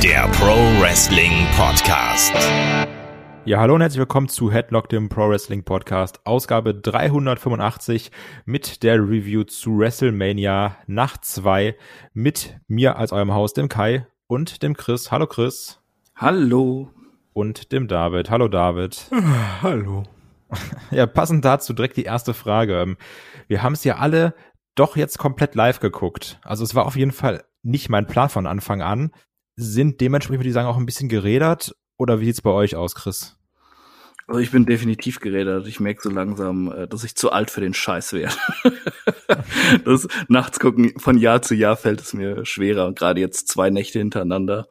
der Pro Wrestling Podcast. Ja, hallo und herzlich willkommen zu Headlock, dem Pro Wrestling Podcast, Ausgabe 385 mit der Review zu WrestleMania Nacht 2 mit mir als eurem Host, dem Kai und dem Chris. Hallo Chris. Hallo. Und dem David. Hallo David. Hallo. Ja, passend dazu direkt die erste Frage. Wir haben es ja alle doch jetzt komplett live geguckt. Also es war auf jeden Fall nicht mein Plan von Anfang an. Sind dementsprechend, würde ich sagen, auch ein bisschen gerädert? Oder wie sieht's bei euch aus, Chris? Also ich bin definitiv gerädert. Ich merke so langsam, dass ich zu alt für den Scheiß werde. Das nachts gucken, von Jahr zu Jahr fällt es mir schwerer. Und gerade jetzt 2 Nächte hintereinander.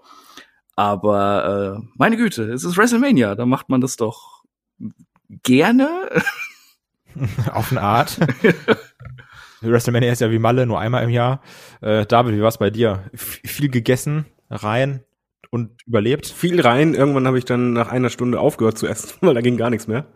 Aber meine Güte, es ist WrestleMania. Da macht man das doch gerne. Auf eine Art. WrestleMania ist ja wie Malle, nur einmal im Jahr. David, wie war's bei dir? Viel gegessen, rein und überlebt? Viel rein. Irgendwann habe ich dann nach einer Stunde aufgehört zu essen, weil da ging gar nichts mehr.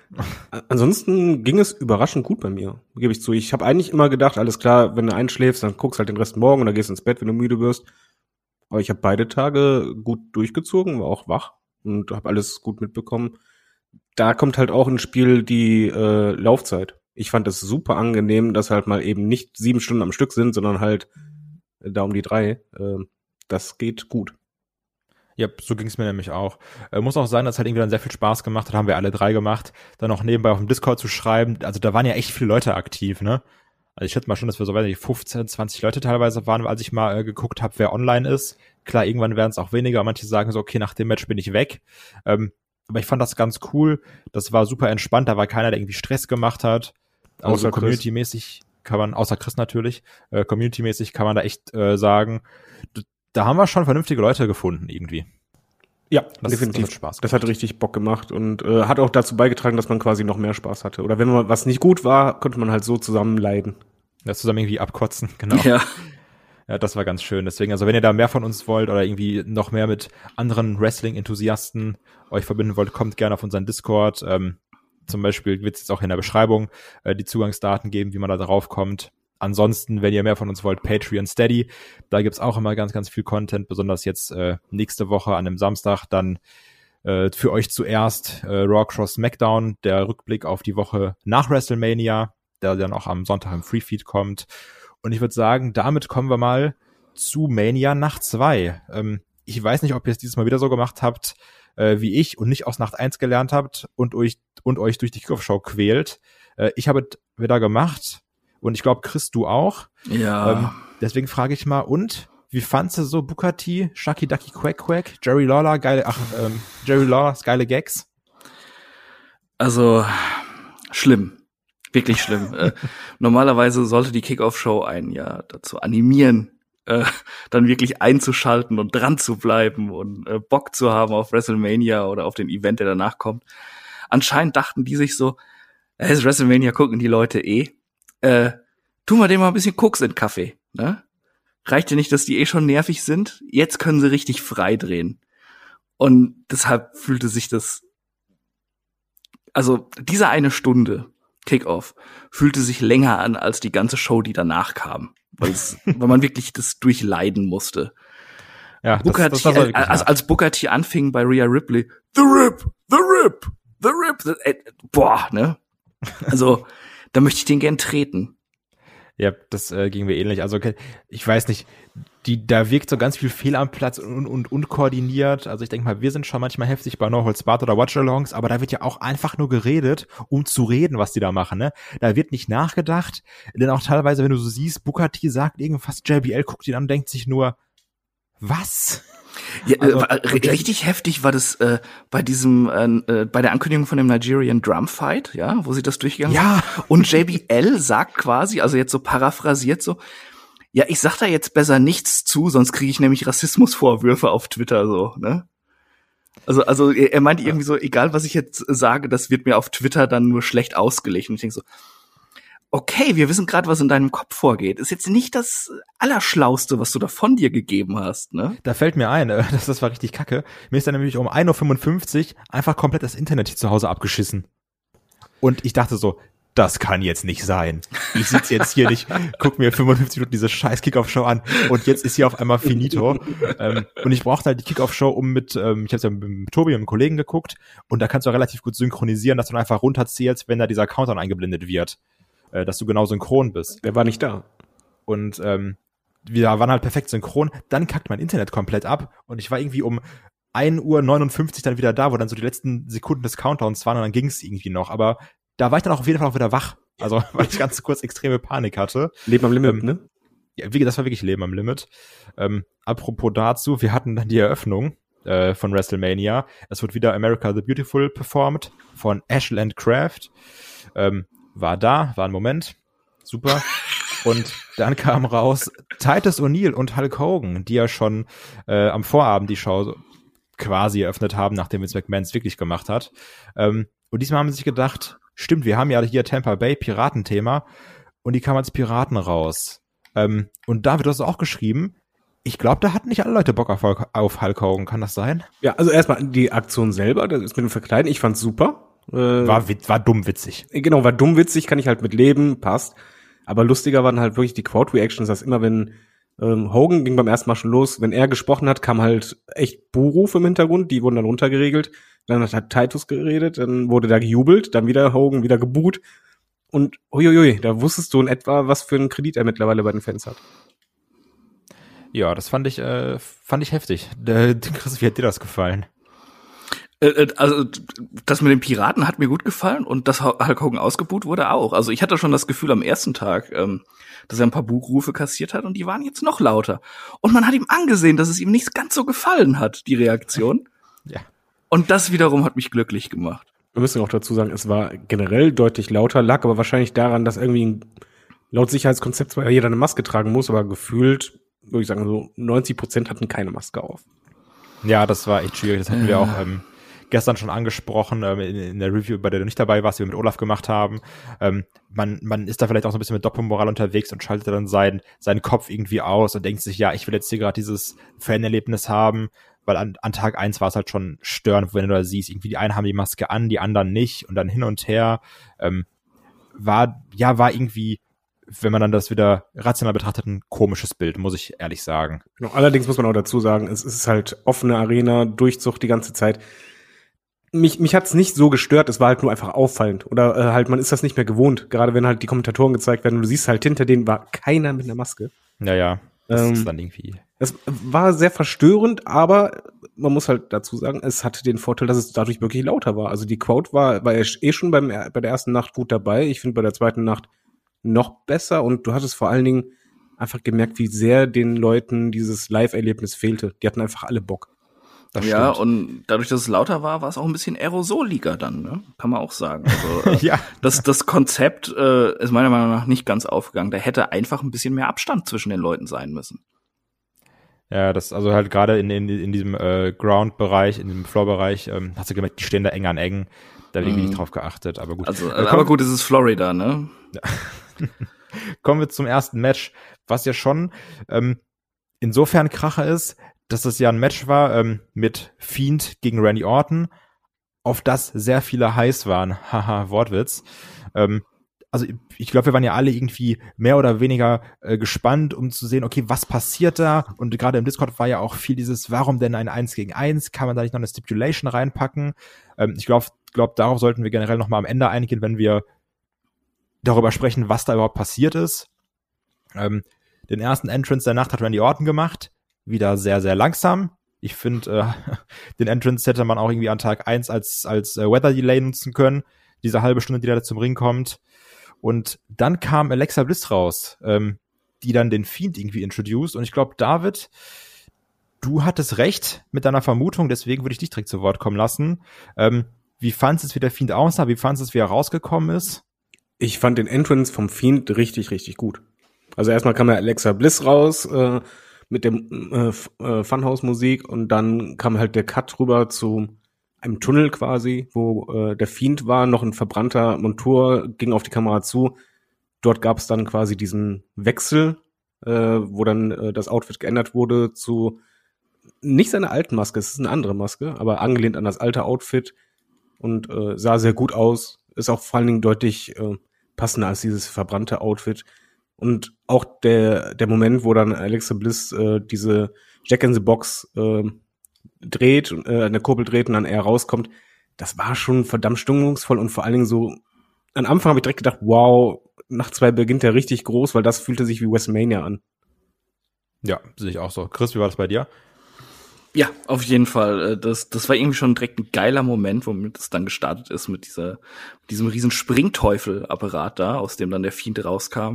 Ansonsten ging es überraschend gut bei mir, gebe ich zu. Ich habe eigentlich immer gedacht, alles klar, wenn du einschläfst, dann guckst halt den Rest morgen und dann gehst ins Bett, wenn du müde wirst. Aber ich habe beide Tage gut durchgezogen, war auch wach und habe alles gut mitbekommen. Da kommt halt auch ins Spiel die Laufzeit. Ich fand es super angenehm, dass halt mal eben nicht 7 Stunden am Stück sind, sondern halt da um die 3. Das geht gut. Ja, so ging es mir nämlich auch. Muss auch sein, dass es halt irgendwie dann sehr viel Spaß gemacht hat, haben wir alle 3 gemacht, dann auch nebenbei auf dem Discord zu schreiben. Also da waren ja echt viele Leute aktiv, ne? Also ich schätze mal schon, dass wir so, weiß nicht, 15, 20 Leute teilweise waren, als ich mal geguckt habe, wer online ist. Klar, irgendwann werden es auch weniger. Manche sagen so, okay, nach dem Match bin ich weg. Aber ich fand das ganz cool. Das war super entspannt. Da war keiner, der irgendwie Stress gemacht hat. Also community-mäßig kann man, außer Chris natürlich, community-mäßig kann man da echt sagen, da haben wir schon vernünftige Leute gefunden irgendwie. Ja, definitiv. Das hat Spaß gemacht. Das hat richtig Bock gemacht und hat auch dazu beigetragen, dass man quasi noch mehr Spaß hatte. Oder wenn mal was nicht gut war, konnte man halt so zusammen leiden. Ja, zusammen irgendwie abkotzen, genau. Ja, das war ganz schön. Deswegen, also wenn ihr da mehr von uns wollt oder irgendwie noch mehr mit anderen Wrestling-Enthusiasten euch verbinden wollt, kommt gerne auf unseren Discord. Zum Beispiel wird es jetzt auch in der Beschreibung die Zugangsdaten geben, wie man da drauf kommt. Ansonsten, wenn ihr mehr von uns wollt, Patreon, Steady. Da gibt's auch immer ganz, ganz viel Content, besonders jetzt nächste Woche an dem Samstag. Dann für euch zuerst Raw Cross SmackDown, der Rückblick auf die Woche nach WrestleMania, der dann auch am Sonntag im Freefeed kommt. Und ich würde sagen, damit kommen wir mal zu Mania Nacht 2. Ich weiß nicht, ob ihr es dieses Mal wieder so gemacht habt, wie ich und nicht aus Nacht 1 gelernt habt und euch durch die Kickoff-Show quält. Ich habe es wieder gemacht und ich glaube, Chris, du auch. Ja. Deswegen frage ich mal, und wie fandst du so Booker T, Shucky Ducky Quack Quack, Jerry Lawler, Jerry Lawlers geile Gags? Also, schlimm. Wirklich schlimm. Normalerweise sollte die Kickoff-Show einen ja dazu animieren, dann wirklich einzuschalten und dran zu bleiben und Bock zu haben auf WrestleMania oder auf den Event, der danach kommt. Anscheinend dachten die sich so, es ist WrestleMania, gucken die Leute tun wir dem mal ein bisschen Koks in den Kaffee, ne? Reicht ja nicht, dass die schon nervig sind, jetzt können sie richtig frei drehen. Und deshalb fühlte sich das, also diese eine Stunde Kickoff fühlte sich länger an als die ganze Show, die danach kam, weil man wirklich das durchleiden musste. Ja, als Booker T anfing bei Rhea Ripley, the Rip, boah, ne? Also, da möchte ich den gern treten. Ja, das ging mir ähnlich. Also ich weiß nicht, da wirkt so ganz viel fehl am Platz und unkoordiniert. Also ich denke mal, wir sind schon manchmal heftig bei No Holds Barred oder Watch-Alongs, aber da wird ja auch einfach nur geredet, um zu reden, was die da machen, ne? Da wird nicht nachgedacht, denn auch teilweise, wenn du so siehst, Booker T sagt irgendwas, JBL guckt ihn an und denkt sich nur, was? Ja, also, richtig heftig war das bei diesem bei der Ankündigung von dem Nigerian Drum Fight, ja, wo sie das durchgegangen haben. Und JBL sagt quasi, also jetzt so paraphrasiert so, ja, ich sag da jetzt besser nichts zu, sonst kriege ich nämlich Rassismusvorwürfe auf Twitter so, ne? Also er meinte irgendwie so, egal was ich jetzt sage, das wird mir auf Twitter dann nur schlecht ausgelegt. Und ich denke so, okay, wir wissen gerade, was in deinem Kopf vorgeht. Ist jetzt nicht das Allerschlauste, was du da von dir gegeben hast, ne? Da fällt mir ein, das war richtig kacke. Mir ist dann nämlich um 1:55 Uhr einfach komplett das Internet hier zu Hause abgeschissen. Und ich dachte so, das kann jetzt nicht sein. Ich sitze jetzt hier nicht, guck mir 55 Minuten diese scheiß Kickoff-Show an und jetzt ist hier auf einmal finito. Und ich brauchte halt die Kickoff-Show, um ich habe es ja mit Tobi und einem Kollegen geguckt und da kannst du auch relativ gut synchronisieren, dass du dann einfach runterzählst, wenn da dieser Countdown eingeblendet wird, dass du genau synchron bist. Der war nicht da. Und wir waren halt perfekt synchron. Dann kackt mein Internet komplett ab und ich war irgendwie um 1:59 Uhr dann wieder da, wo dann so die letzten Sekunden des Countdowns waren und dann ging es irgendwie noch. Aber da war ich dann auch auf jeden Fall auch wieder wach. Also, weil ich ganz kurz extreme Panik hatte. Leben am Limit, ne? Ja, das war wirklich Leben am Limit. Apropos dazu, wir hatten dann die Eröffnung von WrestleMania. Es wird wieder America the Beautiful performt von Ashland Craft. War ein Moment. Super. Und dann kam raus Titus O'Neil und Hulk Hogan, die ja schon am Vorabend die Show quasi eröffnet haben, nachdem Vince McMahon es wirklich gemacht hat. Und diesmal haben sie sich gedacht, stimmt, wir haben ja hier Tampa Bay Piratenthema und die kamen als Piraten raus. Und David, du hast auch geschrieben, ich glaube, da hatten nicht alle Leute Bock auf Hulk Hogan, kann das sein? Ja, also erstmal die Aktion selber, das ist mit dem Verkleiden, ich fand's super. War dumm witzig. Genau, war dumm witzig, kann ich halt mit leben, passt. Aber lustiger waren halt wirklich die Crowd-Reactions, dass immer wenn Hogan ging beim ersten Mal schon los, wenn er gesprochen hat, kam halt echt Buhrufe im Hintergrund, die wurden dann runtergeregelt. Dann hat Titus geredet, dann wurde da gejubelt, dann wieder Hogan, wieder geboot. Und uiuiui, da wusstest du in etwa, was für einen Kredit er mittlerweile bei den Fans hat. Ja, das fand ich heftig. Chris, wie hat dir das gefallen? Also das mit den Piraten hat mir gut gefallen und dass Hulk Hogan ausgebuht wurde auch. Also ich hatte schon das Gefühl am ersten Tag, dass er ein paar Buhrufe kassiert hat und die waren jetzt noch lauter. Und man hat ihm angesehen, dass es ihm nicht ganz so gefallen hat, die Reaktion. Ja. Und das wiederum hat mich glücklich gemacht. Wir müssen auch dazu sagen, es war generell deutlich lauter, lag aber wahrscheinlich daran, dass irgendwie laut Sicherheitskonzept zwar jeder eine Maske tragen muss, aber gefühlt, würde ich sagen, so 90% hatten keine Maske auf. Ja, das war echt schwierig. Das hatten wir auch gestern schon angesprochen, in der Review, bei der du nicht dabei warst, die wir mit Olaf gemacht haben. Man ist da vielleicht auch so ein bisschen mit Doppelmoral unterwegs und schaltet dann seinen Kopf irgendwie aus und denkt sich, ja, ich will jetzt hier gerade dieses Fan-Erlebnis haben, weil an Tag 1 war es halt schon störend, wenn du da siehst, irgendwie die einen haben die Maske an, die anderen nicht und dann hin und her. War irgendwie, wenn man dann das wieder rational betrachtet, ein komisches Bild, muss ich ehrlich sagen. Genau, allerdings muss man auch dazu sagen, es ist halt offene Arena, Durchzug die ganze Zeit. Mich hat's nicht so gestört, es war halt nur einfach auffallend. Oder halt, man ist das nicht mehr gewohnt, gerade wenn halt die Kommentatoren gezeigt werden und du siehst halt, hinter denen war keiner mit einer Maske. Ja, das ist dann irgendwie... Es war sehr verstörend, aber man muss halt dazu sagen, es hatte den Vorteil, dass es dadurch wirklich lauter war. Also die Crowd war schon bei der ersten Nacht gut dabei. Ich finde bei der zweiten Nacht noch besser und du hattest vor allen Dingen einfach gemerkt, wie sehr den Leuten dieses Live-Erlebnis fehlte. Die hatten einfach alle Bock. Das ja, und dadurch, dass es lauter war es auch ein bisschen aerosoliger dann, ne? Kann man auch sagen. Also, ja. Das Konzept ist meiner Meinung nach nicht ganz aufgegangen. Da hätte einfach ein bisschen mehr Abstand zwischen den Leuten sein müssen. Ja, das, also halt gerade in diesem Ground-Bereich, in dem Floor-Bereich, hast du gemerkt, die stehen da eng an eng. Da habe ich irgendwie nicht drauf geachtet, aber gut. Also, aber gut, es ist Florida, ne? Ja. Kommen wir zum ersten Match, was ja schon insofern Kracher ist, dass es ja ein Match war mit Fiend gegen Randy Orton, auf das sehr viele heiß waren. Haha, Wortwitz. Also ich glaube, wir waren ja alle irgendwie mehr oder weniger gespannt, um zu sehen, okay, was passiert da? Und gerade im Discord war ja auch viel dieses, warum denn ein 1 gegen 1? Kann man da nicht noch eine Stipulation reinpacken? Ich glaube, darauf sollten wir generell noch mal am Ende eingehen, wenn wir darüber sprechen, was da überhaupt passiert ist. Den ersten Entrance der Nacht hat Randy Orton gemacht. Wieder sehr, sehr langsam. Ich finde, den Entrance hätte man auch irgendwie an Tag 1 als Weather Delay nutzen können. Diese halbe Stunde, die da zum Ring kommt. Und dann kam Alexa Bliss raus, die dann den Fiend irgendwie introduced. Und ich glaube, David, du hattest recht mit deiner Vermutung, deswegen würde ich dich direkt zu Wort kommen lassen. Wie fandest du es, wie der Fiend aussah? Wie fandest du es, wie er rausgekommen ist? Ich fand den Entrance vom Fiend richtig, richtig gut. Also erstmal kam ja Alexa Bliss raus mit dem Funhouse-Musik und dann kam halt der Cut rüber zu einem Tunnel quasi, wo der Fiend war, noch ein verbrannter Montur, ging auf die Kamera zu. Dort gab es dann quasi diesen Wechsel, wo dann das Outfit geändert wurde zu nicht seiner alten Maske, es ist eine andere Maske, aber angelehnt an das alte Outfit und sah sehr gut aus. Ist auch vor allen Dingen deutlich passender als dieses verbrannte Outfit. Und auch der Moment, wo dann Alexa Bliss diese Jack in the Box dreht, eine Kurbel dreht und dann er rauskommt, das war schon verdammt stimmungsvoll und vor allen Dingen so, am Anfang habe ich direkt gedacht, wow, Nacht 2 beginnt der richtig groß, weil das fühlte sich wie WrestleMania an. Ja, sehe ich auch so. Chris, wie war das bei dir? Ja, auf jeden Fall. Das war irgendwie schon direkt ein geiler Moment, womit es dann gestartet ist mit diesem riesen Springteufel-Apparat da, aus dem dann der Fiend rauskam.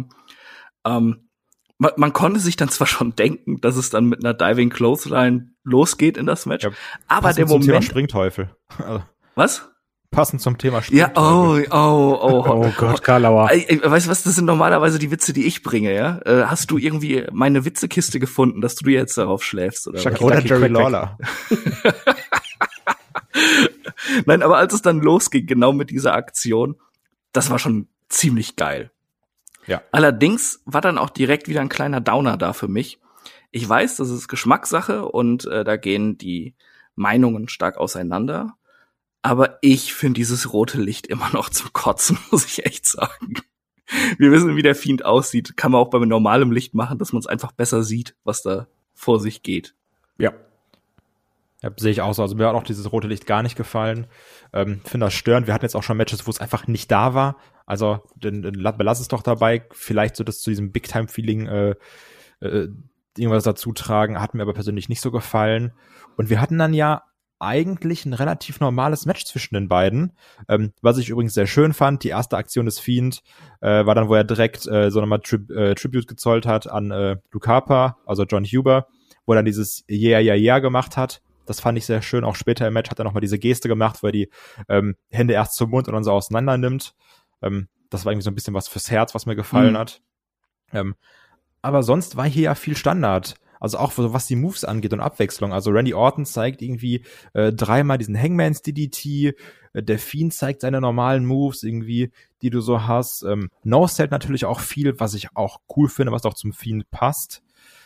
Man konnte sich dann zwar schon denken, dass es dann mit einer Diving Clothesline losgeht in das Match, ja, aber der Moment. Thema Springteufel. Also, was? Passend zum Thema Springteufel. Ja, oh Gott, Karlauer. Weißt du was, das sind normalerweise die Witze, die ich bringe, ja? Hast du irgendwie meine Witzekiste gefunden, dass du jetzt darauf schläfst, oder? Oder Jerry Lawler. Nein, aber als es dann losging, genau mit dieser Aktion, das war schon ziemlich geil. Ja. Allerdings war dann auch direkt wieder ein kleiner Downer da für mich. Ich weiß, das ist Geschmackssache und da gehen die Meinungen stark auseinander. Aber ich finde dieses rote Licht immer noch zum Kotzen, muss ich echt sagen. Wir wissen, wie der Fiend aussieht. Kann man auch bei normalem Licht machen, dass man es einfach besser sieht, was da vor sich geht. Ja, sehe ich auch so. Also mir hat auch dieses rote Licht gar nicht gefallen. Finde das störend. Wir hatten jetzt auch schon Matches, wo es einfach nicht da war. Also dann belass es doch dabei. Vielleicht so das zu diesem Big-Time-Feeling irgendwas dazu tragen. Hat mir aber persönlich nicht so gefallen. Und wir hatten dann ja eigentlich ein relativ normales Match zwischen den beiden. Was ich übrigens sehr schön fand, die erste Aktion des Fiend war dann, wo er direkt so nochmal Tribute gezollt hat an Luke Harper, also John Huber, wo er dann dieses Yeah gemacht hat. Das fand ich sehr schön. Auch später im Match hat er nochmal diese Geste gemacht, wo er die Hände erst zum Mund und dann so auseinander nimmt. Das war irgendwie so ein bisschen was fürs Herz, was mir gefallen hat. Aber sonst war hier ja viel Standard. Also auch was die Moves angeht und Abwechslung. Also Randy Orton zeigt irgendwie dreimal diesen Hangman's DDT. Der Fiend zeigt seine normalen Moves irgendwie, die du so hast. No-Sell natürlich auch viel, was ich auch cool finde, was auch zum Fiend passt.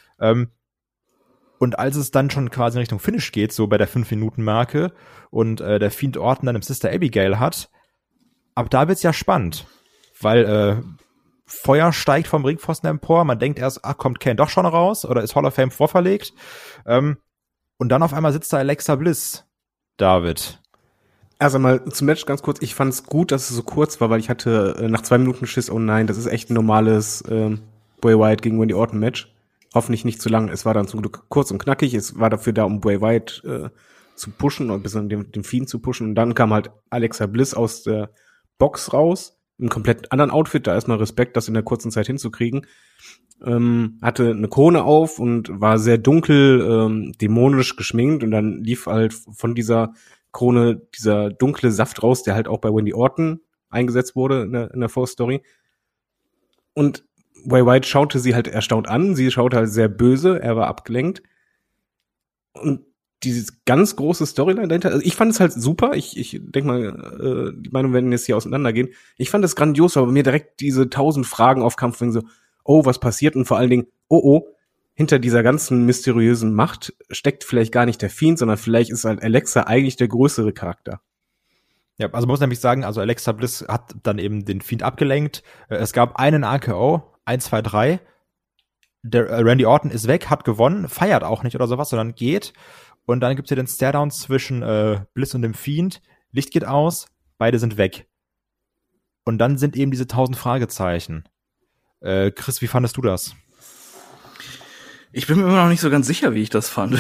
Und als es dann schon quasi in Richtung Finish geht, so bei der 5-Minuten-Marke und der Fiend Orton dann im Sister Abigail hat, ab da wird's ja spannend. Weil Feuer steigt vom Ringpfosten empor, man denkt erst, kommt Kane doch schon raus oder ist Hall of Fame vorverlegt. Und dann auf einmal sitzt da Alexa Bliss, David. Also mal zum Match ganz kurz, ich fand es gut, dass es so kurz war, weil ich hatte nach 2 Minuten Schiss, oh nein, das ist echt ein normales Bray Wyatt gegen Randy Orton Match. Hoffentlich nicht zu lang, es war dann zum Glück kurz und knackig, es war dafür da, um Bray Wyatt zu pushen und bis an den Fiend zu pushen. Und dann kam halt Alexa Bliss aus der Box raus, im komplett anderen Outfit, da erstmal Respekt, das in der kurzen Zeit hinzukriegen. Hatte eine Krone auf und war sehr dunkel, dämonisch geschminkt und dann lief halt von dieser Krone dieser dunkle Saft raus, der halt auch bei Randy Orton eingesetzt wurde in der Vorstory. Und Bray Wyatt schaute sie halt erstaunt an, sie schaute halt sehr böse, er war abgelenkt. Und diese ganz große Storyline dahinter, also ich fand es halt super, ich denke mal, die Meinungen werden jetzt hier auseinandergehen. Ich fand es grandios, aber mir direkt diese 1000 Fragen aufkampfen, so, oh, was passiert? Und vor allen Dingen, oh, hinter dieser ganzen mysteriösen Macht steckt vielleicht gar nicht der Fiend, sondern vielleicht ist halt Alexa eigentlich der größere Charakter. Ja, also man muss nämlich sagen, also Alexa Bliss hat dann eben den Fiend abgelenkt. Es gab einen RKO, 1, 2, 3. Der Randy Orton ist weg, hat gewonnen, feiert auch nicht oder sowas, sondern geht. Und dann gibt's hier den Staredown zwischen Bliss und dem Fiend. Licht geht aus, beide sind weg. Und dann sind eben diese 1000 Fragezeichen. Chris, wie fandest du das? Ich bin mir immer noch nicht so ganz sicher, wie ich das fand.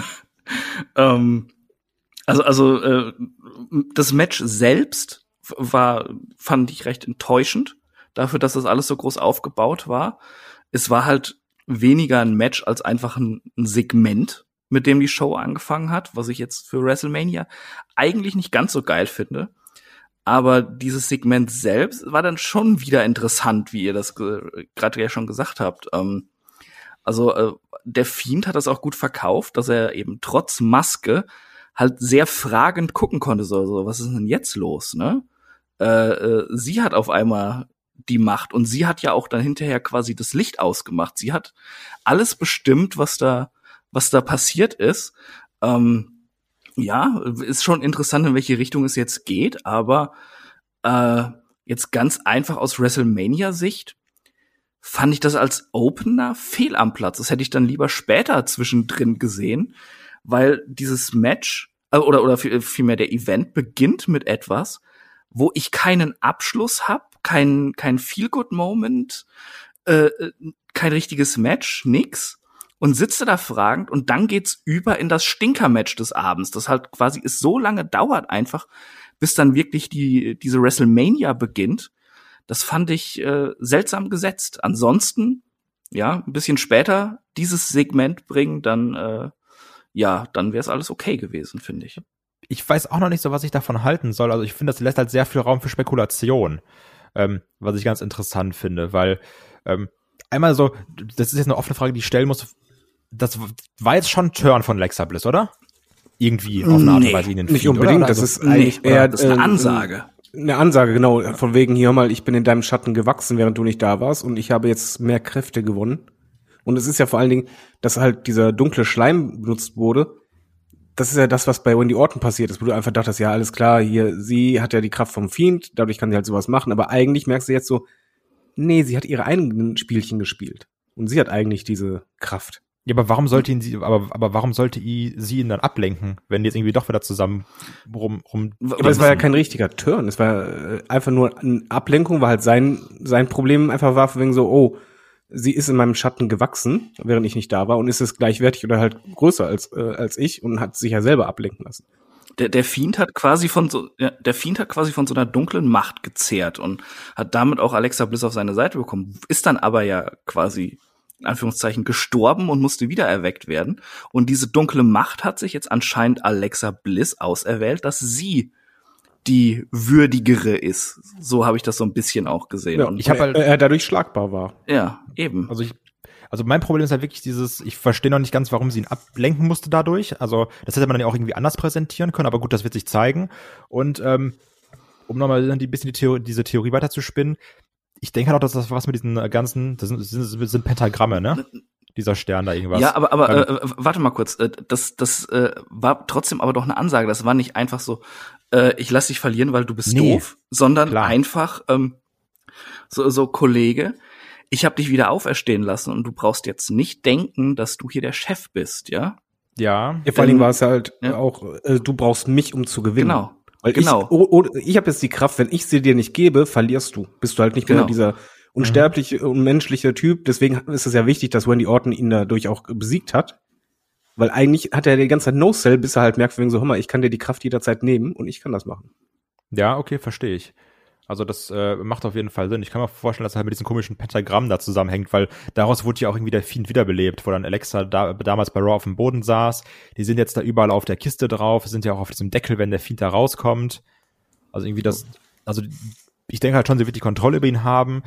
Das Match selbst fand ich recht enttäuschend, dafür, dass das alles so groß aufgebaut war. Es war halt weniger ein Match als einfach ein Segment, mit dem die Show angefangen hat, was ich jetzt für WrestleMania eigentlich nicht ganz so geil finde. Aber dieses Segment selbst war dann schon wieder interessant, wie ihr das gerade ja schon gesagt habt. Der Fiend hat das auch gut verkauft, dass er eben trotz Maske halt sehr fragend gucken konnte, so was ist denn jetzt los, ne? Sie hat auf einmal die Macht und sie hat ja auch dann hinterher quasi das Licht ausgemacht. Sie hat alles bestimmt, was da passiert ist. Ja, ist schon interessant, in welche Richtung es jetzt geht, aber jetzt ganz einfach aus WrestleMania-Sicht fand ich das als Opener fehl am Platz. Das hätte ich dann lieber später zwischendrin gesehen, weil dieses Match oder vielmehr der Event beginnt mit etwas, wo ich keinen Abschluss habe, kein Feel-Good-Moment, kein richtiges Match, nix. Und sitze da fragend und dann geht's über in das Stinker-Match des Abends, das halt quasi es so lange dauert einfach, bis dann wirklich diese WrestleMania beginnt. Das fand ich seltsam gesetzt. Ansonsten, ja, ein bisschen später dieses Segment bringen, dann dann wäre es alles okay gewesen, finde ich. Ich weiß auch noch nicht so, was ich davon halten soll. Also ich finde, das lässt halt sehr viel Raum für Spekulation, was ich ganz interessant finde, weil einmal so, das ist jetzt eine offene Frage, die ich stellen muss. Das war jetzt schon ein Turn von Alexa Bliss, oder? Irgendwie auf eine Art und Weise in den Feed, nicht unbedingt, oder? das ist eigentlich eher das ist eine Ansage. Eine Ansage, genau, von wegen hier mal, ich bin in deinem Schatten gewachsen, während du nicht da warst und ich habe jetzt mehr Kräfte gewonnen. Und es ist ja vor allen Dingen, dass halt dieser dunkle Schleim benutzt wurde. Das ist ja das, was bei Wendy Orton passiert ist, wo du einfach dachtest, ja, alles klar, hier, sie hat ja die Kraft vom Fiend, dadurch kann sie halt sowas machen, aber eigentlich merkst du jetzt so, nee, sie hat ihre eigenen Spielchen gespielt. Und sie hat eigentlich diese Kraft. Ja, aber warum sollte sie ihn dann ablenken, wenn die jetzt irgendwie doch wieder zusammen rum Aber es war ja kein richtiger Turn. Es war einfach nur eine Ablenkung, weil halt sein Problem einfach war von wegen so, oh, sie ist in meinem Schatten gewachsen, während ich nicht da war und ist es gleichwertig oder halt größer als ich und hat sich ja selber ablenken lassen. Der Fiend hat quasi von so einer dunklen Macht gezehrt und hat damit auch Alexa Bliss auf seine Seite bekommen. Ist dann aber ja quasi in Anführungszeichen gestorben und musste wieder erweckt werden. Und diese dunkle Macht hat sich jetzt anscheinend Alexa Bliss auserwählt, dass sie die würdigere ist. So habe ich das so ein bisschen auch gesehen. Ja, und ich habe halt, er dadurch schlagbar war. Ja, eben. Also mein Problem ist halt wirklich ich verstehe noch nicht ganz, warum sie ihn ablenken musste dadurch. Also das hätte man dann ja auch irgendwie anders präsentieren können, aber gut, das wird sich zeigen. Und um nochmal ein bisschen diese Theorie weiterzuspinnen, ich denke halt auch, dass das was mit diesen ganzen, das sind Pentagramme, ne? Dieser Stern da irgendwas. Ja, aber warte mal kurz. Das war trotzdem aber doch eine Ansage. Das war nicht einfach so, ich lass dich verlieren, weil du bist doof, sondern einfach so Kollege, ich habe dich wieder auferstehen lassen und du brauchst jetzt nicht denken, dass du hier der Chef bist, ja? Ja. Vor allem war es halt auch, du brauchst mich, um zu gewinnen. Genau. Weil ich habe jetzt die Kraft, wenn ich sie dir nicht gebe, verlierst du. Bist du halt nicht mehr dieser unsterbliche, unmenschliche Typ. Deswegen ist es ja wichtig, dass Wendy Orton ihn dadurch auch besiegt hat. Weil eigentlich hat er die ganze Zeit No-Sell, bis er halt merkt, wegen so, hör mal, ich kann dir die Kraft jederzeit nehmen und ich kann das machen. Ja, okay, verstehe ich. Also das macht auf jeden Fall Sinn. Ich kann mir vorstellen, dass er halt mit diesem komischen Pentagramm da zusammenhängt, weil daraus wurde ja auch irgendwie der Fiend wiederbelebt, wo dann Alexa damals bei Raw auf dem Boden saß. Die sind jetzt da überall auf der Kiste drauf, sind ja auch auf diesem Deckel, wenn der Fiend da rauskommt. Also irgendwie ich denke halt schon, sie wird die Kontrolle über ihn haben.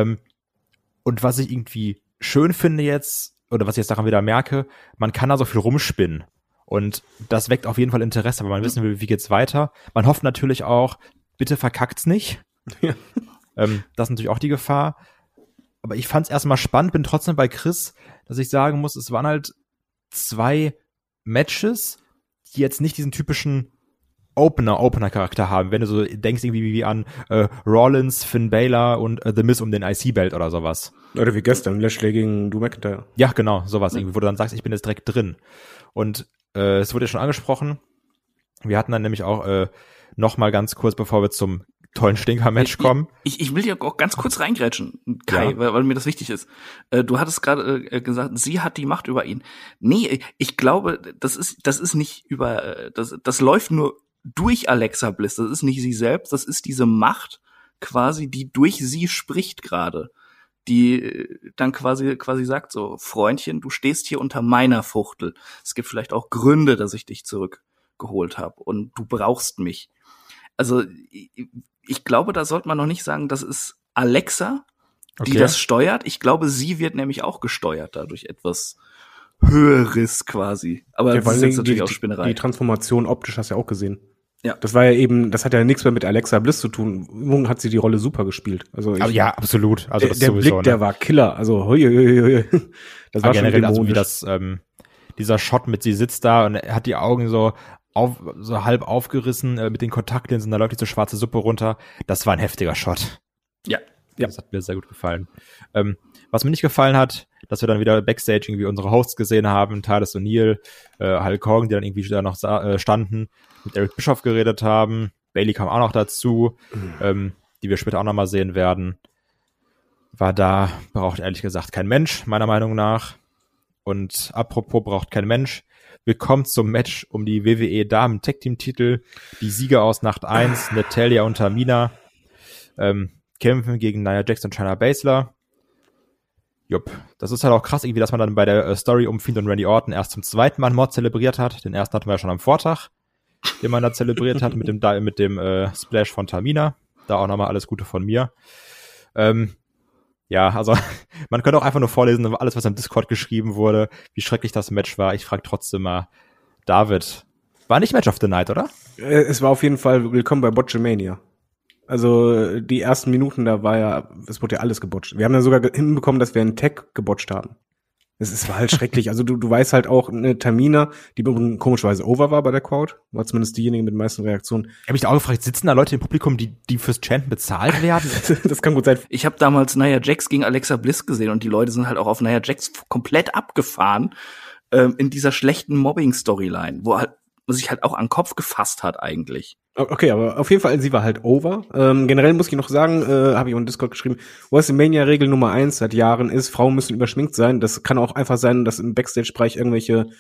Und was ich irgendwie schön finde jetzt, oder was ich jetzt daran wieder merke, man kann da so viel rumspinnen. Und das weckt auf jeden Fall Interesse, weil man wissen will, wie geht's weiter. Man hofft natürlich auch, bitte verkackt's nicht. Ja. Das ist natürlich auch die Gefahr. Aber ich fand's erstmal spannend, bin trotzdem bei Chris, dass ich sagen muss, es waren halt 2 Matches, die jetzt nicht diesen typischen Opener-Charakter haben. Wenn du so denkst irgendwie wie an Rollins, Finn Balor und The Miz um den IC-Belt oder sowas. Oder wie gestern, Lashley gegen Drew McIntyre. Ja, genau, sowas irgendwie, wo du dann sagst, ich bin jetzt direkt drin. Und es wurde ja schon angesprochen, wir hatten dann nämlich auch noch mal ganz kurz, bevor wir zum tollen Stinker-Match kommen. Ich will hier auch ganz kurz reingrätschen, Kai, weil mir das wichtig ist. Du hattest gerade gesagt, sie hat die Macht über ihn. Nee, ich glaube, das ist nicht das läuft nur durch Alexa Bliss. Das ist nicht sie selbst, das ist diese Macht quasi, die durch sie spricht gerade. Die dann quasi sagt so, Freundchen, du stehst hier unter meiner Fuchtel. Es gibt vielleicht auch Gründe, dass ich dich zurückgeholt habe und du brauchst mich. Also ich glaube, da sollte man noch nicht sagen, das ist Alexa, die das steuert. Ich glaube, sie wird nämlich auch gesteuert dadurch etwas Höheres quasi. Aber ja, das ist jetzt natürlich auch Spinnerei. Die Transformation optisch hast du ja auch gesehen. Ja. Das war ja eben, das hat ja nichts mehr mit Alexa Bliss zu tun. Irgendwann hat sie die Rolle super gespielt. Also ja, absolut. Also das der sowieso, Blick, der war Killer. Also das war generell schon also wie das dieser Shot mit sie sitzt da und hat die Augen so so halb aufgerissen mit den Kontaktlinsen, da läuft diese schwarze Suppe runter. Das war ein heftiger Shot. Ja. Das hat mir sehr gut gefallen. Was mir nicht gefallen hat, dass wir dann wieder Backstage irgendwie unsere Hosts gesehen haben, Titus O'Neil, Hulk Hogan, die dann irgendwie da noch standen, mit Eric Bischoff geredet haben. Bayley kam auch noch dazu, die wir später auch noch mal sehen werden. Braucht ehrlich gesagt kein Mensch, meiner Meinung nach. Und apropos braucht kein Mensch, wir kommen zum Match um die WWE Damen Tag Team Titel. Die Sieger aus Nacht 1, Natalya und Tamina, kämpfen gegen Nia Jax und Shayna Baszler. Jupp, das ist halt auch krass irgendwie, dass man dann bei der Story um Fiend und Randy Orton erst zum zweiten Mal einen Mord zelebriert hat. Den ersten hatten wir ja schon am Vortag, den man da zelebriert hat mit dem Splash von Tamina. Da auch nochmal alles Gute von mir. Ja, also man könnte auch einfach nur vorlesen, alles, was im Discord geschrieben wurde, wie schrecklich das Match war. Ich frage trotzdem mal, David, war nicht Match of the Night, oder? Es war auf jeden Fall willkommen bei Botchamania. Also die ersten Minuten, es wurde ja alles gebotcht. Wir haben ja sogar hinbekommen, dass wir einen Tag gebotcht haben. Es war halt schrecklich. Also du weißt halt auch, eine Tamina, die komischerweise over war bei der Crowd, war zumindest diejenige mit den meisten Reaktionen. Ich habe mich da auch gefragt, sitzen da Leute im Publikum, die fürs Chanten bezahlt werden? Das kann gut sein. Ich habe damals Nia Jax gegen Alexa Bliss gesehen und die Leute sind halt auch auf Nia Jax komplett abgefahren in dieser schlechten Mobbing-Storyline, wo halt man sich halt auch an den Kopf gefasst hat eigentlich. Okay, aber auf jeden Fall, sie war halt over. Generell muss ich noch sagen, habe ich auch in Discord geschrieben, WrestleMania-Regel Nummer 1 seit Jahren ist, Frauen müssen überschminkt sein. Das kann auch einfach sein, dass im Backstage-Bereich irgendwelche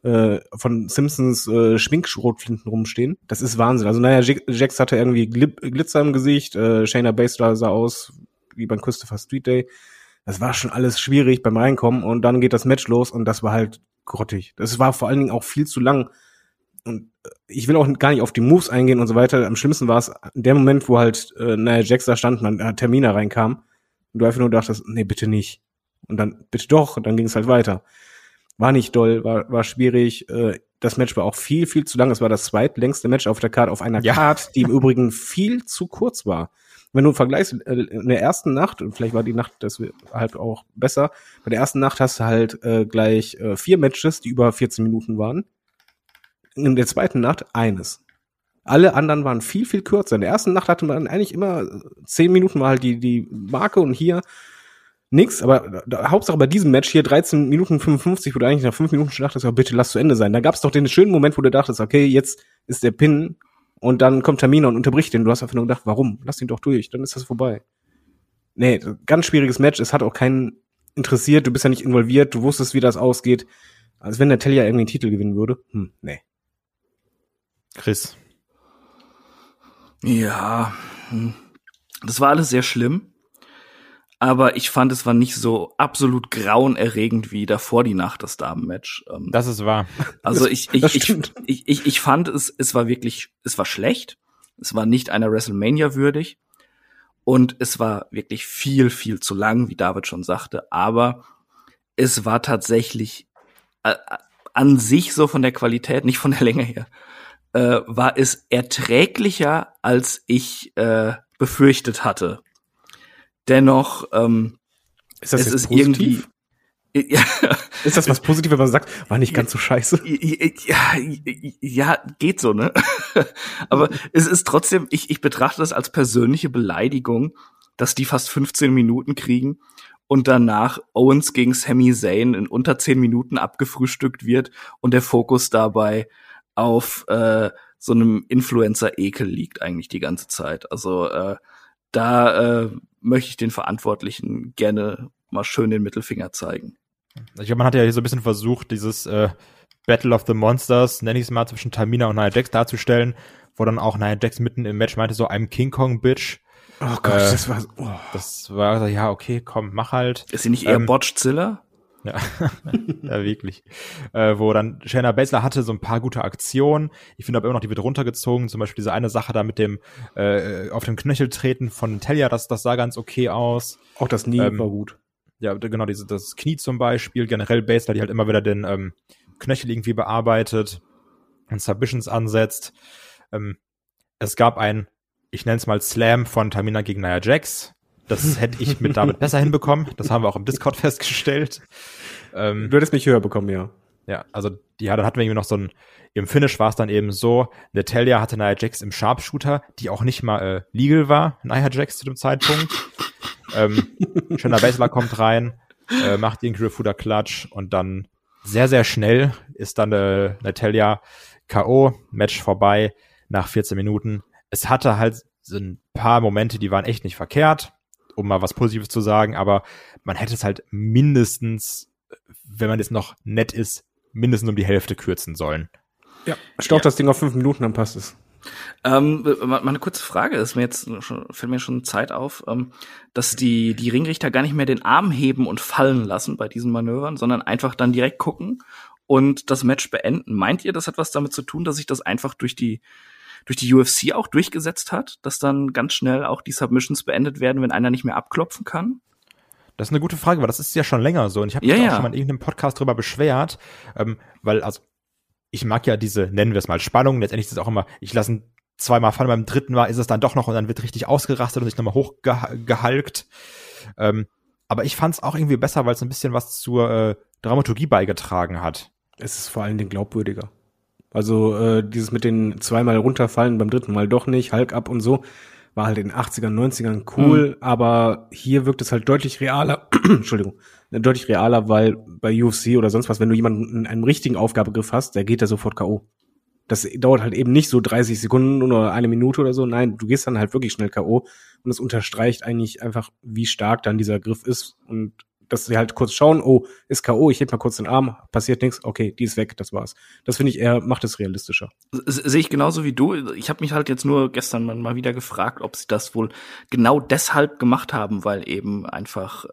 von Simpsons Schminkschrotflinten rumstehen. Das ist Wahnsinn. Also Nia Jax hatte irgendwie Glitzer im Gesicht, Shayna Baszler sah aus wie beim Christopher Street Day. Das war schon alles schwierig beim Reinkommen und dann geht das Match los und das war halt grottig. Das war vor allen Dingen auch viel zu lang. Und ich will auch gar nicht auf die Moves eingehen und so weiter. Am schlimmsten war es in dem Moment, wo halt Nia Jax da stand und dann Tamina reinkam und du einfach nur dachtest, nee, bitte nicht. Und dann, bitte doch, und dann ging es halt weiter. War nicht doll, war schwierig. Das Match war auch viel, viel zu lang. Es war das zweitlängste Match auf der Card, auf einer Card, die im Übrigen viel zu kurz war. Wenn du vergleichst, in der ersten Nacht, und vielleicht war die Nacht halt auch besser, bei der ersten Nacht hast du halt gleich 4 Matches, die über 14 Minuten waren. In der zweiten Nacht eines. Alle anderen waren viel, viel kürzer. In der ersten Nacht hatte man eigentlich immer 10 Minuten war halt die Marke und hier nix. Aber Hauptsache bei diesem Match hier 13 Minuten 55, wo du eigentlich nach 5 Minuten schon dachtest, ja, bitte lass zu Ende sein. Da gab es doch den schönen Moment, wo du dachtest, okay, jetzt ist der Pin und dann kommt Tamina und unterbricht den. Du hast einfach nur gedacht, warum? Lass ihn doch durch, dann ist das vorbei. Nee, ganz schwieriges Match. Es hat auch keinen interessiert. Du bist ja nicht involviert. Du wusstest, wie das ausgeht. Als wenn Natalya irgendwie einen Titel gewinnen würde. Nee. Chris. Ja, das war alles sehr schlimm, aber ich fand, es war nicht so absolut grauenerregend wie davor die Nacht, das Damenmatch. Das ist wahr. Also ich fand es war wirklich, es war schlecht, es war nicht einer WrestleMania würdig und es war wirklich viel, viel zu lang, wie David schon sagte, aber es war tatsächlich an sich so von der Qualität, nicht von der Länge her, war es erträglicher, als ich befürchtet hatte. Dennoch ist das es ist positiv? Irgendwie Ist das was Positives, wenn man sagt, war nicht ganz so scheiße? Ja, geht so, ne? Aber es ist trotzdem, ich betrachte das als persönliche Beleidigung, dass die fast 15 Minuten kriegen und danach Owens gegen Sami Zayn in unter 10 Minuten abgefrühstückt wird und der Fokus dabei auf so einem Influencer-Ekel liegt eigentlich die ganze Zeit. Also da möchte ich den Verantwortlichen gerne mal schön den Mittelfinger zeigen. Ich glaube, man hat ja hier so ein bisschen versucht, dieses Battle of the Monsters, nenne ich es mal, zwischen Tamina und Nia Jax darzustellen, wo dann auch Nia Jax mitten im Match meinte so, I'm King Kong, Bitch. Oh Gott, das war... Oh. Das war, ja, okay, komm, mach halt. Ist sie nicht eher Botchzilla? Ja, ja, wirklich. Wo dann Shayna Baszler hatte so ein paar gute Aktionen. Ich finde aber immer noch, die wird runtergezogen. Zum Beispiel diese eine Sache da mit dem auf den Knöchel treten von Natalya, das sah ganz okay aus. Auch das Knie war gut. Ja, genau, das Knie zum Beispiel. Generell Baszler, die halt immer wieder den Knöchel irgendwie bearbeitet und Submissions ansetzt. Es gab ich nenne es mal Slam von Tamina gegen Nia Jax. Das hätte ich mit David besser hinbekommen. Das haben wir auch im Discord festgestellt. Du hättest mich höher bekommen, ja. Ja, also dann hatten wir irgendwie noch im Finish war es dann eben so, Natalya hatte Nia Jax im Sharpshooter, die auch nicht mal legal war, Nia Jax zu dem Zeitpunkt. Shayna Baszler kommt rein, macht den Grifuda Clutch und dann sehr, sehr schnell ist dann Natalya K.O., Match vorbei nach 14 Minuten. Es hatte halt so ein paar Momente, die waren echt nicht verkehrt, um mal was Positives zu sagen, aber man hätte es halt mindestens, wenn man jetzt noch nett ist, mindestens um die Hälfte kürzen sollen. Ja, staucht das Ding auf 5 Minuten, dann passt es. Mal eine kurze Frage, fällt mir schon Zeit auf, dass die Ringrichter gar nicht mehr den Arm heben und fallen lassen bei diesen Manövern, sondern einfach dann direkt gucken und das Match beenden. Meint ihr, das hat was damit zu tun, dass sich das einfach durch die UFC auch durchgesetzt hat, dass dann ganz schnell auch die Submissions beendet werden, wenn einer nicht mehr abklopfen kann? Das ist eine gute Frage, weil das ist ja schon länger so. Und ich habe mich auch schon mal in irgendeinem Podcast drüber beschwert, weil, also, ich mag ja diese, nennen wir es mal, Spannung. Letztendlich ist es auch immer, ich lasse ihn zweimal fallen, beim dritten Mal ist es dann doch noch und dann wird richtig ausgerastet und sich nochmal hochgehalkt. Aber ich fand es auch irgendwie besser, weil es ein bisschen was zur Dramaturgie beigetragen hat. Es ist vor allen Dingen glaubwürdiger. Also dieses mit den zweimal runterfallen, beim dritten Mal doch nicht, Hulk ab und so, war halt in den 80ern, 90ern cool, aber hier wirkt es halt deutlich realer, Entschuldigung, deutlich realer, weil bei UFC oder sonst was, wenn du jemanden in einem richtigen Aufgabegriff hast, der geht da sofort K.O. Das dauert halt eben nicht so 30 Sekunden oder 1 Minute oder so, nein, du gehst dann halt wirklich schnell K.O. und es unterstreicht eigentlich einfach, wie stark dann dieser Griff ist und dass sie halt kurz schauen, oh, ist K.O., ich heb mal kurz den Arm, passiert nichts, okay, die ist weg, das war's. Das finde ich eher, macht es realistischer. Sehe ich genauso wie du. Ich habe mich halt jetzt nur gestern mal wieder gefragt, ob sie das wohl genau deshalb gemacht haben, weil eben einfach,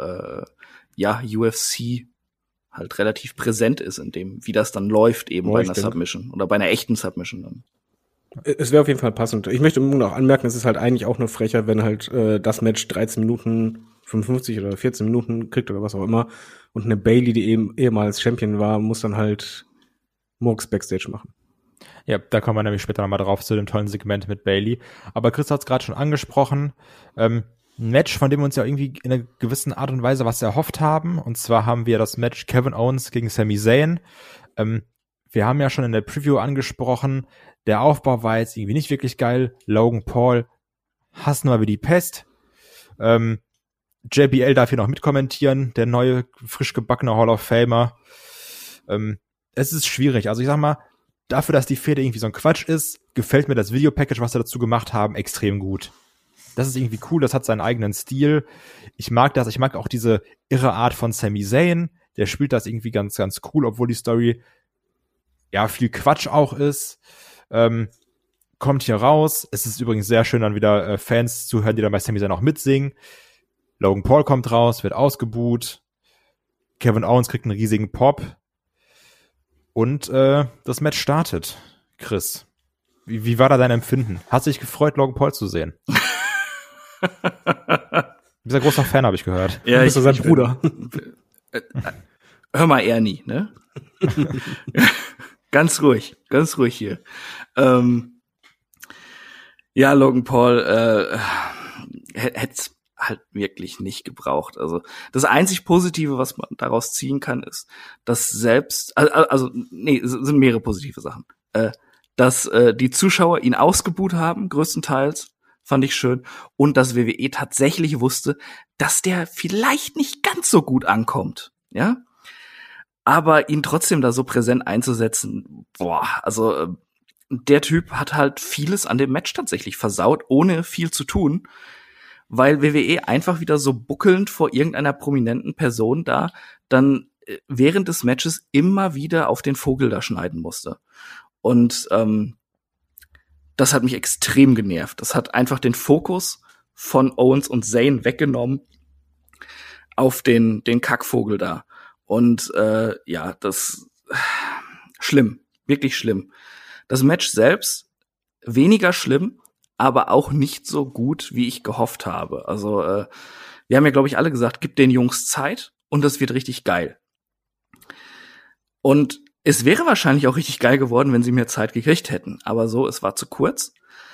UFC halt relativ präsent ist in dem, wie das dann läuft eben bei einer Submission oder bei einer echten Submission dann. Es wäre auf jeden Fall passend. Ich möchte noch anmerken, es ist halt eigentlich auch nur frecher, wenn halt das Match 13 Minuten 55 oder 14 Minuten kriegt oder was auch immer. Und eine Bayley, die eben ehemals Champion war, muss dann halt Murks Backstage machen. Ja, da kommen wir nämlich später nochmal drauf zu dem tollen Segment mit Bayley. Aber Chris hat es gerade schon angesprochen. Ein Match, von dem wir uns ja irgendwie in einer gewissen Art und Weise was erhofft haben. Und zwar haben wir das Match Kevin Owens gegen Sami Zayn. Wir haben ja schon in der Preview angesprochen, der Aufbau war jetzt irgendwie nicht wirklich geil. Logan Paul hassen wir wie die Pest. JBL darf hier noch mitkommentieren, der neue, frisch gebackene Hall of Famer. Es ist schwierig. Also ich sag mal, dafür, dass die Fehde irgendwie so ein Quatsch ist, gefällt mir das Videopackage, was sie dazu gemacht haben, extrem gut. Das ist irgendwie cool, das hat seinen eigenen Stil. Ich mag das, ich mag auch diese irre Art von Sami Zayn. Der spielt das irgendwie ganz, ganz cool, obwohl die Story ja viel Quatsch auch ist. Kommt hier raus. Es ist übrigens sehr schön, dann wieder Fans zu hören, die dann bei Sami Zayn auch mitsingen. Logan Paul kommt raus, wird ausgebuht. Kevin Owens kriegt einen riesigen Pop. Und das Match startet. Chris, wie war da dein Empfinden? Hast du dich gefreut, Logan Paul zu sehen? Du bist ein großer Fan, habe ich gehört. Ja, bist du sein Bruder. Hör mal, Ernie, ne? Ganz ruhig hier. Ja, Logan Paul hätte halt wirklich nicht gebraucht. Also das einzig Positive, was man daraus ziehen kann, ist, dass selbst, es sind mehrere positive Sachen, dass die Zuschauer ihn ausgebuht haben, größtenteils, fand ich schön, und dass WWE tatsächlich wusste, dass der vielleicht nicht ganz so gut ankommt, ja, aber ihn trotzdem da so präsent einzusetzen, der Typ hat halt vieles an dem Match tatsächlich versaut, ohne viel zu tun, weil WWE einfach wieder so buckelnd vor irgendeiner prominenten Person da dann während des Matches immer wieder auf den Vogel da schneiden musste. Und das hat mich extrem genervt. Das hat einfach den Fokus von Owens und Zayn weggenommen auf den Kackvogel da. Und das schlimm, wirklich schlimm. Das Match selbst weniger schlimm, aber auch nicht so gut, wie ich gehofft habe. Also wir haben ja, glaube ich, alle gesagt, gib den Jungs Zeit und das wird richtig geil. Und es wäre wahrscheinlich auch richtig geil geworden, wenn sie mehr Zeit gekriegt hätten. Aber so, es war zu kurz.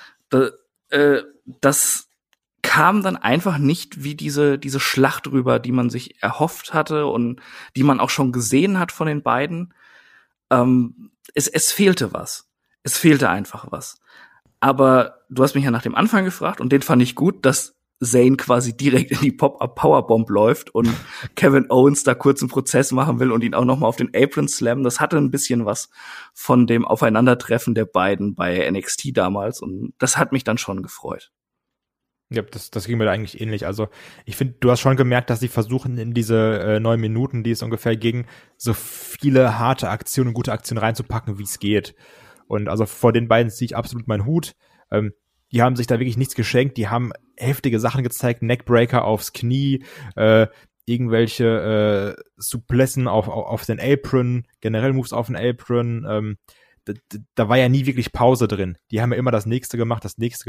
Das kam dann einfach nicht wie diese Schlacht rüber, die man sich erhofft hatte und die man auch schon gesehen hat von den beiden. Es fehlte was. Es fehlte einfach was. Aber du hast mich ja nach dem Anfang gefragt und den fand ich gut, dass Zayn quasi direkt in die Pop-Up-Powerbomb läuft und Kevin Owens da kurz einen Prozess machen will und ihn auch noch mal auf den Apron slammen. Das hatte ein bisschen was von dem Aufeinandertreffen der beiden bei NXT damals und das hat mich dann schon gefreut. Ja, das ging mir da eigentlich ähnlich. Also ich finde, du hast schon gemerkt, dass sie versuchen, in diese 9 Minuten, die es ungefähr ging, so viele harte Aktionen und gute Aktionen reinzupacken, wie es geht. Und also vor den beiden ziehe ich absolut meinen Hut. Die haben sich da wirklich nichts geschenkt. Die haben heftige Sachen gezeigt, Neckbreaker aufs Knie, irgendwelche Suplessen auf den Apron, generell Moves auf den Apron. Da war ja nie wirklich Pause drin. Die haben ja immer das nächste gemacht.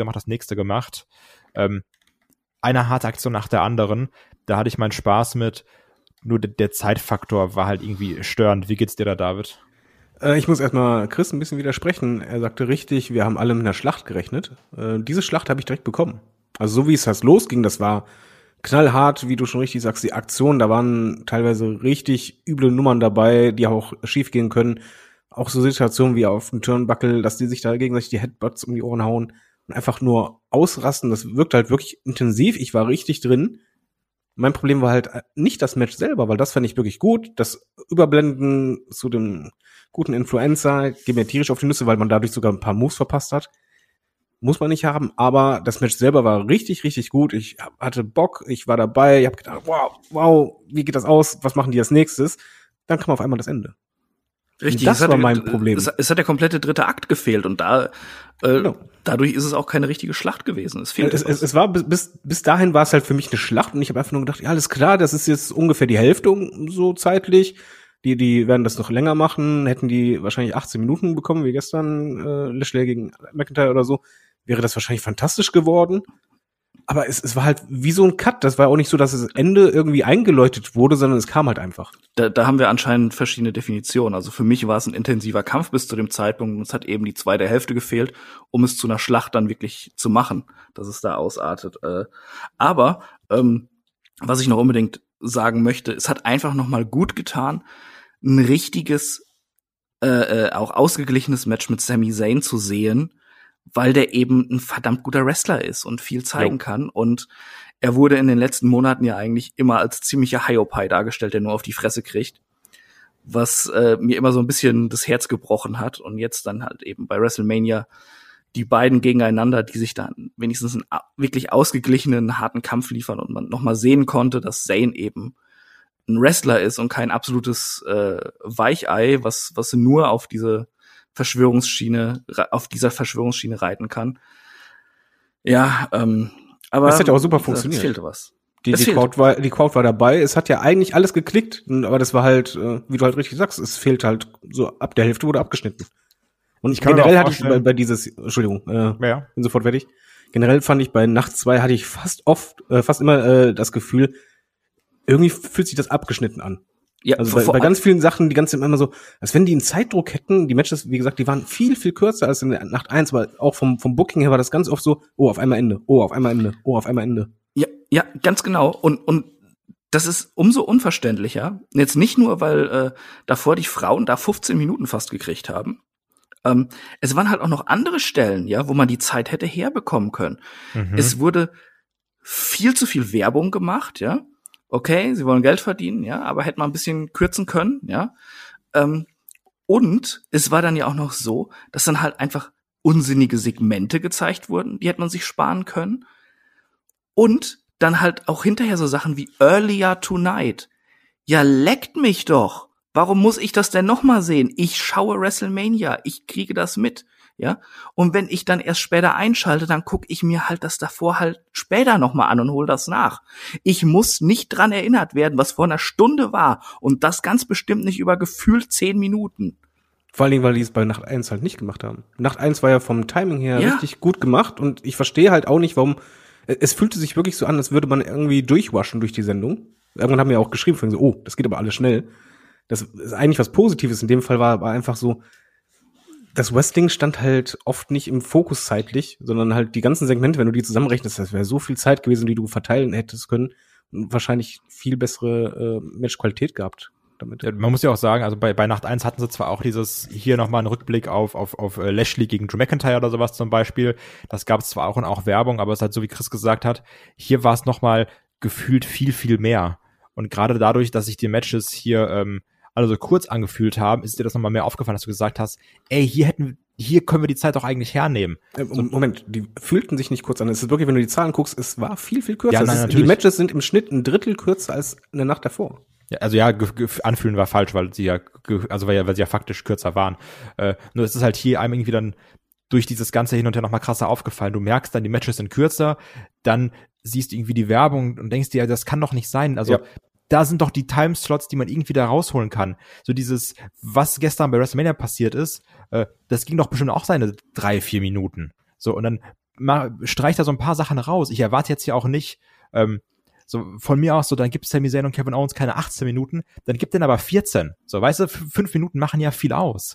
Eine harte Aktion nach der anderen. Da hatte ich meinen Spaß mit. Nur der Zeitfaktor war halt irgendwie störend. Wie geht's dir da, David? Ich muss erstmal Chris ein bisschen widersprechen. Er sagte richtig, wir haben alle mit einer Schlacht gerechnet. Diese Schlacht habe ich direkt bekommen. Also so wie es halt losging, das war knallhart, wie du schon richtig sagst, die Aktion, da waren teilweise richtig üble Nummern dabei, die auch schief gehen können. Auch so Situationen wie auf dem Turnbuckle, dass die sich da gegenseitig die Headbutts um die Ohren hauen und einfach nur ausrasten. Das wirkt halt wirklich intensiv. Ich war richtig drin. Mein Problem war halt nicht das Match selber, weil das fand ich wirklich gut. Das Überblenden zu dem guten Influencer geht mir tierisch auf die Nüsse, weil man dadurch sogar ein paar Moves verpasst hat. Muss man nicht haben, aber das Match selber war richtig, richtig gut. Ich hatte Bock, ich war dabei, ich habe gedacht, wow, wie geht das aus? Was machen die als nächstes? Dann kam auf einmal das Ende. Richtig, das war mein Problem. Es hat der komplette dritte Akt gefehlt und dadurch ist es auch keine richtige Schlacht gewesen. Es war bis dahin war es halt für mich eine Schlacht und ich habe einfach nur gedacht, ja, alles klar, das ist jetzt ungefähr die Hälfte so zeitlich. Die werden das noch länger machen, hätten die wahrscheinlich 18 Minuten bekommen, wie gestern Lashley gegen McIntyre oder so, wäre das wahrscheinlich fantastisch geworden. Aber es war halt wie so ein Cut. Das war auch nicht so, dass das Ende irgendwie eingeläutet wurde, sondern es kam halt einfach. Da haben wir anscheinend verschiedene Definitionen. Also für mich war es ein intensiver Kampf bis zu dem Zeitpunkt und es hat eben die zweite Hälfte gefehlt, um es zu einer Schlacht dann wirklich zu machen, dass es da ausartet. Aber was ich noch unbedingt sagen möchte, es hat einfach noch mal gut getan, ein richtiges, auch ausgeglichenes Match mit Sami Zayn zu sehen, weil der eben ein verdammt guter Wrestler ist und viel zeigen kann. Und er wurde in den letzten Monaten ja eigentlich immer als ziemlicher Hyopai dargestellt, der nur auf die Fresse kriegt. Was mir immer so ein bisschen das Herz gebrochen hat. Und jetzt dann halt eben bei WrestleMania die beiden gegeneinander, die sich dann wenigstens einen wirklich ausgeglichenen, harten Kampf liefern und man noch mal sehen konnte, dass Zayn eben ein Wrestler ist und kein absolutes Weichei, was nur auf dieser Verschwörungsschiene reiten kann. Ja, aber das hat ja auch super funktioniert. Es fehlte was. Die Crowd war dabei. Es hat ja eigentlich alles geklickt, aber das war halt, wie du halt richtig sagst, es fehlt halt so ab der Hälfte wurde abgeschnitten. Und generell hatte ich bei dieses, Entschuldigung, bin sofort fertig. Generell fand ich bei Nacht 2 hatte ich fast immer das Gefühl, irgendwie fühlt sich das abgeschnitten an. Ja, also bei ganz vielen Sachen, die ganze immer so, als wenn die einen Zeitdruck hätten, die Matches, wie gesagt, die waren viel, viel kürzer als in der Nacht 1, aber auch vom Booking her war das ganz oft so, auf einmal Ende, auf einmal Ende, auf einmal Ende. Ja, ganz genau. Und das ist umso unverständlicher. Jetzt nicht nur, weil davor die Frauen da 15 Minuten fast gekriegt haben. Es waren halt auch noch andere Stellen, ja, wo man die Zeit hätte herbekommen können. Mhm. Es wurde viel zu viel Werbung gemacht, ja. Okay, sie wollen Geld verdienen, ja, aber hätte man ein bisschen kürzen können, ja. Und es war dann ja auch noch so, dass dann halt einfach unsinnige Segmente gezeigt wurden, die hätte man sich sparen können. Und dann halt auch hinterher so Sachen wie Earlier Tonight. Ja, leckt mich doch. Warum muss ich das denn noch mal sehen? Ich schaue WrestleMania, ich kriege das mit. Ja, und wenn ich dann erst später einschalte, dann gucke ich mir halt das davor halt später nochmal an und hole das nach. Ich muss nicht dran erinnert werden, was vor einer Stunde war und das ganz bestimmt nicht über gefühlt 10 Minuten. Vor allen Dingen, weil die es bei Nacht 1 halt nicht gemacht haben. Nacht 1 war ja vom Timing her richtig gut gemacht und ich verstehe halt auch nicht, warum, es fühlte sich wirklich so an, als würde man irgendwie durchwaschen durch die Sendung. Irgendwann haben wir auch geschrieben, so, das geht aber alles schnell. Das ist eigentlich was Positives, in dem Fall war einfach so, das Wrestling stand halt oft nicht im Fokus zeitlich, sondern halt die ganzen Segmente, wenn du die zusammenrechnest, das wäre so viel Zeit gewesen, die du verteilen hättest können und wahrscheinlich viel bessere Matchqualität gehabt. damit. Ja, man muss ja auch sagen, also bei Nacht 1 hatten sie zwar auch dieses, hier nochmal einen Rückblick auf Lashley gegen Drew McIntyre oder sowas zum Beispiel. Das gab es zwar auch und auch Werbung, aber es ist halt so, wie Chris gesagt hat, hier war es nochmal gefühlt viel, viel mehr. Und gerade dadurch, dass sich die Matches hier alle so kurz angefühlt haben, ist dir das nochmal mehr aufgefallen, dass du gesagt hast, ey, hier können wir die Zeit doch eigentlich hernehmen. Moment, die fühlten sich nicht kurz an. Es ist wirklich, wenn du die Zahlen guckst, es war viel, viel kürzer. Ja, nein, die Matches sind im Schnitt ein Drittel kürzer als eine Nacht davor. Ja, also ja, anfühlen war falsch, weil sie ja, weil sie ja faktisch kürzer waren. Nur es ist halt hier einem irgendwie dann durch dieses ganze Hin und Her nochmal krasser aufgefallen. Du merkst dann, die Matches sind kürzer, dann siehst du irgendwie die Werbung und denkst dir, das kann doch nicht sein. Also da sind doch die Timeslots, die man irgendwie da rausholen kann. So dieses, was gestern bei WrestleMania passiert ist, das ging doch bestimmt auch seine 3-4 Minuten. So, und dann streicht da so ein paar Sachen raus. Ich erwarte jetzt ja auch nicht, so von mir aus, so dann gibt Sami Zayn und Kevin Owens keine 18 Minuten, dann gibt denen aber 14. So, weißt du, 5 Minuten machen ja viel aus.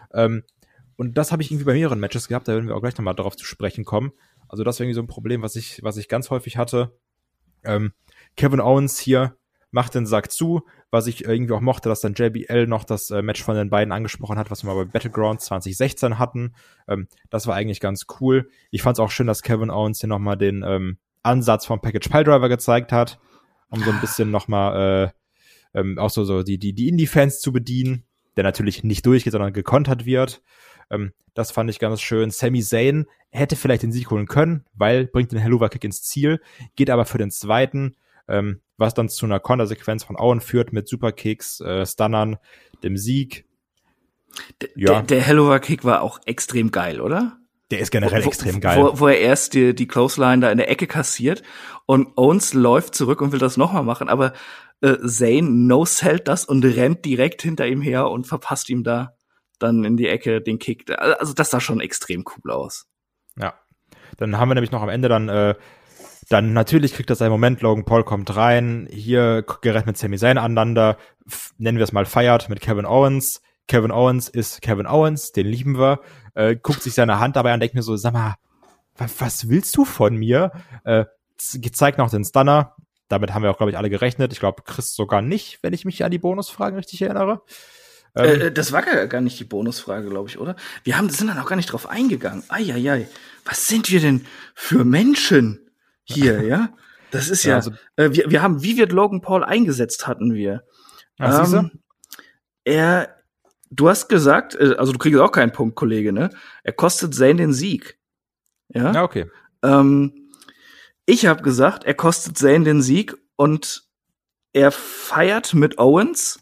Und das habe ich irgendwie bei mehreren Matches gehabt, da werden wir auch gleich nochmal darauf zu sprechen kommen. Also das war irgendwie so ein Problem, was ich ganz häufig hatte. Kevin Owens hier macht den Sack zu, was ich irgendwie auch mochte, dass dann JBL noch das Match von den beiden angesprochen hat, was wir mal bei Battleground 2016 hatten. Das war eigentlich ganz cool. Ich fand es auch schön, dass Kevin Owens hier nochmal den Ansatz vom Package Piledriver gezeigt hat, um so ein bisschen nochmal auch so die Indie-Fans zu bedienen, der natürlich nicht durchgeht, sondern gekontert wird. Das fand ich ganz schön. Sami Zayn hätte vielleicht den Sieg holen können, weil bringt den Helluva-Kick ins Ziel, geht aber für den zweiten, was dann zu einer Kontersequenz von Owen führt mit Superkicks, Stunnern, dem Sieg. Der Helluva-Kick war auch extrem geil, oder? Der ist generell extrem geil. Wo er erst die Clothesline da in der Ecke kassiert und Owens läuft zurück und will das nochmal machen, aber Zayn no-sellt das und rennt direkt hinter ihm her und verpasst ihm da dann in die Ecke den Kick. Also das sah schon extrem cool aus. Ja, dann haben wir nämlich noch am Ende dann natürlich kriegt das einen Moment, Logan Paul kommt rein, hier gerät mit Sami Zayn aneinander, nennen wir es mal feiert mit Kevin Owens. Kevin Owens ist Kevin Owens, den lieben wir, guckt sich seine Hand dabei an, denkt mir so, sag mal, was willst du von mir? Zeigt noch den Stunner, damit haben wir auch, glaube ich, alle gerechnet. Ich glaube, Chris sogar nicht, wenn ich mich an die Bonusfragen richtig erinnere. Das war gar nicht die Bonusfrage, glaube ich, oder? Sind dann auch gar nicht drauf eingegangen. Eieiei, was sind wir denn für Menschen hier, ja? Das ist ja, also, wir haben, wie wird Logan Paul eingesetzt, hatten wir. Du hast gesagt, also du kriegst auch keinen Punkt, Kollege, ne? Er kostet Zayn den Sieg. Ja, ja, okay. Ich habe gesagt, er kostet Zayn den Sieg und er feiert mit Owens.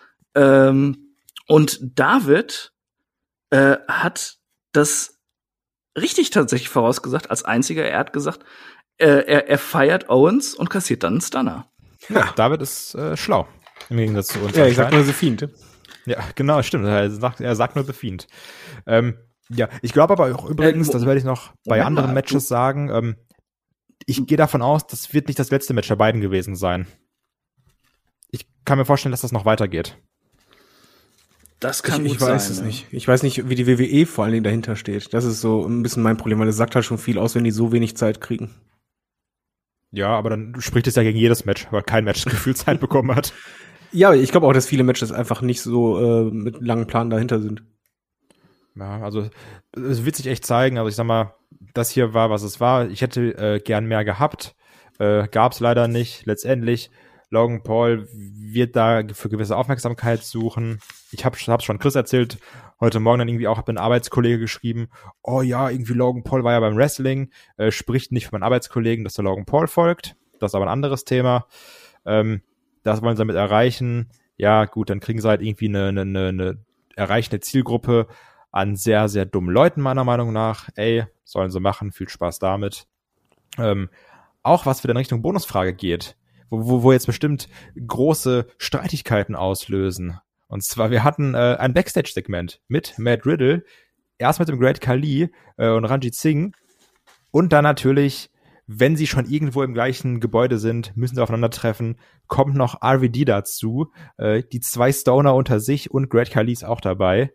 Und David hat das richtig tatsächlich vorausgesagt, als einziger. Er hat gesagt, er feiert Owens und kassiert dann einen Stunner. Ja, David ist schlau. Im Gegensatz zu uns. Ja, ich sag nur The Fiend. Ja, genau, stimmt. Er sagt nur The Fiend. Ja, ich glaube aber auch übrigens, das werde ich noch bei anderen Matches sagen, ich gehe davon aus, das wird nicht das letzte Match der beiden gewesen sein. Ich kann mir vorstellen, dass das noch weitergeht. Das kann ich weiß es nicht. Ich weiß nicht, wie die WWE vor allen Dingen dahinter steht. Das ist so ein bisschen mein Problem, weil es sagt halt schon viel aus, wenn die so wenig Zeit kriegen. Ja, aber dann spricht es ja gegen jedes Match, weil kein Match Gefühlszeit bekommen hat. Ja, ich glaube auch, dass viele Matches einfach nicht so mit langen Planen dahinter sind. Ja, also es wird sich echt zeigen. Also ich sag mal, das hier war, was es war. Ich hätte gern mehr gehabt. Gab's leider nicht. Letztendlich, Logan Paul wird da für gewisse Aufmerksamkeit suchen. Ich hab's schon Chris erzählt, heute Morgen dann irgendwie auch, hab ein Arbeitskollege geschrieben, oh ja, irgendwie Logan Paul war ja beim Wrestling, spricht nicht für meinen Arbeitskollegen, dass der Logan Paul folgt. Das ist aber ein anderes Thema. Das wollen sie damit erreichen. Ja, gut, dann kriegen sie halt irgendwie eine erreichende Zielgruppe an sehr, sehr dummen Leuten, meiner Meinung nach. Ey, sollen sie machen, viel Spaß damit. Auch was wieder in Richtung Bonusfrage geht, wo jetzt bestimmt große Streitigkeiten auslösen. Und zwar, wir hatten ein Backstage-Segment mit Matt Riddle, erst mit dem Great Khali und Ranjit Singh und dann natürlich, wenn sie schon irgendwo im gleichen Gebäude sind, müssen sie aufeinandertreffen, kommt noch RVD dazu, die 2 Stoner unter sich und Great Khali ist auch dabei.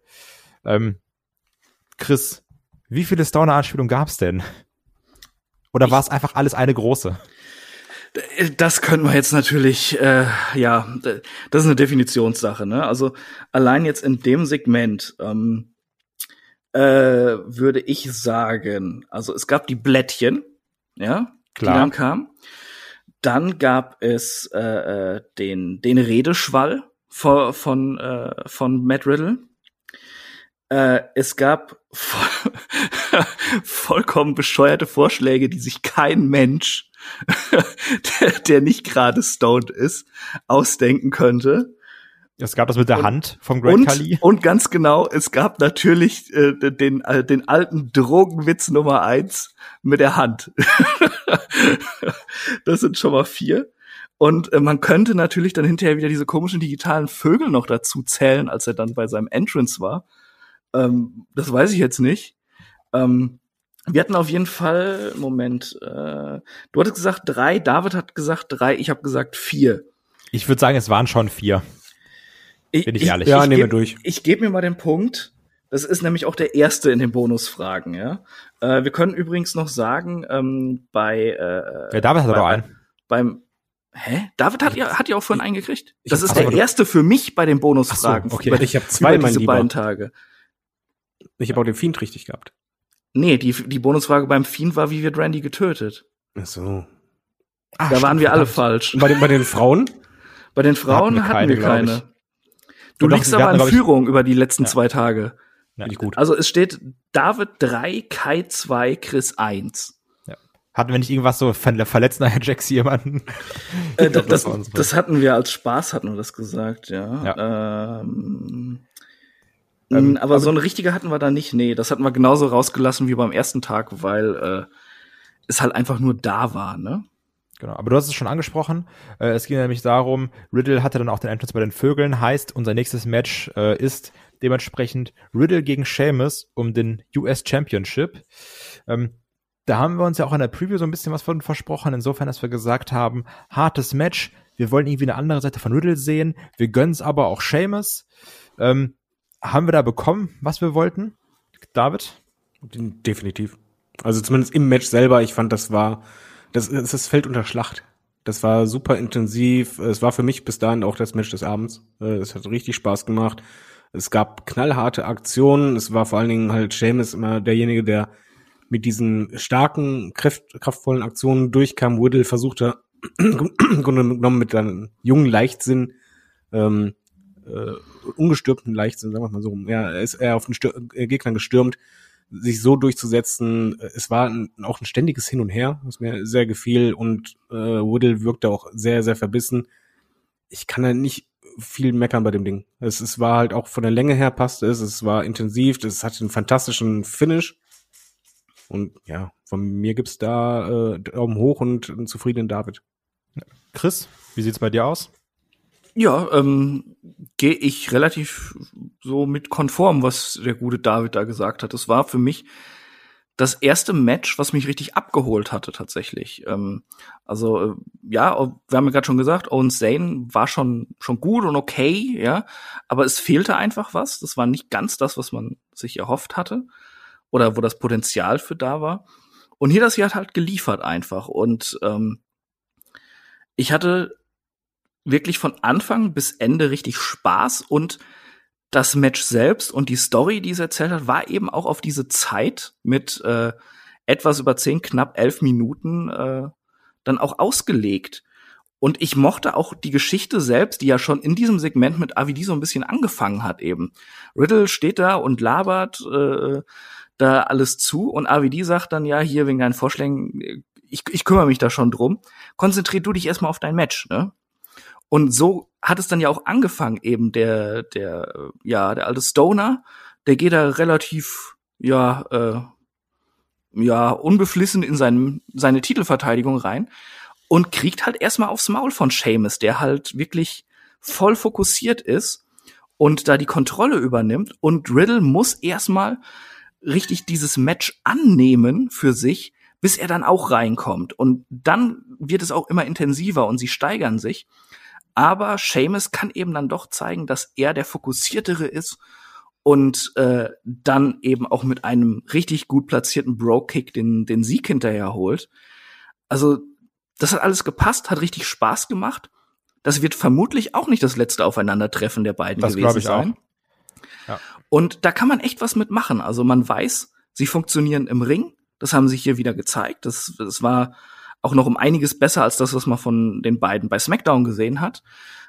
Chris, wie viele Stoner-Anspielungen gab's denn? Oder war es einfach alles eine große? Das könnten wir jetzt natürlich, ja, das ist eine Definitionssache, ne? Also allein jetzt in dem Segment würde ich sagen, also es gab die Blättchen, ja, Klar. die dann kamen. Dann gab es den Redeschwall von Matt Riddle. Es gab vollkommen bescheuerte Vorschläge, die sich kein Mensch, der nicht gerade stoned ist, ausdenken könnte. Es gab das mit der Hand vom Great Khali. Und ganz genau, es gab natürlich den alten Drogenwitz Nummer 1 mit der Hand. Das sind schon mal 4. Und man könnte natürlich dann hinterher wieder diese komischen digitalen Vögel noch dazu zählen, als er dann bei seinem Entrance war. Das weiß ich jetzt nicht. Wir hatten auf jeden Fall, Moment, du hattest gesagt 3, David hat gesagt 3, ich habe gesagt 4. Ich würde sagen, es waren schon 4. Bin ich ehrlich. Ja, nehmen wir durch. Ich gebe mir mal den Punkt. Das ist nämlich auch der erste in den Bonusfragen, ja. Wir können übrigens noch sagen, ja, David hat doch einen. David hat ja auch vorhin einen gekriegt. Das ist der erste für mich bei den Bonusfragen. So, okay. Ich habe 2, mein diese Lieber. beiden Tage. Ich habe auch den Fiend richtig gehabt. Nee, die Bonusfrage beim Fiend war, wie wird Randy getötet? Ach so. Da waren wir alle falsch. Und bei den Frauen? Bei den Frauen hatten wir keine. Du liegst aber in Führung über die letzten 2 Tage. Ja. Gut. Also es steht David 3, Kai 2, Chris 1. Ja. Hatten wir nicht irgendwas so verletzt nachher Jax jemanden? Das hatten wir als Spaß, hatten wir das gesagt, ja. Aber so eine richtige hatten wir da nicht. Nee, das hatten wir genauso rausgelassen wie beim ersten Tag, weil es halt einfach nur da war, ne? Genau, aber du hast es schon angesprochen. Es ging nämlich darum, Riddle hatte dann auch den Entrance bei den Vögeln, heißt, unser nächstes Match ist dementsprechend Riddle gegen Sheamus um den US Championship. Da haben wir uns ja auch in der Preview so ein bisschen was von versprochen, insofern, dass wir gesagt haben, hartes Match, wir wollen irgendwie eine andere Seite von Riddle sehen, wir gönnen es aber auch Sheamus. Haben wir da bekommen, was wir wollten? David? Definitiv. Also zumindest im Match selber, ich fand, das fällt unter Schlacht. Das war super intensiv. Es war für mich bis dahin auch das Match des Abends. Es hat richtig Spaß gemacht. Es gab knallharte Aktionen. Es war vor allen Dingen halt Sheamus immer derjenige, der mit diesen starken, kraftvollen Aktionen durchkam. Riddle versuchte im Grunde genommen mit einem jungen Leichtsinn, ungestürmten Leichtsinn, sagen wir mal so, ja, ist er auf den Gegner gestürmt, sich so durchzusetzen. Es war auch ein ständiges Hin und Her, was mir sehr gefiel, und Riddle wirkte auch sehr, sehr verbissen. Ich kann da nicht viel meckern bei dem Ding. Es war halt auch von der Länge her passte es war intensiv, es hatte einen fantastischen Finish, und ja, von mir gibt's da Daumen hoch und einen zufriedenen David. Chris, wie sieht's bei dir aus? Ja, gehe ich relativ so mit konform, was der gute David da gesagt hat. Das war für mich das erste Match, was mich richtig abgeholt hatte tatsächlich. Ja, wir haben ja gerade schon gesagt, Owen Zane war schon gut und okay, ja, aber es fehlte einfach was. Das war nicht ganz das, was man sich erhofft hatte oder wo das Potenzial für da war. Und hier das Jahr hat halt geliefert einfach, und ich hatte wirklich von Anfang bis Ende richtig Spaß, und das Match selbst und die Story, die es erzählt hat, war eben auch auf diese Zeit mit etwas über 10, knapp 11 Minuten dann auch ausgelegt. Und ich mochte auch die Geschichte selbst, die ja schon in diesem Segment mit AVD so ein bisschen angefangen hat eben. Riddle steht da und labert da alles zu, und AVD sagt dann, ja, hier wegen deinen Vorschlägen, ich kümmere mich da schon drum. Konzentrier du dich erstmal auf dein Match, ne? Und so hat es dann ja auch angefangen, eben der alte Stoner, der geht da relativ, unbeflissen in seine Titelverteidigung rein und kriegt halt erstmal aufs Maul von Sheamus, der halt wirklich voll fokussiert ist und da die Kontrolle übernimmt, und Riddle muss erstmal richtig dieses Match annehmen für sich, bis er dann auch reinkommt. Und dann wird es auch immer intensiver und sie steigern sich. Aber Sheamus kann eben dann doch zeigen, dass er der Fokussiertere ist und dann eben auch mit einem richtig gut platzierten Bro-Kick den Sieg hinterher holt. Also Das hat alles gepasst, hat richtig Spaß gemacht. Das wird vermutlich auch nicht das letzte Aufeinandertreffen der beiden das gewesen ich sein. Auch. Ja. Und da kann man echt was mitmachen. Also man weiß, sie funktionieren im Ring. Das haben sie hier wieder gezeigt. Das war auch noch um einiges besser als das, was man von den beiden bei SmackDown gesehen hat.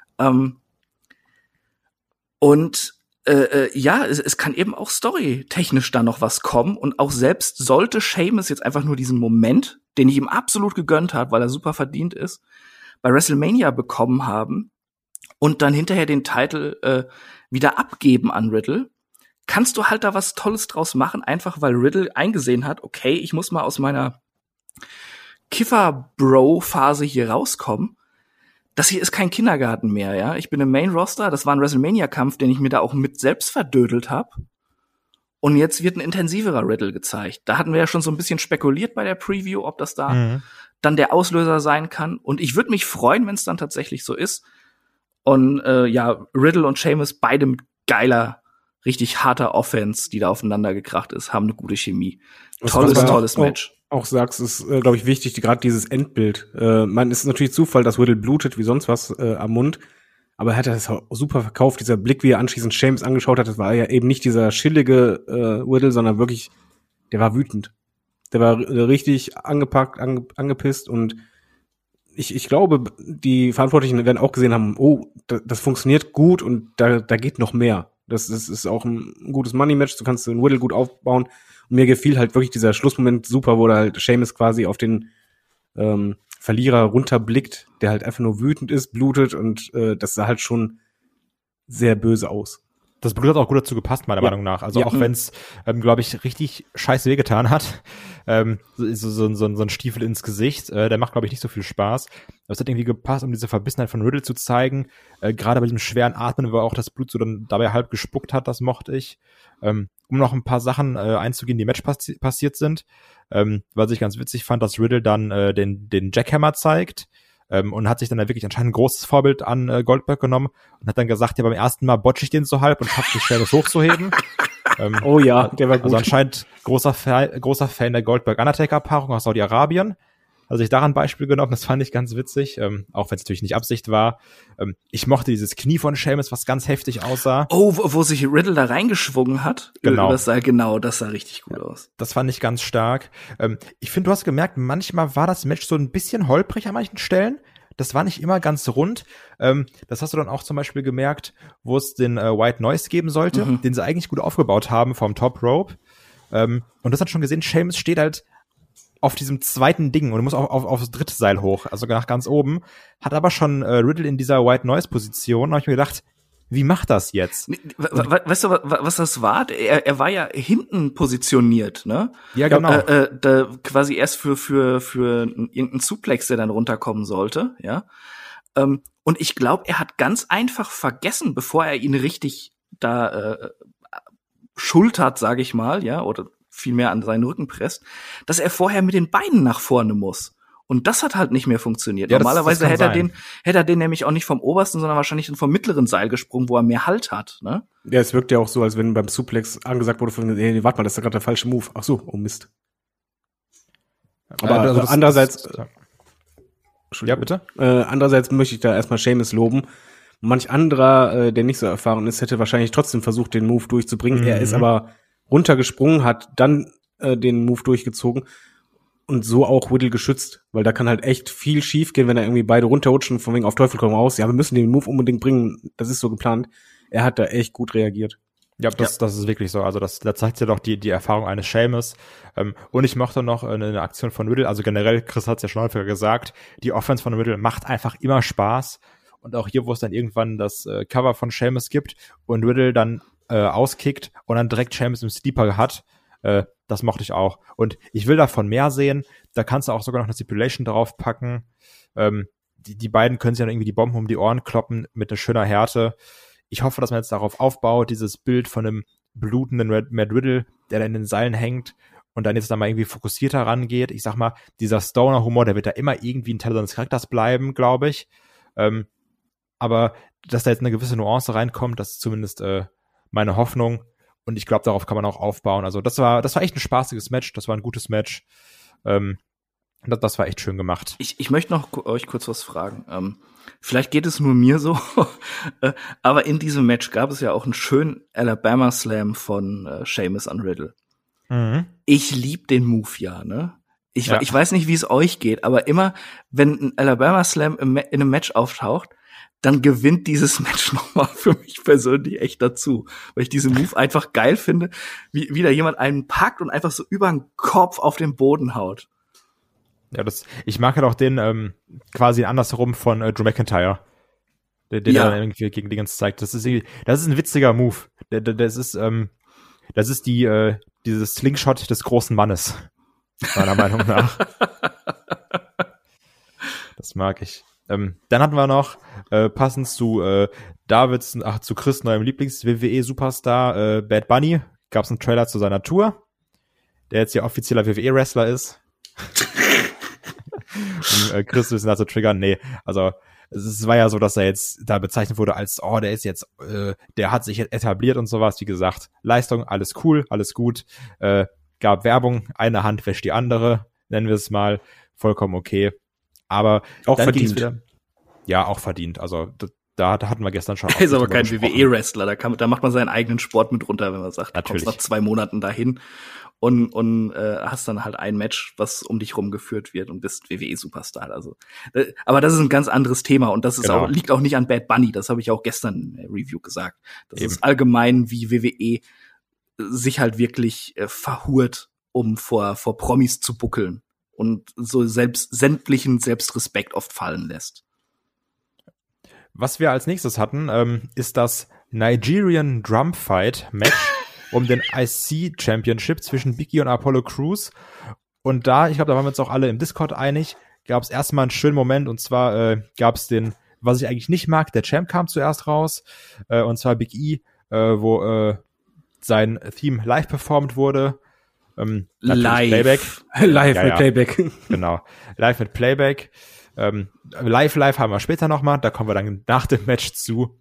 Es kann eben auch storytechnisch da noch was kommen. Und auch selbst sollte Sheamus jetzt einfach nur diesen Moment, den ich ihm absolut gegönnt habe, weil er super verdient ist, bei WrestleMania bekommen haben und dann hinterher den Titel wieder abgeben an Riddle, kannst du halt da was Tolles draus machen, einfach weil Riddle eingesehen hat, okay, ich muss mal aus meiner Kiffer-Bro-Phase hier rauskommen. Das hier ist kein Kindergarten mehr, ja. Ich bin im Main-Roster, das war ein WrestleMania-Kampf, den ich mir da auch mit selbst verdödelt habe. Und jetzt wird ein intensiverer Riddle gezeigt. Da hatten wir ja schon so ein bisschen spekuliert bei der Preview, ob das da dann der Auslöser sein kann. Und ich würde mich freuen, wenn es dann tatsächlich so ist. Und Riddle und Sheamus, beide mit geiler, richtig harter Offense, die da aufeinander gekracht ist, haben eine gute Chemie. Tolles Match. Auch sagst, ist, glaube ich, wichtig, gerade dieses Endbild. Man ist natürlich Zufall, dass Riddle blutet wie sonst was am Mund. Aber er hat das auch super verkauft. Dieser Blick, wie er anschließend Sheamus angeschaut hat, das war ja eben nicht dieser chillige Riddle, sondern wirklich, der war wütend. Der war richtig angepackt, angepisst. Und ich glaube, die Verantwortlichen werden auch gesehen haben, oh, das funktioniert gut und da geht noch mehr. Das ist auch ein gutes Money-Match. Du kannst den Riddle gut aufbauen. Und mir gefiel halt wirklich dieser Schlussmoment super, wo da halt Sheamus quasi auf den Verlierer runterblickt, der halt einfach nur wütend ist, blutet und das sah halt schon sehr böse aus. Das Blut hat auch gut dazu gepasst, meiner Meinung nach. Also auch wenn es, glaube ich, richtig scheiße wehgetan hat. So ein Stiefel ins Gesicht. Der macht, glaube ich, nicht so viel Spaß. Aber es hat irgendwie gepasst, um diese Verbissenheit von Riddle zu zeigen. Gerade bei diesem schweren Atmen, wo auch das Blut so dann dabei halb gespuckt hat, das mochte ich. Um noch ein paar Sachen einzugehen, die im Match passiert sind. Was ich ganz witzig fand, dass Riddle dann den Jackhammer zeigt. Und hat sich dann wirklich anscheinend ein großes Vorbild an Goldberg genommen und hat dann gesagt, ja, beim ersten Mal botche ich den so halb und schaffe es schwer, das hochzuheben. Oh ja, der war gut. Also anscheinend großer Fan der Goldberg-Undertaker-Paarung aus Saudi-Arabien. Also ich daran ein Beispiel genommen, das fand ich ganz witzig, auch wenn es natürlich nicht Absicht war. Ich mochte dieses Knie von Sheamus, was ganz heftig aussah. Oh, wo sich Riddle da reingeschwungen hat. Genau. Das sah richtig gut aus. Das fand ich ganz stark. Ich finde, du hast gemerkt, manchmal war das Match so ein bisschen holprig an manchen Stellen. Das war nicht immer ganz rund. Das hast du dann auch zum Beispiel gemerkt, wo es den White Noise geben sollte, den sie eigentlich gut aufgebaut haben vom Top Rope. Und das hat schon gesehen, Sheamus steht halt auf diesem zweiten Ding und muss auch aufs dritte Seil hoch, also nach ganz oben, hat aber schon Riddle in dieser White Noise Position, habe ich mir gedacht, wie macht das jetzt? Weißt du, was das war? Er war ja hinten positioniert, ne? Ja, genau. Quasi erst für irgendeinen Suplex, der dann runterkommen sollte, ja. Und ich glaube, er hat ganz einfach vergessen, bevor er ihn richtig da schultert, sage ich mal, ja, oder vielmehr an seinen Rücken presst, dass er vorher mit den Beinen nach vorne muss. Und das hat halt nicht mehr funktioniert. Ja, normalerweise hätte er den nämlich auch nicht vom obersten, sondern wahrscheinlich vom mittleren Seil gesprungen, wo er mehr Halt hat, ne? Ja, es wirkt ja auch so, als wenn beim Suplex angesagt wurde von, nee, warte mal, das ist ja gerade der falsche Move. Ach so, oh Mist. Aber also andererseits, ja, bitte? Andererseits möchte ich da erstmal Sheamus loben. Manch anderer, der nicht so erfahren ist, hätte wahrscheinlich trotzdem versucht, den Move durchzubringen. Er ist aber runtergesprungen, hat dann den Move durchgezogen und so auch Riddle geschützt, weil da kann halt echt viel schief gehen, wenn da irgendwie beide runterrutschen, von wegen auf Teufel komm raus. Ja, wir müssen den Move unbedingt bringen, das ist so geplant. Er hat da echt gut reagiert. Ja, das ist wirklich so. Also da zeigt ja doch die Erfahrung eines Sheamus. Und ich mochte noch eine Aktion von Riddle. Also generell, Chris hat es ja schon häufiger gesagt, die Offense von Riddle macht einfach immer Spaß. Und auch hier, wo es dann irgendwann das Cover von Sheamus gibt und Riddle dann auskickt und dann direkt Sheamus im Sleeper hat, das mochte ich auch. Und ich will davon mehr sehen. Da kannst du auch sogar noch eine Stipulation draufpacken. Die beiden können sich dann irgendwie die Bomben um die Ohren kloppen mit einer schöner Härte. Ich hoffe, dass man jetzt darauf aufbaut, dieses Bild von einem blutenden Matt Riddle, der da in den Seilen hängt und dann jetzt da mal irgendwie fokussierter rangeht. Ich sag mal, dieser Stoner-Humor, der wird da immer irgendwie ein Teil seines Charakters bleiben, glaube ich. Aber dass da jetzt eine gewisse Nuance reinkommt, das ist zumindest meine Hoffnung. Und ich glaube, darauf kann man auch aufbauen. Also das war echt ein spaßiges Match. Das war ein gutes Match. Das war echt schön gemacht. Ich möchte noch euch kurz was fragen. Vielleicht geht es nur mir so, aber in diesem Match gab es ja auch einen schönen Alabama Slam von Sheamus an Riddle. Mhm. Ich lieb den Move ja, ne? Ich weiß nicht, wie es euch geht, aber immer, wenn ein Alabama Slam in einem Match auftaucht, dann gewinnt dieses Match nochmal für mich persönlich echt dazu. Weil ich diesen Move einfach geil finde, wie da jemand einen packt und einfach so über den Kopf auf den Boden haut. Ja, ich mag halt auch den quasi andersherum von Drew McIntyre. Der dann irgendwie gegen Dingens zeigt. Das ist ein witziger Move. Das ist dieses Slingshot des großen Mannes. Meiner Meinung nach. Das mag ich. Dann hatten wir noch, passend zu zu Chris' neuem Lieblings-WWE-Superstar, Bad Bunny, gab es einen Trailer zu seiner Tour, der jetzt ja offizieller WWE-Wrestler ist. Um Chris ein bisschen dazu triggern. Nee, also es war ja so, dass er jetzt da bezeichnet wurde als, der ist jetzt, der hat sich jetzt etabliert und sowas. Wie gesagt, Leistung, alles cool, alles gut. Gab Werbung, eine Hand wäscht die andere, nennen wir es mal, vollkommen okay. Aber auch verdient. Auch verdient. Also da hatten wir gestern schon. Er ist aber kein WWE-Wrestler. Da macht man seinen eigenen Sport mit runter, wenn man sagt, du kommst nach 2 Monaten dahin und hast dann halt ein Match, was um dich rumgeführt wird und bist WWE-Superstar. Also, aber das ist ein ganz anderes Thema und das ist liegt auch nicht an Bad Bunny. Das habe ich auch gestern in der Review gesagt. Das ist allgemein, wie WWE sich halt wirklich verhurt, um vor Promis zu buckeln und so sämtlichen Selbstrespekt oft fallen lässt. Was wir als nächstes hatten, ist das Nigerian Drum Fight Match um den IC Championship zwischen Big E und Apollo Crews. Und ich glaube, da waren wir uns auch alle im Discord einig, gab es erstmal einen schönen Moment, und zwar gab es was ich eigentlich nicht mag, der Champ kam zuerst raus, und zwar Big E, wo sein Theme live performt wurde. Live. Playback. Live mit Playback. Genau, live mit Playback. Live haben wir später nochmal, da kommen wir dann nach dem Match zu.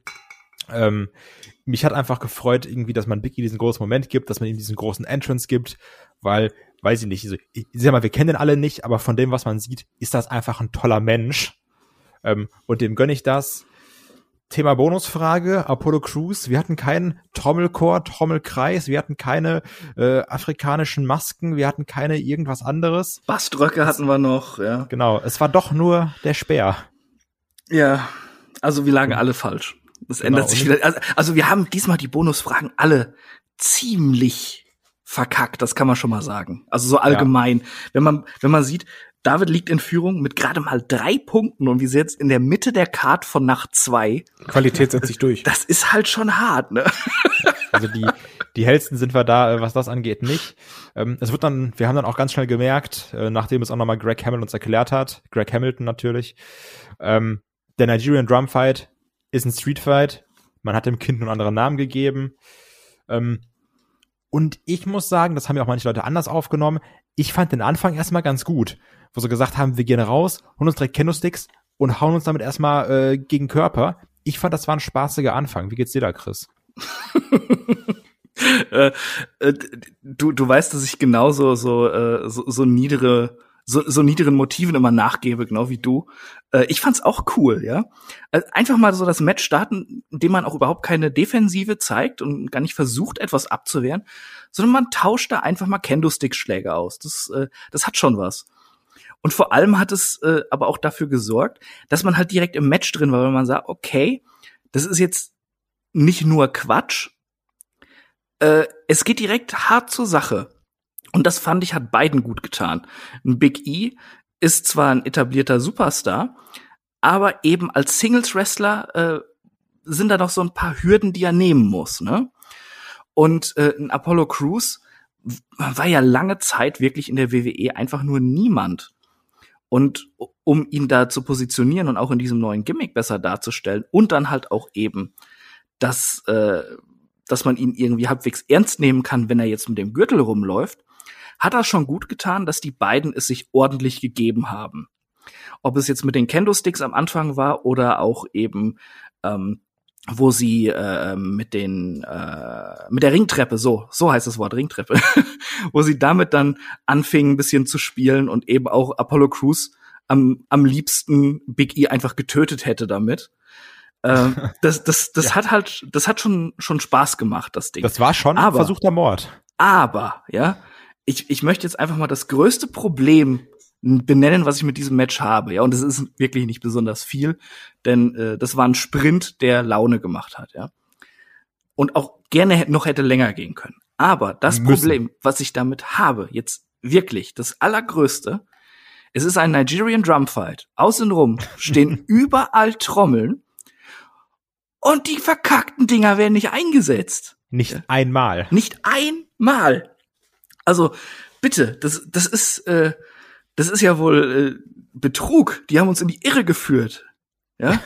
Mich hat einfach gefreut, irgendwie, dass man Big E diesen großen Moment gibt, dass man ihm diesen großen Entrance gibt, weil, weiß ich nicht, ich sag mal, wir kennen den alle nicht, aber von dem, was man sieht, ist das einfach ein toller Mensch. Und dem gönne ich das. Thema Bonusfrage, Apollo Crews, wir hatten keinen Trommelchor, Trommelkreis, wir hatten keine afrikanischen Masken, wir hatten keine irgendwas anderes. Baströcke hatten wir noch, ja. Genau, es war doch nur der Speer. Ja, also wir lagen alle falsch. Das ändert sich wieder. Also wir haben diesmal die Bonusfragen alle ziemlich verkackt, das kann man schon mal sagen. Also so allgemein. Ja. Wenn man sieht, David liegt in Führung mit gerade mal 3 Punkten und wir sind jetzt in der Mitte der Card von Nacht 2. Qualität setzt sich durch. Das ist halt schon hart, ne? Also die hellsten sind wir da, was das angeht, nicht. Wir haben dann auch ganz schnell gemerkt, nachdem es auch nochmal Greg Hamilton uns erklärt hat, Greg Hamilton natürlich, der Nigerian Drum Fight ist ein Street Fight. Man hat dem Kind einen anderen Namen gegeben. Und ich muss sagen, das haben ja auch manche Leute anders aufgenommen, ich fand den Anfang erstmal ganz gut, wo sie gesagt haben, wir gehen raus, holen uns direkt Kendo-Sticks und hauen uns damit erstmal gegen Körper. Ich fand, das war ein spaßiger Anfang. Wie geht's dir da, Chris? Du weißt, dass ich genauso so niederen Motiven immer nachgebe, genau wie du. Ich fand's auch cool, ja. Einfach mal so das Match starten, indem man auch überhaupt keine Defensive zeigt und gar nicht versucht, etwas abzuwehren, sondern man tauscht da einfach mal Kendo-Stick-Schläge aus. Das hat schon was. Und vor allem hat es aber auch dafür gesorgt, dass man halt direkt im Match drin war, weil man sagt, okay, das ist jetzt nicht nur Quatsch, es geht direkt hart zur Sache. Und das fand ich, hat beiden gut getan. Ein Big E ist zwar ein etablierter Superstar, aber eben als Singles-Wrestler sind da noch so ein paar Hürden, die er nehmen muss, ne? Und ein Apollo Crews war ja lange Zeit wirklich in der WWE einfach nur niemand. Und um ihn da zu positionieren und auch in diesem neuen Gimmick besser darzustellen und dann halt auch eben, dass man ihn irgendwie halbwegs ernst nehmen kann, wenn er jetzt mit dem Gürtel rumläuft, hat er schon gut getan, dass die beiden es sich ordentlich gegeben haben. Ob es jetzt mit den Kendo-Sticks am Anfang war oder auch eben wo sie mit der Ringtreppe, so heißt das Wort, Ringtreppe, wo sie damit dann anfingen ein bisschen zu spielen und eben auch Apollo Crews am liebsten Big E einfach getötet hätte damit. Das hat schon Spaß gemacht, das Ding. Das war schon ein versuchter Mord. Aber, ja, ich möchte jetzt einfach mal das größte Problem benennen, was ich mit diesem Match habe. Ja, und das ist wirklich nicht besonders viel, denn das war ein Sprint, der Laune gemacht hat, ja. Und auch gerne noch hätte länger gehen können. Aber das Problem, was ich damit habe, jetzt wirklich das Allergrößte, es ist ein Nigerian Drumfight. Außenrum stehen überall Trommeln und die verkackten Dinger werden nicht eingesetzt. Nicht einmal. Nicht einmal. Also, bitte, das ist ja wohl Betrug. Die haben uns in die Irre geführt. Ja?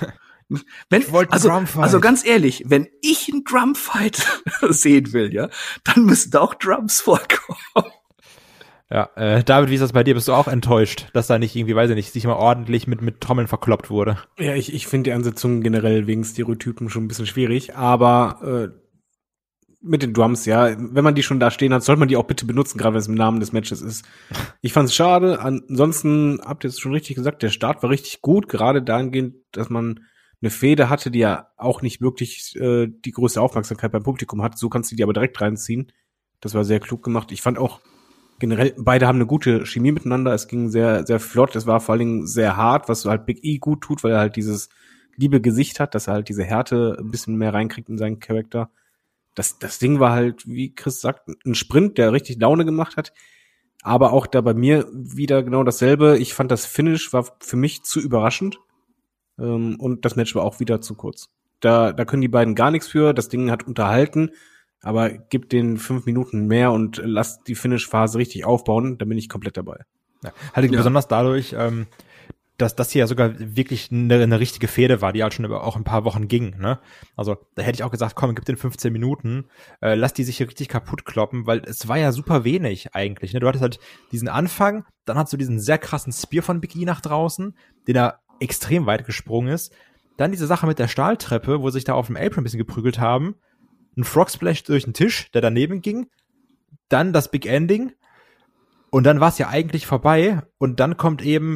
Also ganz ehrlich, wenn ich einen Drumfight sehen will, ja, dann müssen da auch Drums vorkommen. Ja, David, wie ist das bei dir? Bist du auch enttäuscht, dass da nicht irgendwie, weiß ich nicht, sich mal ordentlich mit Trommeln verkloppt wurde? Ja, ich finde die Ansetzung generell wegen Stereotypen schon ein bisschen schwierig, aber mit den Drums, ja, wenn man die schon da stehen hat, sollte man die auch bitte benutzen, gerade wenn es im Namen des Matches ist. Ich fand es schade. Ansonsten habt ihr es schon richtig gesagt, der Start war richtig gut, gerade dahingehend, dass man eine Fehde hatte, die ja auch nicht wirklich die größte Aufmerksamkeit beim Publikum hat. So kannst du die aber direkt reinziehen. Das war sehr klug gemacht. Ich fand auch generell, beide haben eine gute Chemie miteinander. Es ging sehr, sehr flott. Es war vor allen Dingen sehr hart, was halt Big E gut tut, weil er halt dieses liebe Gesicht hat, dass er halt diese Härte ein bisschen mehr reinkriegt in seinen Charakter. Das Ding war halt, wie Chris sagt, ein Sprint, der richtig Laune gemacht hat. Aber auch da bei mir wieder genau dasselbe. Ich fand, das Finish war für mich zu überraschend. Und das Match war auch wieder zu kurz. Da können die beiden gar nichts für. Das Ding hat unterhalten. Aber gib den 5 Minuten mehr und lass die Finish-Phase richtig aufbauen, dann bin ich komplett dabei. Ja, halt besonders dadurch, dass das hier ja sogar wirklich eine richtige Fehde war, die halt schon auch ein paar Wochen ging, ne? Also, da hätte ich auch gesagt, komm, gib den 15 Minuten, lass die sich hier richtig kaputt kloppen, weil es war ja super wenig eigentlich, ne? Du hattest halt diesen Anfang, dann hattest du diesen sehr krassen Spear von Big E nach draußen, den er extrem weit gesprungen ist, dann diese Sache mit der Stahltreppe, wo sie sich da auf dem Apron ein bisschen geprügelt haben, ein Frog Splash durch den Tisch, der daneben ging, dann das Big Ending und dann war es ja eigentlich vorbei und dann kommt eben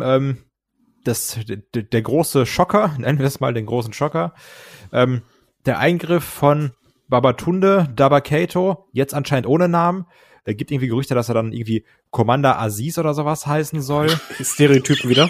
der große Schocker, nennen wir es mal den großen Schocker, der Eingriff von Babatunde Dabakato, jetzt anscheinend ohne Namen. Es gibt irgendwie Gerüchte, dass er dann irgendwie Commander Aziz oder sowas heißen soll. Stereotypen wieder.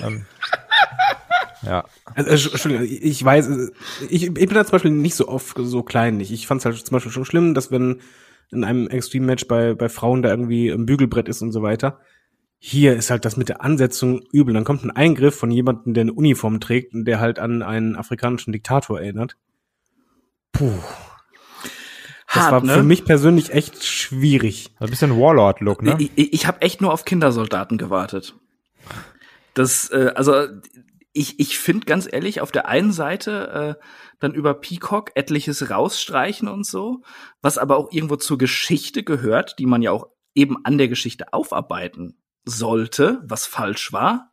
Ja. Also, Entschuldigung, ich weiß, ich bin da zum Beispiel nicht so oft so kleinlich. Ich fand es halt zum Beispiel schon schlimm, dass wenn in einem Extreme-Match bei Frauen da irgendwie ein Bügelbrett ist und so weiter. Hier ist halt das mit der Ansetzung übel. Dann kommt ein Eingriff von jemandem, der eine Uniform trägt und der halt an einen afrikanischen Diktator erinnert. Puh. Das war für mich persönlich echt schwierig. Ein bisschen Warlord-Look, ne? Ich habe echt nur auf Kindersoldaten gewartet. Ich finde ganz ehrlich, auf der einen Seite dann über Peacock etliches rausstreichen und so, was aber auch irgendwo zur Geschichte gehört, die man ja auch eben an der Geschichte aufarbeiten sollte, was falsch war.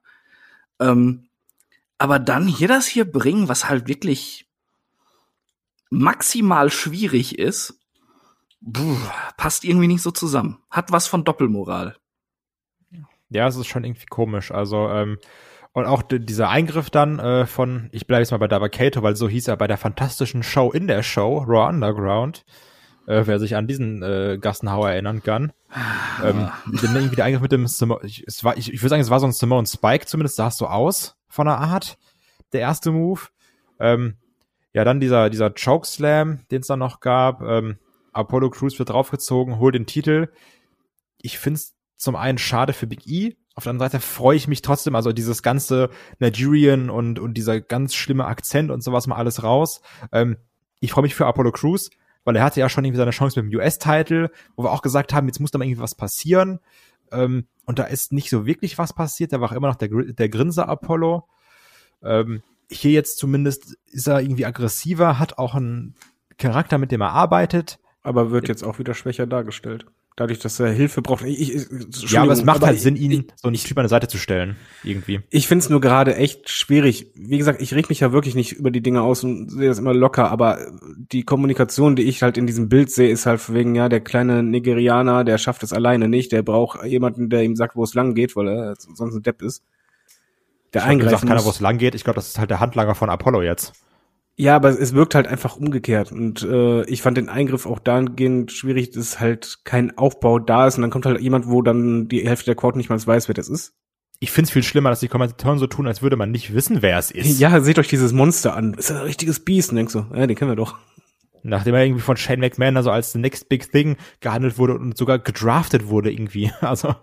Aber dann das hier bringen, was halt wirklich maximal schwierig ist, passt irgendwie nicht so zusammen. Hat was von Doppelmoral. Ja, es ist schon irgendwie komisch. Also, und auch dieser Eingriff dann von, ich bleibe jetzt mal bei Dabakato, weil so hieß er bei der fantastischen Show in der Show, Raw Underground, wer sich an diesen Gassenhauer erinnern kann. Dann irgendwie der Eingriff mit dem ich würde sagen, es war so ein Simone Spike zumindest, sah es so aus von der Art, der erste Move. Ja, dann dieser Chokeslam, den es dann noch gab. Apollo Crews wird draufgezogen, holt den Titel. Ich finde es zum einen schade für Big E, auf der anderen Seite freue ich mich trotzdem, also dieses ganze Nigerian und dieser ganz schlimme Akzent und sowas mal alles raus. Ich freue mich für Apollo Crews, weil er hatte ja schon irgendwie seine Chance mit dem US-Title, wo wir auch gesagt haben, jetzt muss da mal irgendwie was passieren. Und da ist nicht so wirklich was passiert, da war auch immer noch der Grinser Apollo. Hier jetzt zumindest ist er irgendwie aggressiver, hat auch einen Charakter, mit dem er arbeitet. Aber wird jetzt auch wieder schwächer dargestellt. dadurch, dass er Hilfe braucht. Ja, aber es macht halt Sinn, ihn so nicht Typ an der Seite zu stellen, irgendwie. Ich find's nur gerade echt schwierig. Wie gesagt, ich reg mich ja wirklich nicht über die Dinge aus und sehe das immer locker, aber die Kommunikation, die ich halt in diesem Bild sehe, ist halt wegen, ja, der kleine Nigerianer, der schafft es alleine nicht, der braucht jemanden, der ihm sagt, wo es lang geht, weil er sonst ein Depp ist. Der eingreifen sagt keiner, wo es lang geht. Ich glaube, das ist halt der Handlanger von Apollo jetzt. Ja, aber es wirkt halt einfach umgekehrt und ich fand den Eingriff auch dahingehend schwierig, dass halt kein Aufbau da ist und dann kommt halt jemand, wo dann die Hälfte der Crowd nicht mal weiß, wer das ist. Ich find's viel schlimmer, dass die Kommentatoren so tun, als würde man nicht wissen, wer es ist. Ja, seht euch dieses Monster an. Ist ein richtiges Biest und denkst so, ja, den kennen wir doch. Nachdem er irgendwie von Shane McMahon also als the next big thing gehandelt wurde und sogar gedraftet wurde irgendwie. Also,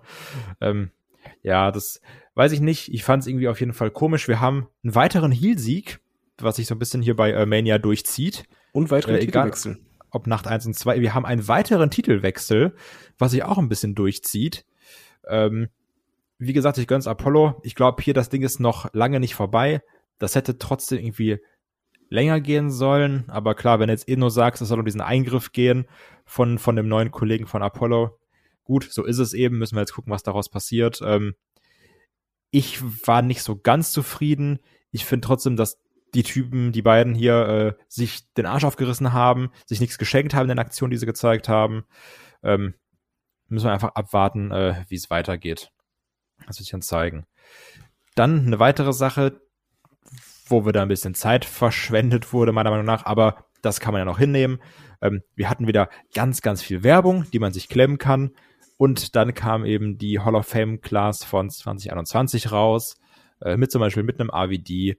ja, das weiß ich nicht. Ich fand's irgendwie auf jeden Fall komisch. Wir haben einen weiteren Heel-Sieg, was sich so ein bisschen hier bei Mania durchzieht. Und weiteren Titelwechsel. Ob Nacht 1 und 2. Wir haben einen weiteren Titelwechsel, was sich auch ein bisschen durchzieht. Wie gesagt, ich gönn's Apollo. Ich glaube hier, das Ding ist noch lange nicht vorbei. Das hätte trotzdem irgendwie länger gehen sollen. Aber klar, wenn du jetzt nur sagst, es soll um diesen Eingriff gehen von dem neuen Kollegen von Apollo. Gut, so ist es eben. Müssen wir jetzt gucken, was daraus passiert. Ich war nicht so ganz zufrieden. Ich finde trotzdem, dass die Typen, die beiden hier, sich den Arsch aufgerissen haben, sich nichts geschenkt haben in den Aktionen, die sie gezeigt haben. Müssen wir einfach abwarten, wie es weitergeht. Das wird sich dann zeigen. Dann eine weitere Sache, wo wieder ein bisschen Zeit verschwendet wurde, meiner Meinung nach, aber das kann man ja noch hinnehmen. Wir hatten wieder ganz, ganz viel Werbung, die man sich klemmen kann. Und dann kam eben die Hall of Fame Class von 2021 raus, zum Beispiel mit einem RVD,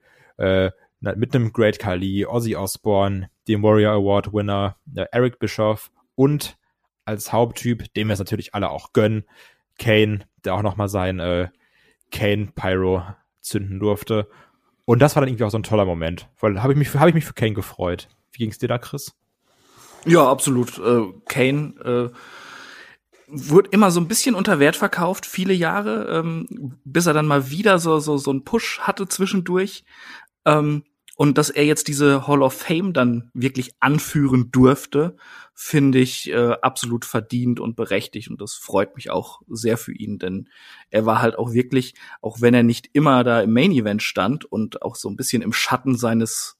mit einem Great Khali, Ozzy Osbourne, dem Warrior Award Winner, Eric Bischoff und als Haupttyp, dem wir es natürlich alle auch gönnen, Kane, der auch nochmal sein Kane Pyro zünden durfte. Und das war dann irgendwie auch so ein toller Moment, weil habe ich mich für Kane gefreut. Wie ging's dir da, Chris? Ja, absolut. Kane wurde immer so ein bisschen unter Wert verkauft, viele Jahre, bis er dann mal wieder so einen Push hatte zwischendurch. Und dass er jetzt diese Hall of Fame dann wirklich anführen durfte, finde ich absolut verdient und berechtigt. Und das freut mich auch sehr für ihn, denn er war halt auch wirklich, auch wenn er nicht immer da im Main Event stand und auch so ein bisschen im Schatten seines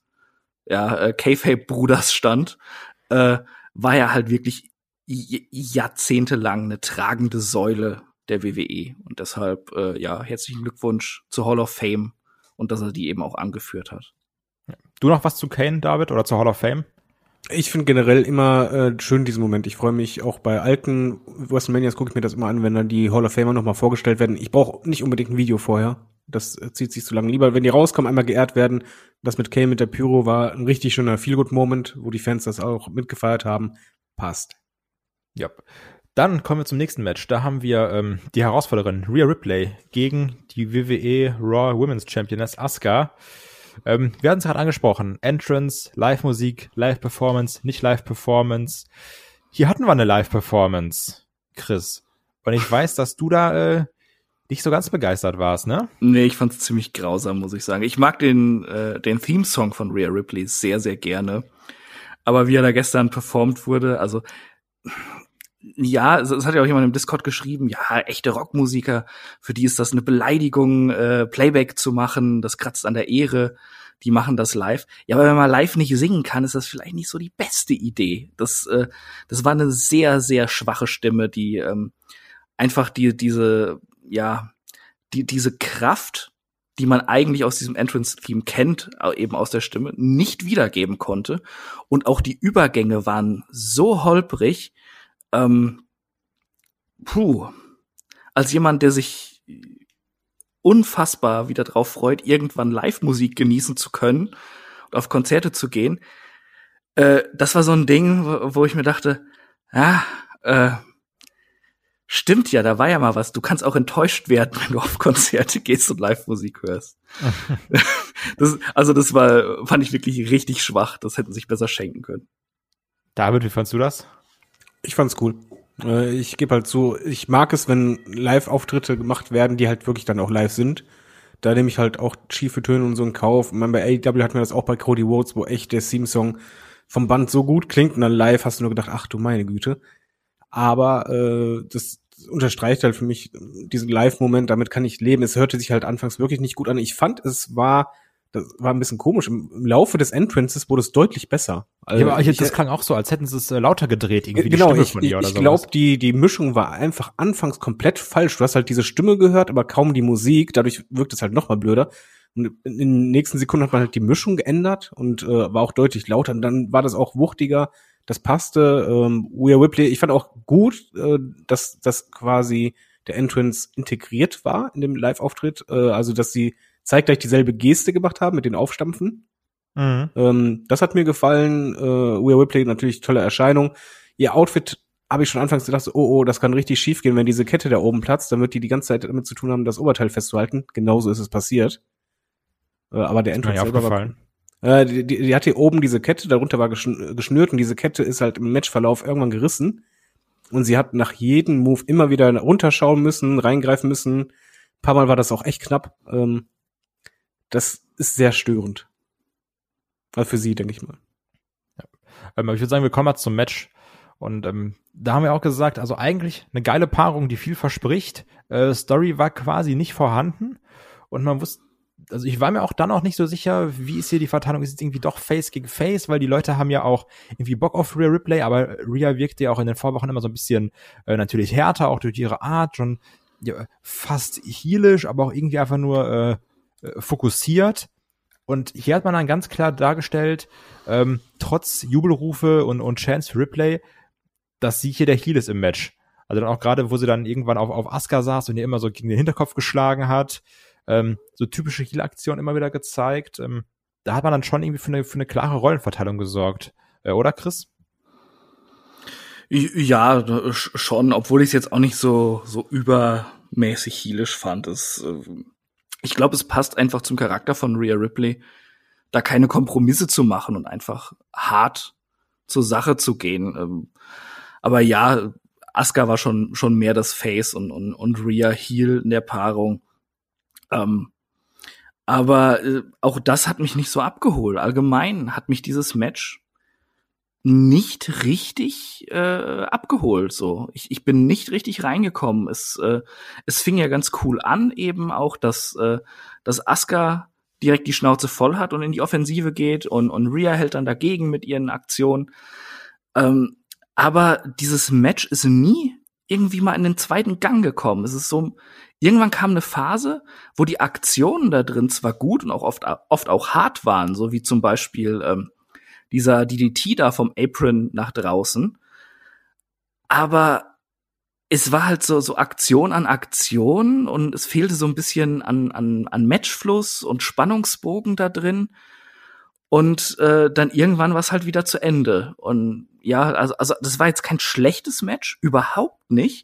Kayfabe-Bruders stand, war er halt wirklich jahrzehntelang eine tragende Säule der WWE. Und deshalb, herzlichen Glückwunsch zur Hall of Fame und dass er die eben auch angeführt hat. Du noch was zu Kane, David, oder zur Hall of Fame? Ich finde generell immer schön diesen Moment. Ich freue mich auch bei alten WrestleManias, gucke ich mir das immer an, wenn dann die Hall of Famer nochmal vorgestellt werden. Ich brauche nicht unbedingt ein Video vorher. Das zieht sich zu lange. Lieber, wenn die rauskommen, einmal geehrt werden. Das mit Kane, mit der Pyro war ein richtig schöner Feel-Good-Moment, wo die Fans das auch mitgefeiert haben. Passt. Ja. Dann kommen wir zum nächsten Match. Da haben wir die Herausforderin Rhea Ripley gegen die WWE Raw Women's Championess Asuka. Wir hatten es gerade angesprochen. Entrance, Live-Musik, Live-Performance, nicht Live-Performance. Hier hatten wir eine Live-Performance, Chris. Und ich weiß, dass du da nicht so ganz begeistert warst, ne? Nee, ich fand's ziemlich grausam, muss ich sagen. Ich mag den Theme-Song von Rhea Ripley sehr, sehr gerne. Aber wie er da gestern performt wurde, also ja, es hat ja auch jemand im Discord geschrieben, ja, echte Rockmusiker, für die ist das eine Beleidigung, Playback zu machen, das kratzt an der Ehre, die machen das live. Ja, aber wenn man live nicht singen kann, ist das vielleicht nicht so die beste Idee. Das war eine sehr, sehr schwache Stimme, die einfach diese Kraft, die man eigentlich aus diesem Entrance-Theme kennt, eben aus der Stimme, nicht wiedergeben konnte. Und auch die Übergänge waren so holprig. Als jemand, der sich unfassbar wieder drauf freut, irgendwann Live-Musik genießen zu können und auf Konzerte zu gehen, das war so ein Ding, wo ich mir dachte, stimmt ja, da war ja mal was. Du kannst auch enttäuscht werden, wenn du auf Konzerte gehst und Live-Musik hörst. Das fand ich wirklich richtig schwach. Das hätten sich besser schenken können. David, wie fandst du das? Ich fand's cool. Ich gebe halt so, ich mag es, wenn Live-Auftritte gemacht werden, die halt wirklich dann auch live sind. Da nehme ich halt auch schiefe Töne und so in Kauf. Ich meine, bei AEW hatten wir das auch bei Cody Rhodes, wo echt der Theme-Song vom Band so gut klingt und dann live hast du nur gedacht, ach du meine Güte. Aber das unterstreicht halt für mich diesen Live-Moment, damit kann ich leben. Es hörte sich halt anfangs wirklich nicht gut an. Ich fand, das war ein bisschen komisch. Im Laufe des Entrances wurde es deutlich besser. Also ja, aber das klang auch so, als hätten sie es lauter gedreht, irgendwie genau, die Stimme von dir oder so. Ich glaube, die Mischung war einfach anfangs komplett falsch. Du hast halt diese Stimme gehört, aber kaum die Musik. Dadurch wirkt es halt noch mal blöder. Und in den nächsten Sekunden hat man halt die Mischung geändert und war auch deutlich lauter. Und dann war das auch wuchtiger. Das passte. Rhea Ripley, ich fand auch gut, dass das quasi der Entrance integriert war in dem Live-Auftritt. Also, dass sie zeitgleich dieselbe Geste gemacht haben mit den Aufstampfen. Mhm. Das hat mir gefallen. Rhea Ripley, natürlich tolle Erscheinung. Ihr Outfit habe ich schon anfangs gedacht, so, oh, das kann richtig schief gehen, wenn diese Kette da oben platzt, dann wird die ganze Zeit damit zu tun haben, das Oberteil festzuhalten. Genauso ist es passiert. Aber der Entrance selber war die hat hier oben diese Kette, darunter war geschnürt und diese Kette ist halt im Matchverlauf irgendwann gerissen. Und sie hat nach jedem Move immer wieder runterschauen müssen, reingreifen müssen. Ein paar Mal war das auch echt knapp. Das ist sehr störend. Also für sie, denke ich mal. Ja. Ich würde sagen, wir kommen mal zum Match. Und da haben wir auch gesagt, also eigentlich eine geile Paarung, die viel verspricht. Story war quasi nicht vorhanden. Und man wusste, also ich war mir auch dann auch nicht so sicher, wie ist hier die Verteilung, ist es irgendwie doch Face gegen Face, weil die Leute haben ja auch irgendwie Bock auf Rhea Ripley, aber Rhea wirkte ja auch in den Vorwochen immer so ein bisschen natürlich härter, auch durch ihre Art, schon ja, fast heelisch, aber auch irgendwie einfach nur fokussiert. Und hier hat man dann ganz klar dargestellt, trotz Jubelrufe und Chants für Ripley, dass sie hier der Heel ist im Match. Also dann auch gerade, wo sie dann irgendwann auf Asuka saß und ihr immer so gegen den Hinterkopf geschlagen hat, so typische Heel-Aktionen immer wieder gezeigt. Da hat man dann schon irgendwie für eine klare Rollenverteilung gesorgt. Oder, Chris? Ja, schon, obwohl ich es jetzt auch nicht so übermäßig heelisch fand. Ich glaube, es passt einfach zum Charakter von Rhea Ripley, da keine Kompromisse zu machen und einfach hart zur Sache zu gehen. Aber ja, Asuka war schon mehr das Face und Rhea Heel in der Paarung. Aber auch das hat mich nicht so abgeholt. Allgemein hat mich dieses Match nicht richtig abgeholt. So, ich bin nicht richtig reingekommen. Es fing ja ganz cool an, eben auch, dass Asuka direkt die Schnauze voll hat und in die Offensive geht und Rhea hält dann dagegen mit ihren Aktionen. Aber dieses Match ist nie irgendwie mal in den zweiten Gang gekommen. Es ist so, irgendwann kam eine Phase, wo die Aktionen da drin zwar gut und auch oft auch hart waren, so wie zum Beispiel dieser DDT da vom Apron nach draußen. Aber es war halt so Aktion an Aktion und es fehlte so ein bisschen an Matchfluss und Spannungsbogen da drin. Und dann irgendwann war es halt wieder zu Ende. Und ja, also das war jetzt kein schlechtes Match, überhaupt nicht.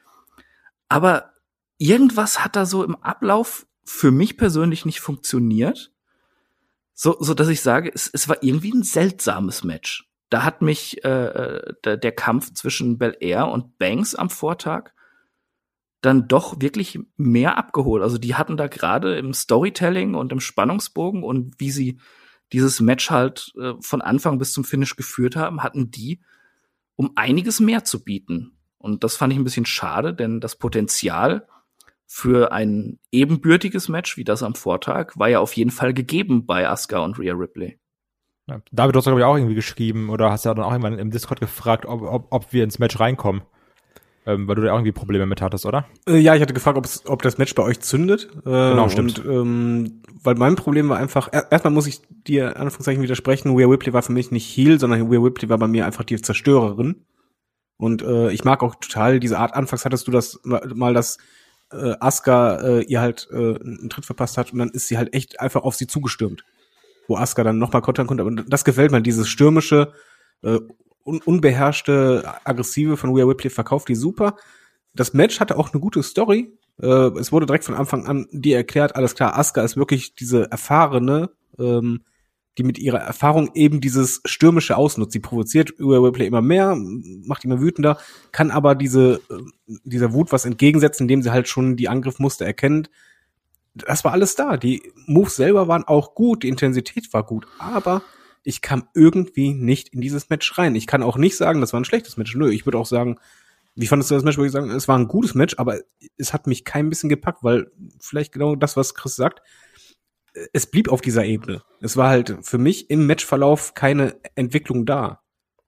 Aber irgendwas hat da so im Ablauf für mich persönlich nicht funktioniert. So dass ich sage, es war irgendwie ein seltsames Match. Da hat mich der Kampf zwischen Belair und Banks am Vortag dann doch wirklich mehr abgeholt. Also die hatten da gerade im Storytelling und im Spannungsbogen und wie sie dieses Match halt von Anfang bis zum Finish geführt haben, hatten die um einiges mehr zu bieten. Und das fand ich ein bisschen schade, denn das Potenzial für ein ebenbürtiges Match wie das am Vortag war ja auf jeden Fall gegeben bei Asuka und Rhea Ripley. Ja, David, du hast, glaube ich, auch irgendwie geschrieben oder hast ja dann auch irgendwann im Discord gefragt, ob wir ins Match reinkommen. Weil du da irgendwie Probleme mit hattest, oder? Ja, ich hatte gefragt, ob das Match bei euch zündet. Genau, stimmt. Und, weil mein Problem war einfach, erstmal muss ich dir in Anführungszeichen widersprechen, Rhea Ripley war für mich nicht Heel, sondern Rhea Ripley war bei mir einfach die Zerstörerin. Und ich mag auch total diese Art, anfangs hattest du das mal, dass Asuka ihr halt einen Tritt verpasst hat und dann ist sie halt echt einfach auf sie zugestürmt. Wo Asuka dann nochmal kontern konnte. Und das gefällt mir, dieses stürmische, unbeherrschte, aggressive von Rhea Ripley verkauft die super. Das Match hatte auch eine gute Story. Es wurde direkt von Anfang an dir erklärt, alles klar, Asuka ist wirklich diese Erfahrene, die mit ihrer Erfahrung eben dieses Stürmische ausnutzt. Sie provoziert Rhea Ripley immer mehr, macht immer wütender, kann aber dieser Wut was entgegensetzen, indem sie halt schon die Angriffmuster erkennt. Das war alles da. Die Moves selber waren auch gut, die Intensität war gut, aber ich kam irgendwie nicht in dieses Match rein. Ich kann auch nicht sagen, das war ein schlechtes Match. Nö, ich würde auch sagen, Wie fandest du das Match, würde ich sagen? Es war ein gutes Match, aber es hat mich kein bisschen gepackt, weil vielleicht genau das, was Chris sagt, es blieb auf dieser Ebene. Es war halt für mich im Matchverlauf keine Entwicklung da.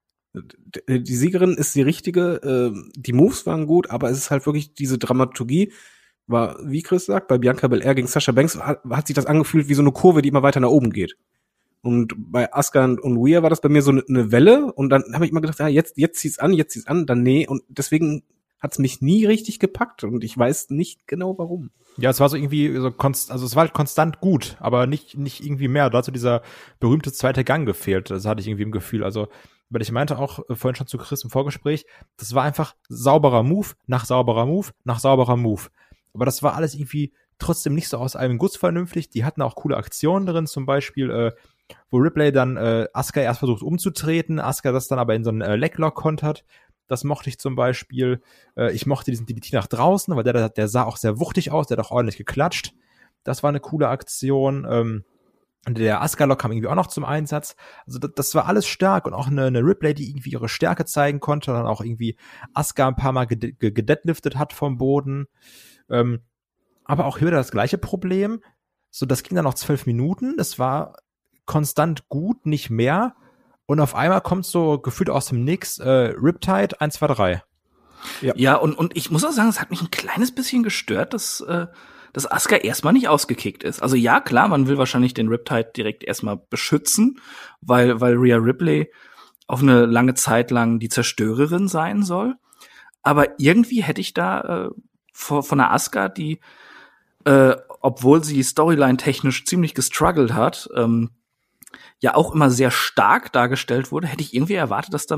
Die Siegerin ist die richtige, die Moves waren gut, aber es ist halt wirklich diese Dramaturgie, war, wie Chris sagt, bei Bianca Belair gegen Sasha Banks hat sich das angefühlt wie so eine Kurve, die immer weiter nach oben geht. Und bei Asuka und Rhea war das bei mir so eine Welle und dann habe ich immer gedacht, ja, jetzt zieht's an, dann nee, und deswegen hat's mich nie richtig gepackt und ich weiß nicht genau warum. Ja, es war so irgendwie so also es war halt konstant gut, aber nicht irgendwie mehr. Da hat so dieser berühmte zweite Gang gefehlt. Das hatte ich irgendwie im Gefühl. Also, weil ich meinte auch vorhin schon zu Chris im Vorgespräch, das war einfach sauberer Move nach sauberer Move nach sauberer Move. Aber das war alles irgendwie trotzdem nicht so aus einem Guss vernünftig. Die hatten auch coole Aktionen drin, zum Beispiel, wo Ripley dann Asuka erst versucht umzutreten, Asuka das dann aber in so einen Leglock kontert. Das mochte ich zum Beispiel. Ich mochte diesen DDT nach draußen, weil der sah auch sehr wuchtig aus, der hat auch ordentlich geklatscht. Das war eine coole Aktion. Und der Asuka-Lock kam irgendwie auch noch zum Einsatz. Also das war alles stark und auch eine Ripley, die irgendwie ihre Stärke zeigen konnte, dann auch irgendwie Asuka ein paar Mal gedeadliftet hat vom Boden. Aber auch hier wieder das gleiche Problem. So, das ging dann noch 12 Minuten. Es war konstant gut, nicht mehr. Und auf einmal kommt so gefühlt aus dem Nix Riptide 1, 2, 3. Ja, und ich muss auch sagen, es hat mich ein kleines bisschen gestört, dass Asuka erstmal nicht ausgekickt ist. Also ja, klar, man will wahrscheinlich den Riptide direkt erstmal beschützen, weil Rhea Ripley auf eine lange Zeit lang die Zerstörerin sein soll. Aber irgendwie hätte ich da von der Asuka, die obwohl sie storyline-technisch ziemlich gestruggelt hat, ja auch immer sehr stark dargestellt wurde, hätte ich irgendwie erwartet, dass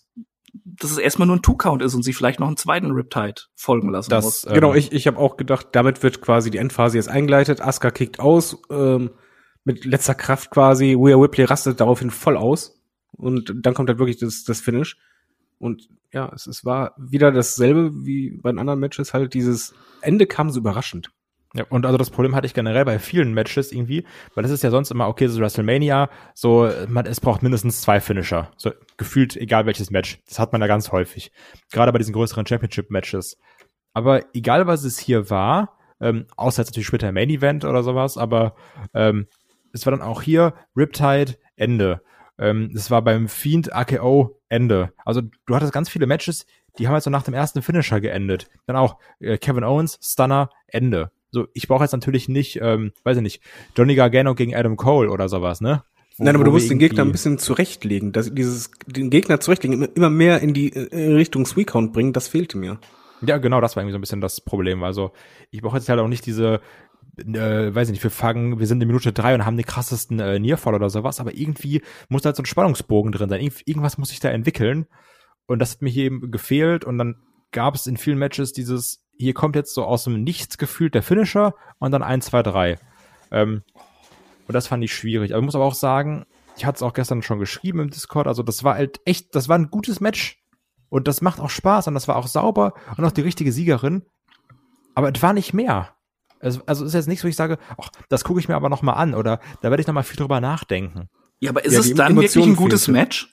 es erstmal nur ein Two-Count ist und sie vielleicht noch einen zweiten Riptide folgen lassen muss. Genau, ich habe auch gedacht, damit wird quasi die Endphase jetzt eingeleitet. Asuka kickt aus, mit letzter Kraft quasi. Rhea Ripley rastet daraufhin voll aus. Und dann kommt halt wirklich das Finish. Und ja, es war wieder dasselbe wie bei den anderen Matches, halt dieses Ende kam so überraschend. Ja, und also das Problem hatte ich generell bei vielen Matches irgendwie, weil das ist ja sonst immer, okay, das ist WrestleMania, so, es braucht mindestens 2 Finisher. So, gefühlt egal welches Match. Das hat man ja ganz häufig. Gerade bei diesen größeren Championship-Matches. Aber egal, was es hier war, außer jetzt natürlich später Main Event oder sowas, aber es war dann auch hier Riptide, Ende. Es war beim Fiend AKO, Ende. Also du hattest ganz viele Matches, die haben jetzt so nach dem ersten Finisher geendet. Dann auch Kevin Owens, Stunner, Ende. So, ich brauche jetzt natürlich nicht, weiß ich nicht, Johnny Gargano gegen Adam Cole oder sowas, ne? Nein, aber du musst den Gegner ein bisschen zurechtlegen. Den Gegner zurechtlegen, immer mehr in die Richtung Three-Count bringen, das fehlte mir. Ja, genau, das war irgendwie so ein bisschen das Problem. Also, ich brauche jetzt halt auch nicht diese, weiß ich nicht, wir sind in Minute 3 und haben den krassesten Nearfall oder sowas, aber irgendwie muss da halt so ein Spannungsbogen drin sein. Irgendwas muss sich da entwickeln. Und das hat mir hier eben gefehlt. Und dann gab es in vielen Matches hier kommt jetzt so aus dem Nichts gefühlt der Finisher und dann 1, 2, 3. Und das fand ich schwierig. Aber ich muss aber auch sagen, ich hatte es auch gestern schon geschrieben im Discord, also das war halt echt, das war ein gutes Match. Und das macht auch Spaß und das war auch sauber und auch die richtige Siegerin. Aber es war nicht mehr. Also es ist jetzt nicht so, ich sage, ach, das gucke ich mir aber noch mal an oder da werde ich noch mal viel drüber nachdenken. Ja, aber ist es dann wirklich ein gutes Match?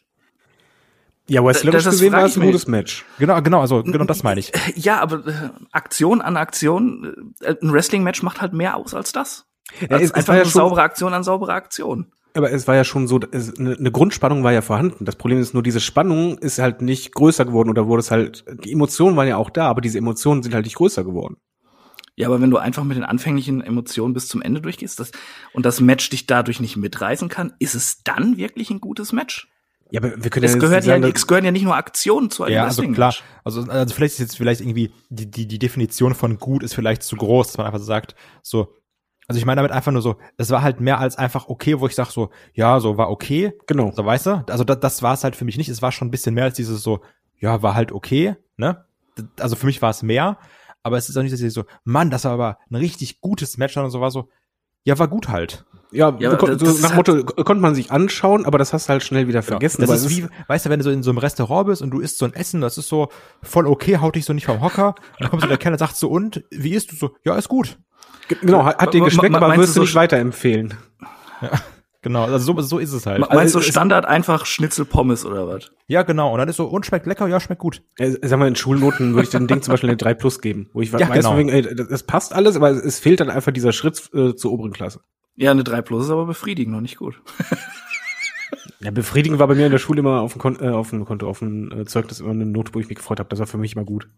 Ja, wrestlerisch gesehen war es ein gutes Match. Genau, also genau das meine ich. Ja, aber Aktion an Aktion, ein Wrestling-Match macht halt mehr aus als das. Ja, es einfach eine saubere Aktion an saubere Aktion. Aber es war ja schon so, eine Grundspannung war ja vorhanden. Das Problem ist nur, diese Spannung ist halt nicht größer geworden oder wurde es halt, die Emotionen waren ja auch da, aber diese Emotionen sind halt nicht größer geworden. Ja, aber wenn du einfach mit den anfänglichen Emotionen bis zum Ende durchgehst und das Match dich dadurch nicht mitreißen kann, ist es dann wirklich ein gutes Match? Ja, aber wir können es gehören ja nicht nur Aktionen zu einem Wrestling-Match. Ja, also klar. Also vielleicht ist jetzt irgendwie die Definition von gut ist vielleicht zu groß, dass man einfach so sagt, so, also ich meine damit einfach nur so, es war halt mehr als einfach okay, wo ich sag so, ja, so war okay. Genau. So, weißt du? Also das war es halt für mich nicht. Es war schon ein bisschen mehr als dieses so, ja, war halt okay, ne? Also für mich war es mehr, aber es ist auch nicht, dass ich so, Mann, das war aber ein richtig gutes Match und so war so, ja, war gut halt. Ja, so nach Motto, konnte man sich anschauen, aber das hast du halt schnell wieder vergessen. Das ist wie, weißt du, wenn du so in so einem Restaurant bist und du isst so ein Essen, das ist so voll okay, haut dich so nicht vom Hocker. Und dann kommst du der Kellner und sagst so, und, wie isst du so? Ja, ist gut. Genau, hat dir geschmeckt, aber wirst du nicht weiterempfehlen. Ja. Genau, also so ist es halt. Meinst du Standard einfach Schnitzel-Pommes oder was? Ja, genau. Und dann ist so, und schmeckt lecker, ja, schmeckt gut. Sag mal, in Schulnoten würde ich dem Ding zum Beispiel eine 3+ geben. Wo ich weiß, genau. Das passt alles, aber es fehlt dann einfach dieser Schritt zur oberen Klasse. Ja, eine 3+ ist aber befriedigend, noch nicht gut. Ja, befriedigend war bei mir in der Schule immer auf dem Zeugnis immer eine Note, wo ich mich gefreut habe. Das war für mich immer gut.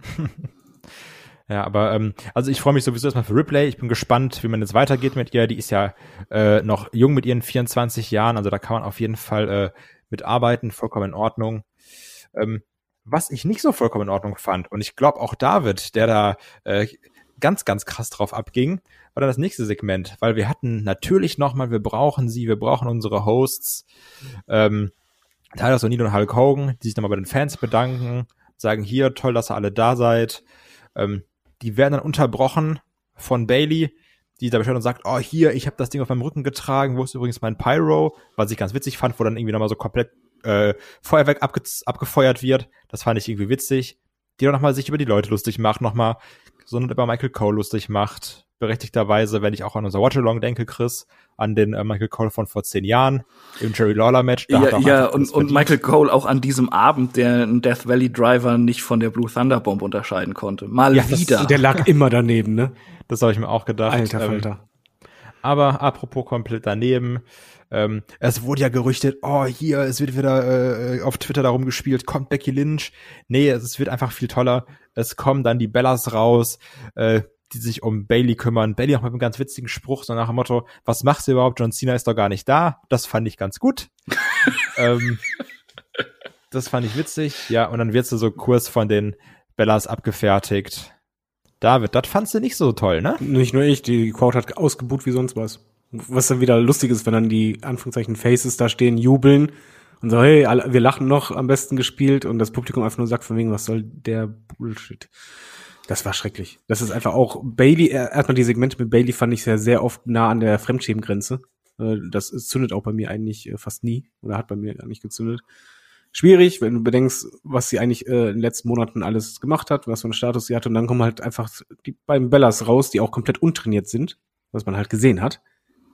Ja, aber also ich freue mich sowieso erstmal für Ripley. Ich bin gespannt, wie man jetzt weitergeht mit ihr. Die ist ja noch jung mit ihren 24 Jahren, also da kann man auf jeden Fall mitarbeiten, vollkommen in Ordnung. Was ich nicht so vollkommen in Ordnung fand, und ich glaube auch David, der da ganz, ganz krass drauf abging, war dann das nächste Segment, weil wir hatten natürlich nochmal, wir brauchen unsere Hosts, Tyler O'Neill und Hulk Hogan, die sich nochmal bei den Fans bedanken, sagen, hier, toll, dass ihr alle da seid. Die werden dann unterbrochen von Bayley, die da bestellt und sagt, oh, hier, ich habe das Ding auf meinem Rücken getragen, wo ist übrigens mein Pyro, was ich ganz witzig fand, wo dann irgendwie nochmal so komplett Feuerwerk abgefeuert wird. Das fand ich irgendwie witzig. Die dann nochmal sich über die Leute lustig macht, nochmal sondern über Michael Cole lustig macht. Berechtigterweise, wenn ich auch an unser Watch-Along denke, Chris, an den Michael Cole von vor 10 Jahren im Jerry Lawler-Match. Und Michael Cole auch an diesem Abend, der einen Death Valley Driver nicht von der Blue Thunder Bomb unterscheiden konnte. Mal wieder. Der lag immer daneben, ne? Das habe ich mir auch gedacht. Alter. Aber apropos komplett daneben, es wurde ja gerüchtet, oh, hier, es wird wieder auf Twitter darum gespielt, kommt Becky Lynch. Nee, es wird einfach viel toller. Es kommen dann die Bellas raus, die sich um Bayley kümmern. Bayley auch mit einem ganz witzigen Spruch, so nach dem Motto, was machst du überhaupt? John Cena ist doch gar nicht da. Das fand ich ganz gut. Das fand ich witzig. Ja, und dann wird sie so kurz von den Bellas abgefertigt. David, das fandst du nicht so toll, ne? Nicht nur ich, die Crowd hat ausgebuht wie sonst was. Was dann wieder lustig ist, wenn dann die Anführungszeichen Faces da stehen, jubeln und so, hey, wir lachen noch, am besten gespielt, und das Publikum einfach nur sagt von wegen, was soll der Bullshit. Das war schrecklich. Das ist einfach auch Bayley, erstmal die Segmente mit Bayley fand ich sehr, sehr oft nah an der Fremdschämengrenze. Das zündet auch bei mir eigentlich fast nie, oder hat bei mir gar nicht gezündet. Schwierig, wenn du bedenkst, was sie eigentlich in den letzten Monaten alles gemacht hat, was für einen Status sie hatte, und dann kommen halt einfach die beiden Bellas raus, die auch komplett untrainiert sind, was man halt gesehen hat,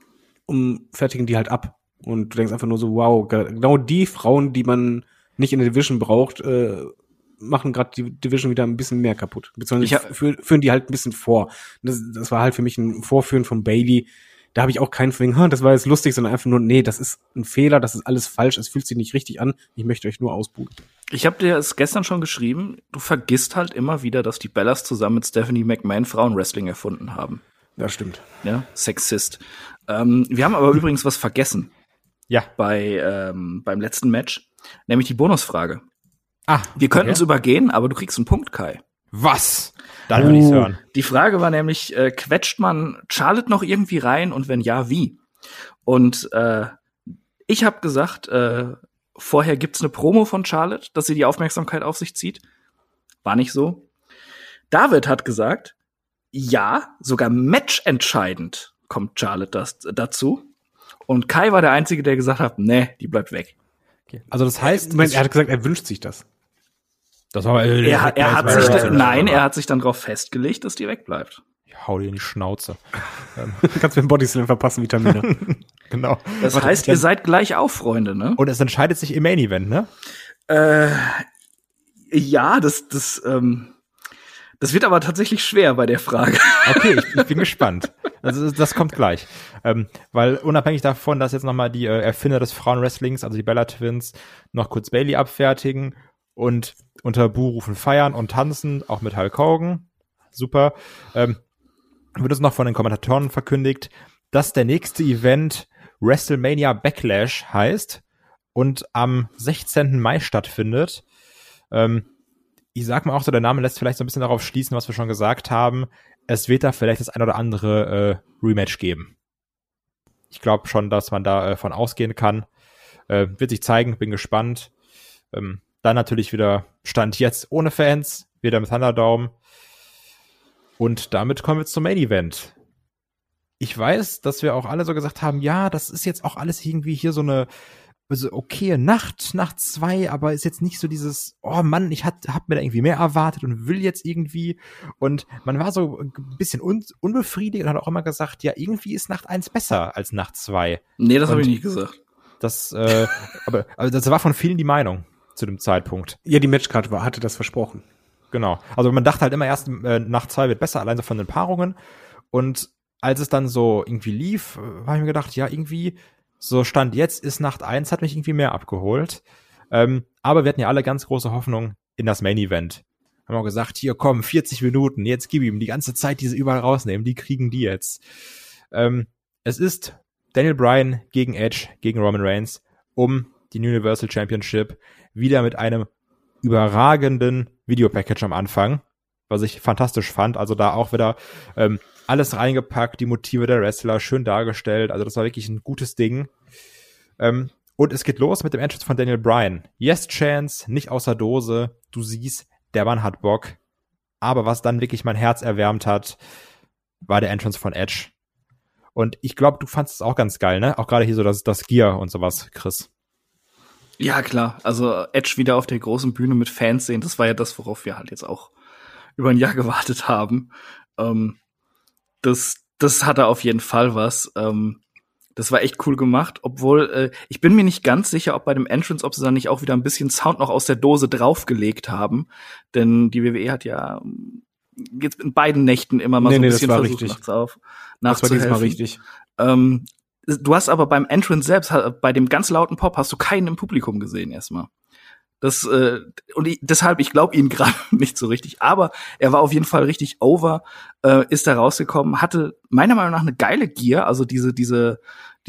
fertigen die halt ab. Und du denkst einfach nur so, wow, genau die Frauen, die man nicht in der Division braucht, machen gerade die Division wieder ein bisschen mehr kaputt. Beziehungsweise führen die halt ein bisschen vor. Das war halt für mich ein Vorführen von Bayley. Da habe ich auch keinen Finger, das war jetzt lustig, sondern einfach nur, nee, das ist ein Fehler, das ist alles falsch, es fühlt sich nicht richtig an, ich möchte euch nur ausbuhen. Ich habe dir es gestern schon geschrieben, du vergisst halt immer wieder, dass die Bellas zusammen mit Stephanie McMahon Frauenwrestling erfunden haben. Das stimmt. Ja, Sexist. Wir haben aber übrigens was vergessen. Ja. Beim letzten Match, nämlich die Bonusfrage. Wir könnten es okay. übergehen, aber du kriegst einen Punkt, Kai. Was? Dann will ich's hören. Die Frage war nämlich, quetscht man Charlotte noch irgendwie rein, und wenn ja, wie? Und ich habe gesagt, vorher gibt's eine Promo von Charlotte, dass sie die Aufmerksamkeit auf sich zieht. War nicht so. David hat gesagt, ja, sogar matchentscheidend kommt Charlotte dazu. Und Kai war der Einzige, der gesagt hat, nee, die bleibt weg. Okay. Also das heißt, er hat gesagt, er wünscht sich das. Das war er hat sich dann darauf festgelegt, dass die wegbleibt. Ich hau dir in die Schnauze. Kannst mir einen Bodyslam verpassen, Vitamine. Genau. Das heißt, ihr seid gleich auf, Freunde, ne? Und es entscheidet sich im Main Event, ne? Ja, das wird aber tatsächlich schwer bei der Frage. Okay, ich bin gespannt. Also das kommt gleich. Weil unabhängig davon, dass jetzt nochmal die Erfinder des Frauenwrestlings, also die Bella Twins, noch kurz Bayley abfertigen und unter Buhrufen feiern und tanzen, auch mit Hulk Hogan. Super. Wird es noch von den Kommentatoren verkündigt, dass der nächste Event WrestleMania Backlash heißt und am 16. Mai stattfindet. Ich sag mal auch so, der Name lässt vielleicht so ein bisschen darauf schließen, was wir schon gesagt haben. Es wird da vielleicht das ein oder andere Rematch geben. Ich glaube schon, dass man da von ausgehen kann. Wird sich zeigen, bin gespannt. Dann natürlich wieder Stand jetzt ohne Fans, wieder mit Thunderdome. Und damit kommen wir zum Main Event. Ich weiß, dass wir auch alle so gesagt haben, ja, das ist jetzt auch alles irgendwie hier so eine also okay, Nacht 2, aber ist jetzt nicht so dieses, oh Mann, ich hab mir da irgendwie mehr erwartet und will jetzt irgendwie, und man war so ein bisschen unbefriedigt und hat auch immer gesagt, ja, irgendwie ist Nacht 1 besser als Nacht 2. Nee, das habe ich nicht gesagt. Das, aber das war von vielen die Meinung zu dem Zeitpunkt. Ja, die Matchcard hatte das versprochen. Genau. Also man dachte halt immer erst, Nacht 2 wird besser, allein so von den Paarungen, und als es dann so irgendwie lief, habe ich mir gedacht, ja, irgendwie so Stand jetzt ist Nacht 1, hat mich irgendwie mehr abgeholt. Aber wir hatten ja alle ganz große Hoffnung in das Main Event. Haben auch gesagt, hier komm, 40 Minuten, jetzt gib ihm die ganze Zeit, die sie überall rausnehmen, die kriegen die jetzt. Es ist Daniel Bryan gegen Edge, gegen Roman Reigns um die Universal Championship, wieder mit einem überragenden Videopackage am Anfang, was ich fantastisch fand. Also da auch wieder alles reingepackt, die Motive der Wrestler schön dargestellt. Also das war wirklich ein gutes Ding. Und es geht los mit dem Entrance von Daniel Bryan. Yes Chance, nicht außer Dose. Du siehst, der Mann hat Bock. Aber was dann wirklich mein Herz erwärmt hat, war der Entrance von Edge. Und ich glaube, du fandst es auch ganz geil, ne? Auch gerade hier so das Gear und sowas, Chris. Ja, klar. Also Edge wieder auf der großen Bühne mit Fans sehen, das war ja das, worauf wir halt jetzt auch über ein Jahr gewartet haben. Das hatte auf jeden Fall was. Das war echt cool gemacht, obwohl ich bin mir nicht ganz sicher, ob bei dem Entrance, ob sie dann nicht auch wieder ein bisschen Sound noch aus der Dose draufgelegt haben. Denn die WWE hat ja jetzt in beiden Nächten immer mal so ein bisschen versucht, nachzuhelfen. Das war diesmal richtig. Du hast aber beim Entrance selbst, bei dem ganz lauten Pop, hast du keinen im Publikum gesehen erstmal. Deshalb, ich glaube ihn gerade nicht so richtig, aber er war auf jeden Fall richtig over, ist da rausgekommen, hatte meiner Meinung nach eine geile Gear, also dieser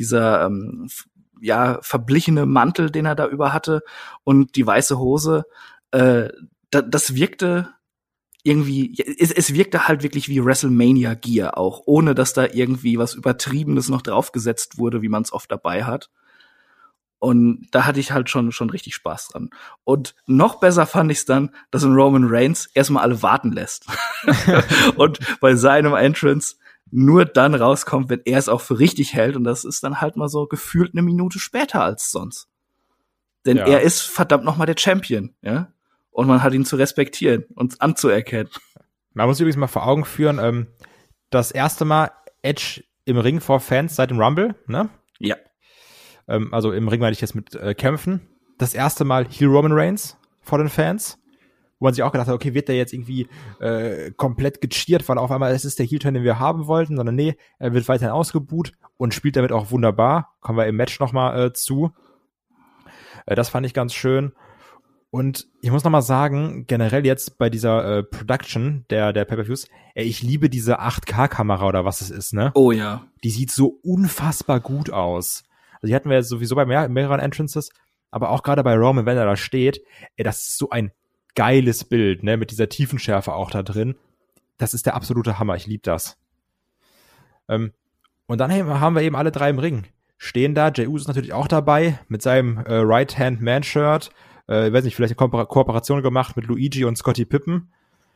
verblichene Mantel, den er da über hatte, und die weiße Hose, das wirkte irgendwie, es wirkte halt wirklich wie WrestleMania Gear auch, ohne dass da irgendwie was Übertriebenes noch draufgesetzt wurde, wie man es oft dabei hat. Und da hatte ich halt schon richtig Spaß dran. Und noch besser fand ich es dann, dass ein Roman Reigns erstmal alle warten lässt. Und bei seinem Entrance nur dann rauskommt, wenn er es auch für richtig hält. Und das ist dann halt mal so gefühlt eine Minute später als sonst. Denn er ist verdammt nochmal der Champion, ja. Und man hat ihn zu respektieren und anzuerkennen. Man muss übrigens mal vor Augen führen, das erste Mal Edge im Ring vor Fans seit dem Rumble, ne? Ja. Also im Ring meine ich jetzt mit Kämpfen. Das erste Mal Heel Roman Reigns vor den Fans, wo man sich auch gedacht hat, okay, wird der jetzt irgendwie komplett gecheert, weil auf einmal es ist der Heel-Turn, den wir haben wollten, sondern nee, er wird weiterhin ausgebuht und spielt damit auch wunderbar. Kommen wir im Match nochmal zu. Das fand ich ganz schön. Und ich muss nochmal sagen, generell jetzt bei dieser Production der Pay-Per-Views, ich liebe diese 8K-Kamera oder was es ist, ne? Oh ja. Die sieht so unfassbar gut aus. Also die hatten wir jetzt sowieso bei mehreren Entrances, aber auch gerade bei Roman, wenn er da steht, das ist so ein geiles Bild, ne, mit dieser Tiefenschärfe auch da drin. Das ist der absolute Hammer, ich liebe das. Und dann haben wir eben alle drei im Ring. Stehen da, Jey Uso ist natürlich auch dabei, mit seinem Right-Hand-Man-Shirt. Ich weiß nicht, vielleicht eine Kooperation gemacht mit Luigi und Scottie Pippen.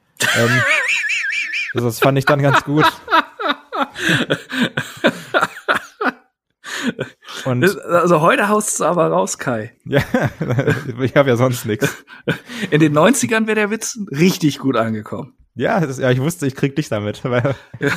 Das fand ich dann ganz gut. Und also heute haust du aber raus, Kai. Ja, ich habe ja sonst nichts. In den 90ern wäre der Witz richtig gut angekommen. Ja, ich wusste, ich krieg dich damit. Weil,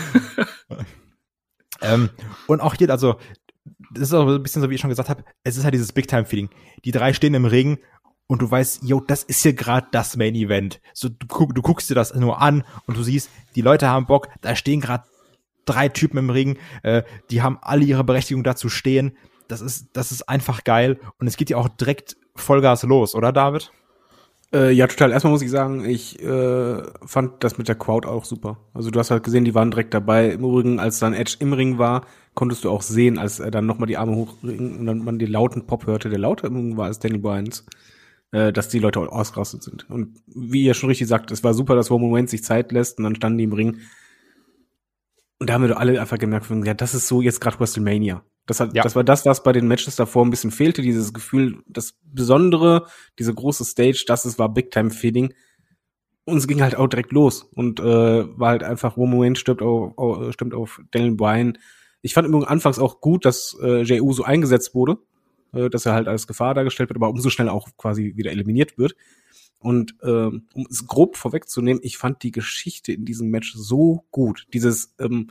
und auch hier, also, das ist auch ein bisschen so, wie ich schon gesagt habe, es ist halt dieses Big-Time-Feeling. Die drei stehen im Ring und du weißt, das ist hier gerade das Main-Event. So, du guckst dir das nur an und du siehst, die Leute haben Bock, da stehen gerade 3 Typen im Ring, die haben alle ihre Berechtigung dazu stehen. Das ist einfach geil. Und es geht ja auch direkt Vollgas los, oder David? Ja, total. Erstmal muss ich sagen, ich fand das mit der Crowd auch super. Also du hast halt gesehen, die waren direkt dabei. Im Übrigen, als dann Edge im Ring war, konntest du auch sehen, als er dann nochmal die Arme hochring und dann man den lauten Pop hörte, der lauter im Ring war als Daniel Bryans, dass die Leute ausgerastet sind. Und wie ihr schon richtig sagt, es war super, dass Roman Reigns sich Zeit lässt und dann standen die im Ring. Und da haben wir doch alle einfach gemerkt, ja, das ist so jetzt gerade WrestleMania. Das war das, was bei den Matches davor ein bisschen fehlte, dieses Gefühl, das Besondere, diese große Stage, war Big-Time-Feeling. Und es ging halt auch direkt los. Und war halt einfach, Roman Reigns stimmt auf Daniel Bryan. Ich fand übrigens anfangs auch gut, dass Jey Uso eingesetzt wurde. dass er halt als Gefahr dargestellt wird, aber umso schneller auch quasi wieder eliminiert wird. Und um es grob vorwegzunehmen, ich fand die Geschichte in diesem Match so gut. Dieses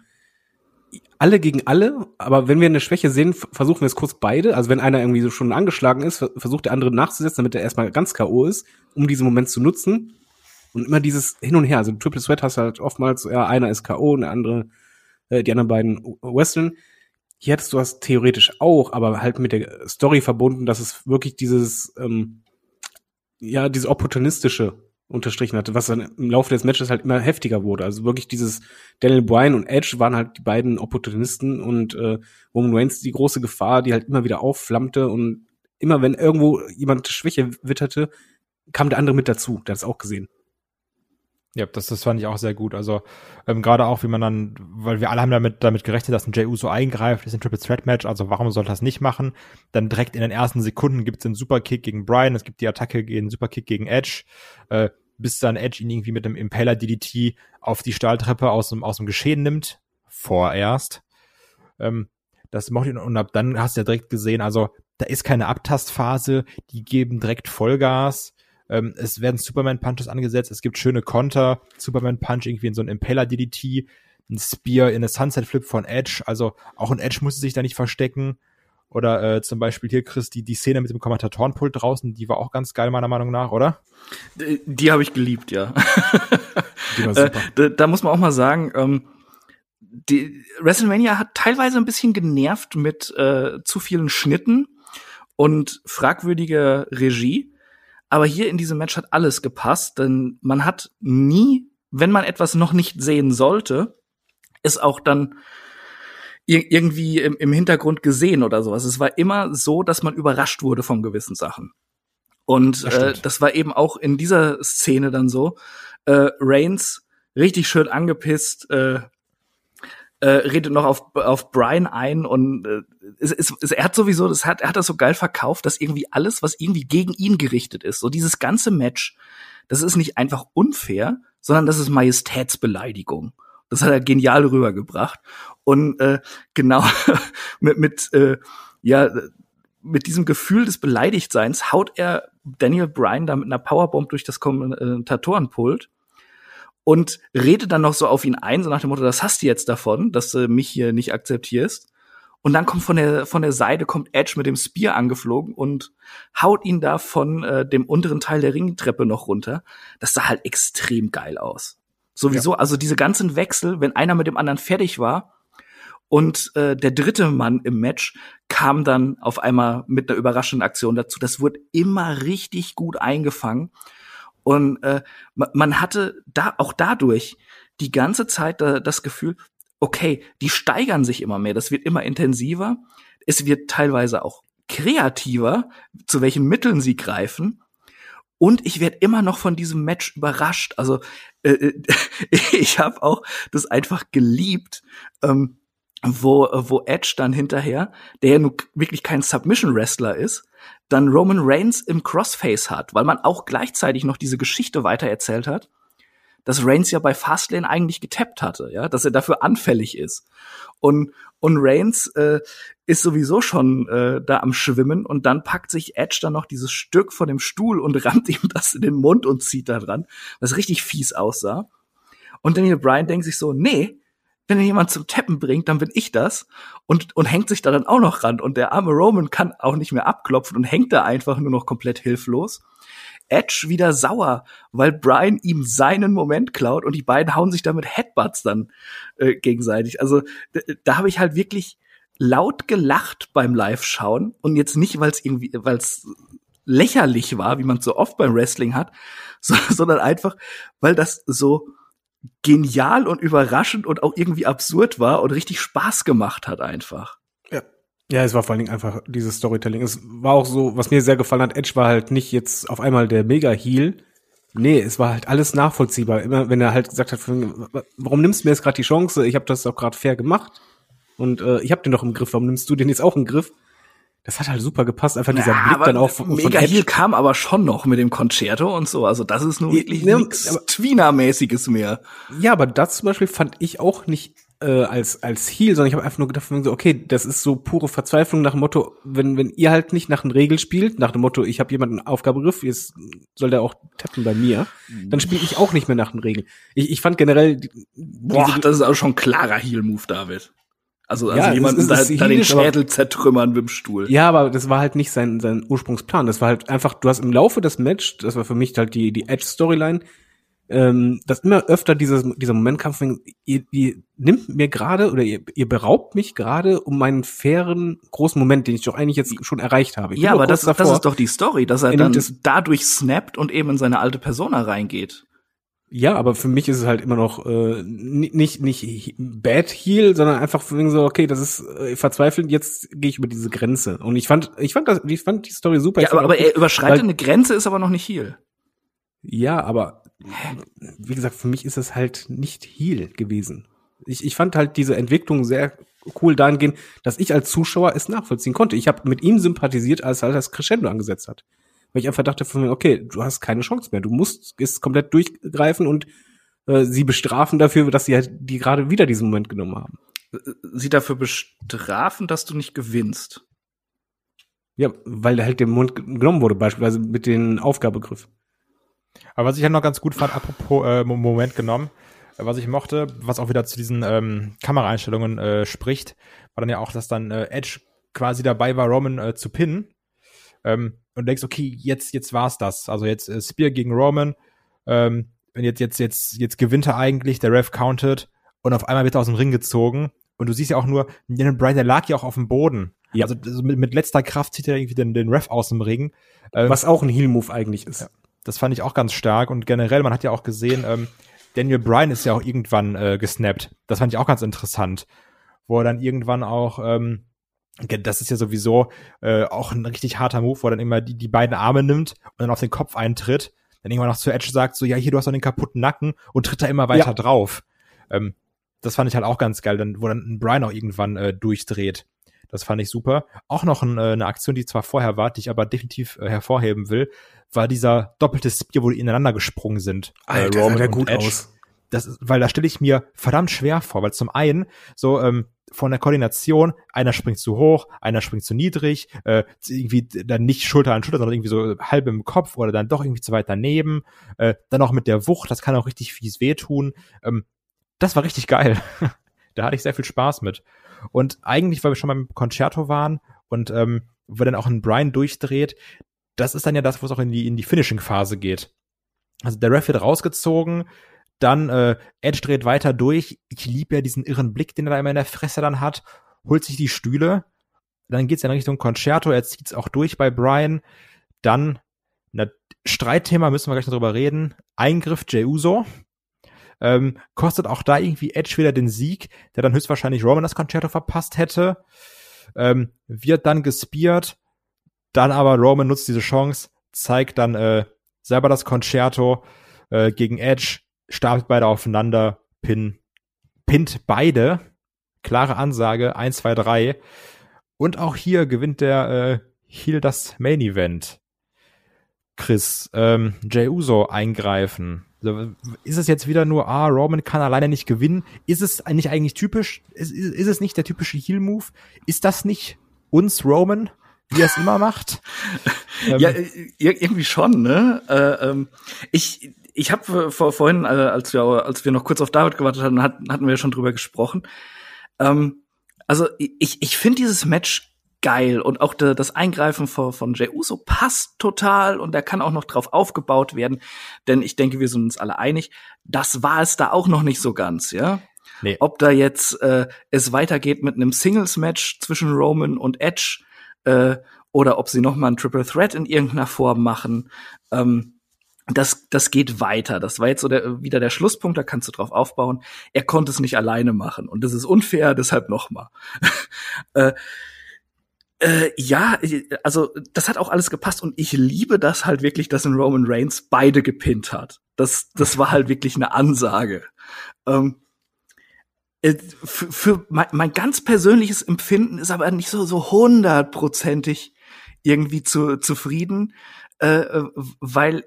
alle gegen alle, aber wenn wir eine Schwäche sehen, versuchen wir es kurz beide. Also wenn einer irgendwie so schon angeschlagen ist, versucht der andere nachzusetzen, damit er erstmal ganz K.O. ist, um diesen Moment zu nutzen. Und immer dieses Hin und Her. Also Triple Threat hast du halt oftmals, ja, einer ist K.O. und der andere, die anderen beiden wresteln. Hier hattest du das theoretisch auch, aber halt mit der Story verbunden, dass es wirklich dieses Opportunistische unterstrichen hatte, was dann im Laufe des Matches halt immer heftiger wurde. Also wirklich dieses Daniel Bryan und Edge waren halt die beiden Opportunisten und Roman Reigns die große Gefahr, die halt immer wieder aufflammte und immer wenn irgendwo jemand Schwäche witterte, kam der andere mit dazu. Der hat es auch gesehen. Ja, das fand ich auch sehr gut. Also gerade auch, wie man dann, weil wir alle haben damit gerechnet, dass ein Jey Uso eingreift, ist ein Triple Threat Match, also warum soll das nicht machen? Dann direkt in den ersten Sekunden gibt's den Superkick gegen Bryan, es gibt die Attacke gegen Superkick gegen Edge, bis dann Edge ihn irgendwie mit dem Impaler DDT auf die Stahltreppe aus dem Geschehen nimmt, vorerst. Das mochte ich, und ab dann hast du ja direkt gesehen, also da ist keine Abtastphase, die geben direkt Vollgas. Es werden Superman-Punches angesetzt, es gibt schöne Konter, Superman-Punch irgendwie in so einen Impaler-DDT, ein Spear in eine Sunset-Flip von Edge, also auch ein Edge musste sich da nicht verstecken. Oder zum Beispiel hier, Chris, die Szene mit dem Kommentatorenpult draußen, die war auch ganz geil, meiner Meinung nach, oder? Die habe ich geliebt, ja. Die war super. Da muss man auch mal sagen, die WrestleMania hat teilweise ein bisschen genervt mit zu vielen Schnitten und fragwürdiger Regie. Aber hier in diesem Match hat alles gepasst, denn man hat nie, wenn man etwas noch nicht sehen sollte, es auch dann irgendwie im Hintergrund gesehen oder sowas. Es war immer so, dass man überrascht wurde von gewissen Sachen. Und das war eben auch in dieser Szene dann so. Reigns richtig schön angepisst, redet noch auf Bryan ein und er hat sowieso, er hat das so geil verkauft, dass irgendwie alles, was irgendwie gegen ihn gerichtet ist, so dieses ganze Match, das ist nicht einfach unfair, sondern das ist Majestätsbeleidigung. Das hat er genial rübergebracht. Und genau mit diesem Gefühl des Beleidigtseins haut er Daniel Bryan da mit einer Powerbomb durch das Kommentatorenpult und redet dann noch so auf ihn ein, so nach dem Motto, das hast du jetzt davon, dass du mich hier nicht akzeptierst. Und dann kommt von der Seite kommt Edge mit dem Spear angeflogen und haut ihn da von dem unteren Teil der Ringtreppe noch runter. Das sah halt extrem geil aus. Sowieso, ja. Also diese ganzen Wechsel, wenn einer mit dem anderen fertig war und der dritte Mann im Match kam dann auf einmal mit einer überraschenden Aktion dazu. Das wurde immer richtig gut eingefangen. Und man hatte auch dadurch die ganze Zeit das Gefühl, okay, die steigern sich immer mehr, das wird immer intensiver, es wird teilweise auch kreativer, zu welchen Mitteln sie greifen. Und ich werde immer noch von diesem Match überrascht. Also ich habe auch das einfach geliebt, wo Edge dann hinterher, der ja nun wirklich kein Submission-Wrestler ist, dann Roman Reigns im Crossface hat, weil man auch gleichzeitig noch diese Geschichte weitererzählt hat, dass Reigns ja bei Fastlane eigentlich getappt hatte, ja, dass er dafür anfällig ist. Und Reigns ist sowieso schon da am Schwimmen und dann packt sich Edge dann noch dieses Stück von dem Stuhl und rammt ihm das in den Mund und zieht da dran, was richtig fies aussah. Und Daniel Bryan denkt sich so, nee, wenn er jemand zum Tappen bringt, dann bin ich das und hängt sich da dann auch noch ran. Und der arme Roman kann auch nicht mehr abklopfen und hängt da einfach nur noch komplett hilflos. Edge wieder sauer, weil Bryan ihm seinen Moment klaut und die beiden hauen sich da mit Headbutts dann gegenseitig. Also da habe ich halt wirklich laut gelacht beim Live-Schauen und jetzt nicht, weil es lächerlich war, wie man es so oft beim Wrestling hat, sondern einfach, weil das so genial und überraschend und auch irgendwie absurd war und richtig Spaß gemacht hat einfach. Ja, es war vor allen Dingen einfach dieses Storytelling. Es war auch so, was mir sehr gefallen hat, Edge war halt nicht jetzt auf einmal der Mega-Heel. Nee, es war halt alles nachvollziehbar. Immer wenn er halt gesagt hat, warum nimmst du mir jetzt gerade die Chance? Ich habe das auch gerade fair gemacht und ich habe den doch im Griff. Warum nimmst du den jetzt auch im Griff? Das hat halt super gepasst. Einfach dieser Blick dann auch von Mega-Heel kam aber schon noch mit dem Concerto und so. Also das ist nun wirklich nichts Tweener-mäßiges mehr. Ja, aber das zum Beispiel fand ich auch nicht als Heel, sondern ich habe einfach nur gedacht, so, okay, das ist so pure Verzweiflung nach dem Motto, wenn ihr halt nicht nach den Regeln spielt, nach dem Motto, ich habe jemanden Aufgabegriff, jetzt soll der auch tappen bei mir, dann spiele ich auch nicht mehr nach den Regeln. Ich fand generell das ist auch schon ein klarer Heel-Move, David. Also ja, jemanden da den Schädel zertrümmern mit dem Stuhl. Ja, aber das war halt nicht sein Ursprungsplan. Das war halt einfach, du hast im Laufe des Match, das war für mich halt die Edge-Storyline, dass immer öfter dieser Moment kam, ihr nimmt mir gerade oder ihr beraubt mich gerade um meinen fairen großen Moment, den ich doch eigentlich jetzt schon erreicht habe. Ja, aber das ist doch die Story, dass er dann dadurch snappt und eben in seine alte Persona reingeht. Ja, aber für mich ist es halt immer noch nicht Bad Heel, sondern einfach so, okay, das ist verzweifelt, jetzt gehe ich über diese Grenze. Und ich fand die Story super. Ja, aber er überschreitet eine Grenze, ist aber noch nicht Heel. Ja, aber wie gesagt, für mich ist es halt nicht Heel gewesen. Ich fand halt diese Entwicklung sehr cool dahingehend, dass ich als Zuschauer es nachvollziehen konnte. Ich habe mit ihm sympathisiert, als er das Crescendo angesetzt hat. Weil ich einfach dachte von mir, okay, du hast keine Chance mehr. Du musst es komplett durchgreifen und sie bestrafen dafür, dass sie halt die gerade wieder diesen Moment genommen haben. Sie dafür bestrafen, dass du nicht gewinnst? Ja, weil halt der Moment genommen wurde, beispielsweise mit den Aufgabegriff. Aber was ich ja noch ganz gut fand, apropos Moment genommen, was ich mochte, was auch wieder zu diesen Kameraeinstellungen spricht, war dann ja auch, dass dann Edge quasi dabei war, Roman zu pinnen. Und denkst, okay, jetzt war's das. Also jetzt Spear gegen Roman. Und jetzt gewinnt er eigentlich, der Ref countet und auf einmal wird er aus dem Ring gezogen. Und du siehst ja auch nur, Daniel Bryan, der lag ja auch auf dem Boden. Ja. Also mit letzter Kraft zieht er irgendwie den Ref aus dem Ring. Was auch ein Heel-Move eigentlich ist. Ja, das fand ich auch ganz stark. Und generell, man hat ja auch gesehen, Daniel Bryan ist ja auch irgendwann gesnappt. Das fand ich auch ganz interessant. Wo er dann irgendwann auch das ist ja sowieso auch ein richtig harter Move, wo er dann immer die beiden Arme nimmt und dann auf den Kopf eintritt. Dann irgendwann noch zu Edge sagt, so, ja, hier, du hast doch den kaputten Nacken und tritt da immer weiter drauf. Das fand ich halt auch ganz geil, wo dann Bryan auch irgendwann durchdreht. Das fand ich super. Auch noch eine Aktion, die zwar vorher war, die ich aber definitiv hervorheben will, war dieser doppelte Spear, wo die ineinander gesprungen sind. Alter, Roman sah der und gut Edge. aus. Weil da stelle ich mir verdammt schwer vor, weil zum einen so von der Koordination, einer springt zu hoch, einer springt zu niedrig, irgendwie dann nicht Schulter an Schulter, sondern irgendwie so halb im Kopf oder dann doch irgendwie zu weit daneben, dann auch mit der Wucht, das kann auch richtig fies wehtun. Das war richtig geil. Da hatte ich sehr viel Spaß mit. Und eigentlich, weil wir schon beim Concerto waren und wo dann auch ein Bryan durchdreht, das ist dann ja das, wo es auch in die Finishing-Phase geht. Also der Ref wird rausgezogen, dann Edge dreht weiter durch. Ich liebe ja diesen irren Blick, den er da immer in der Fresse dann hat. Holt sich die Stühle. Dann geht's in Richtung Concerto. Er zieht's auch durch bei Bryan. Dann, Streitthema, müssen wir gleich noch drüber reden. Eingriff Jey Uso. Kostet auch da irgendwie Edge wieder den Sieg, der dann höchstwahrscheinlich Roman das Concerto verpasst hätte. Wird dann gespeart. Dann aber Roman nutzt diese Chance, zeigt dann selber das Concerto gegen Edge. Stapelt beide aufeinander, pinnt beide. Klare Ansage, 1, 2, 3. Und auch hier gewinnt der Heel das Main Event. Chris, Jey Uso eingreifen. Also, ist es jetzt wieder nur, Roman kann alleine nicht gewinnen? Ist es nicht eigentlich typisch? Ist es nicht der typische Heel-Move? Ist das nicht uns Roman, wie er es immer macht? Ja, irgendwie schon, ne? Ich habe vorhin, als wir noch kurz auf David gewartet hatten, hatten wir schon drüber gesprochen. Also ich finde dieses Match geil und auch das Eingreifen von Jey Uso passt total und da kann auch noch drauf aufgebaut werden, denn ich denke, wir sind uns alle einig, das war es da auch noch nicht so ganz, ja? Nee. Ob da jetzt es weitergeht mit einem Singles-Match zwischen Roman und Edge oder ob sie noch mal ein Triple Threat in irgendeiner Form machen, das geht weiter. Das war jetzt so wieder der Schlusspunkt, da kannst du drauf aufbauen. Er konnte es nicht alleine machen und das ist unfair, deshalb nochmal. Ja, also das hat auch alles gepasst und ich liebe das halt wirklich, dass in Roman Reigns beide gepinnt hat. Das war halt wirklich eine Ansage. Für mein ganz persönliches Empfinden ist aber nicht so 100%ig irgendwie zufrieden. Weil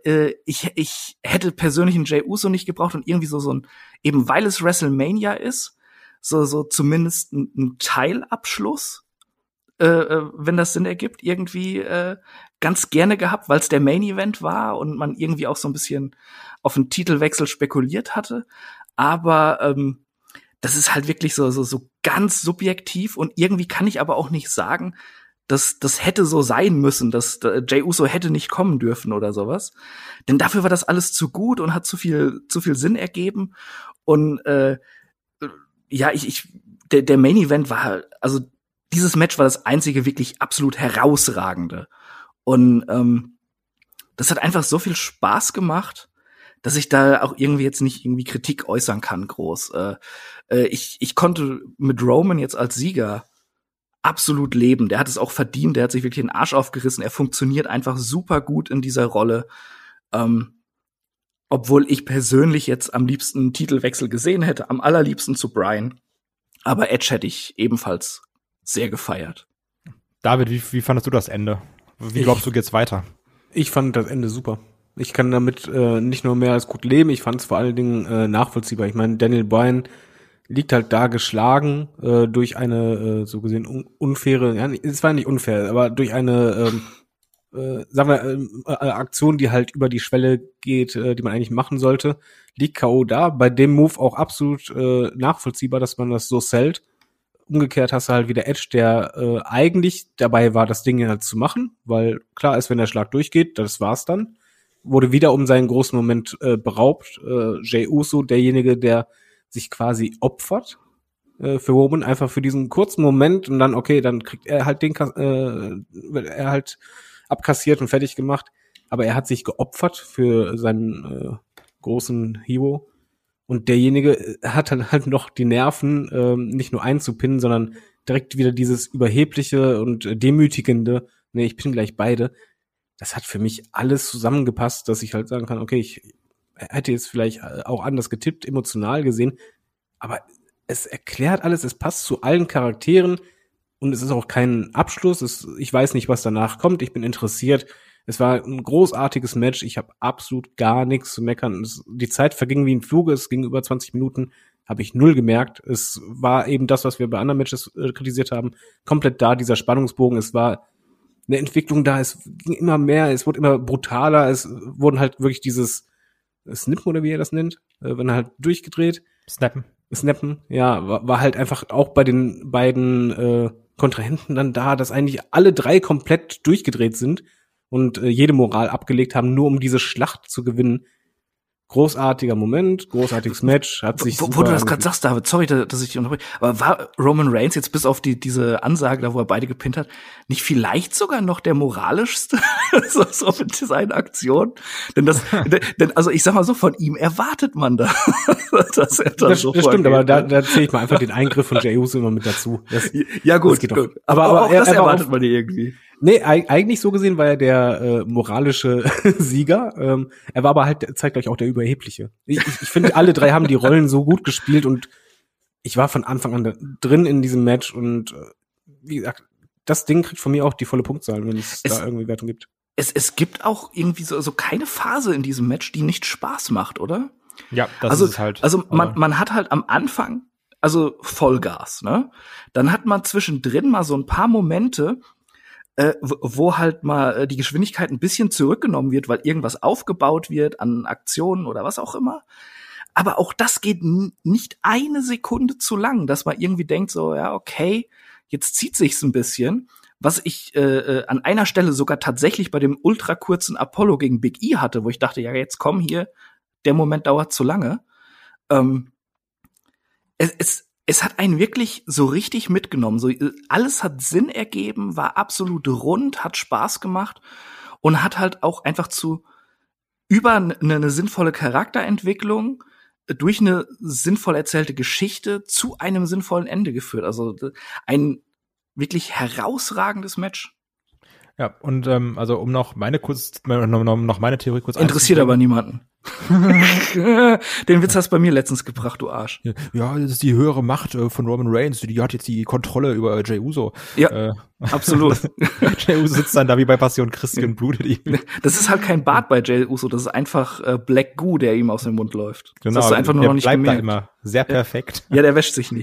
ich hätte persönlich einen Jey Uso nicht gebraucht und irgendwie so ein, eben weil es WrestleMania ist, so zumindest ein Teilabschluss, wenn das Sinn ergibt, irgendwie ganz gerne gehabt, weil es der Main Event war und man irgendwie auch so ein bisschen auf einen Titelwechsel spekuliert hatte. Aber das ist halt wirklich so ganz subjektiv und irgendwie kann ich aber auch nicht sagen, dass das hätte so sein müssen, dass Jey Uso hätte nicht kommen dürfen oder sowas. Denn dafür war das alles zu gut und hat zu viel Sinn ergeben. Und ja, der Main Event war, also dieses Match war das einzige wirklich absolut herausragende. Und das hat einfach so viel Spaß gemacht, dass ich da auch irgendwie jetzt nicht irgendwie Kritik äußern kann, groß. Ich konnte mit Roman jetzt als Sieger absolut leben. Der hat es auch verdient, der hat sich wirklich den Arsch aufgerissen. Er funktioniert einfach super gut in dieser Rolle. Obwohl ich persönlich jetzt am liebsten einen Titelwechsel gesehen hätte, am allerliebsten zu Bryan. Aber Edge hätte ich ebenfalls sehr gefeiert. David, wie fandest du das Ende? Wie glaubst du, geht's weiter? Ich fand das Ende super. Ich kann damit nicht nur mehr als gut leben, ich fand es vor allen Dingen nachvollziehbar. Ich meine, Daniel Bryan liegt halt da geschlagen durch eine so gesehen unfaire, ja, es war nicht unfair, aber durch eine sagen wir Aktion, die halt über die Schwelle geht, die man eigentlich machen sollte, liegt K.O. da. Bei dem Move auch absolut nachvollziehbar, dass man das so sellt. Umgekehrt hast du halt wieder Edge, der eigentlich dabei war, das Ding halt zu machen, weil klar ist, wenn der Schlag durchgeht, das war's dann. Wurde wieder um seinen großen Moment beraubt. Jey Uso, derjenige, der sich quasi opfert für Roman, einfach für diesen kurzen Moment und dann, okay, dann kriegt er halt wird er halt abkassiert und fertig gemacht. Aber er hat sich geopfert für seinen großen Hero. Und derjenige hat dann halt noch die Nerven, nicht nur einzupinnen, sondern direkt wieder dieses überhebliche und demütigende, nee, ich pin gleich beide. Das hat für mich alles zusammengepasst, dass ich halt sagen kann, okay, ich hätte jetzt vielleicht auch anders getippt, emotional gesehen, aber es erklärt alles, es passt zu allen Charakteren und es ist auch kein Abschluss, ich weiß nicht, was danach kommt, ich bin interessiert. Es war ein großartiges Match, ich habe absolut gar nichts zu meckern. Die Zeit verging wie im Fluge, es ging über 20 Minuten, habe ich null gemerkt. Es war eben das, was wir bei anderen Matches kritisiert haben, komplett da, dieser Spannungsbogen, es war eine Entwicklung da, es ging immer mehr, es wurde immer brutaler, es wurden halt wirklich dieses Snippen oder wie er das nennt, wenn er halt durchgedreht. Snappen, ja, war halt einfach auch bei den beiden Kontrahenten dann da, dass eigentlich alle drei komplett durchgedreht sind und jede Moral abgelegt haben, nur um diese Schlacht zu gewinnen. Großartiger Moment, großartiges Match, hat sich wo du das gerade sagst, David, sorry, dass ich dich unterbreche, aber war Roman Reigns jetzt bis auf diese Ansage, da wo er beide gepinnt hat, nicht vielleicht sogar noch der moralischste so mit seinen Aktionen? Denn also ich sag mal so, von ihm erwartet man da, dass er das so stimmt, aber da zähle ich mal einfach den Eingriff von Jey Uso immer mit dazu. Ja gut, gut. Aber auch das erwartet man irgendwie. Nee, eigentlich so gesehen war er der moralische Sieger. Er war aber halt zeitgleich auch der Überhebliche. Ich finde, alle drei haben die Rollen so gut gespielt und ich war von Anfang an drin in diesem Match und wie gesagt, das Ding kriegt von mir auch die volle Punktzahl, wenn es da irgendwie Wertung gibt. Es gibt auch irgendwie so keine Phase in diesem Match, die nicht Spaß macht, oder? Ja, das ist halt. Also man hat halt am Anfang, also Vollgas, ne? Dann hat man zwischendrin mal so ein paar Momente, wo halt mal die Geschwindigkeit ein bisschen zurückgenommen wird, weil irgendwas aufgebaut wird an Aktionen oder was auch immer. Aber auch das geht nicht eine Sekunde zu lang, dass man irgendwie denkt so, ja, okay, jetzt zieht sich's ein bisschen. Was ich an einer Stelle sogar tatsächlich bei dem ultra kurzen Apollo gegen Big E hatte, wo ich dachte, ja, jetzt komm hier, der Moment dauert zu lange. Es hat einen wirklich so richtig mitgenommen. So, alles hat Sinn ergeben, war absolut rund, hat Spaß gemacht und hat halt auch einfach über eine sinnvolle Charakterentwicklung durch eine sinnvoll erzählte Geschichte zu einem sinnvollen Ende geführt. Also ein wirklich herausragendes Match. Ja, und also um noch meine Theorie kurz interessiert aber niemanden. Den Witz hast du bei mir letztens gebracht, du Arsch. Ja, das ist die höhere Macht von Roman Reigns, die hat jetzt die Kontrolle über Jey Uso. Ja, absolut. Jey Uso sitzt dann da wie bei Passion Christi und blutet ihm. Das ist halt kein Bart bei Jey Uso, das ist einfach Black Goo, der ihm aus dem Mund läuft. Genau, das hast du einfach nur der noch nicht bleibt gemerkt. Da immer sehr perfekt. Ja, der wäscht sich nicht.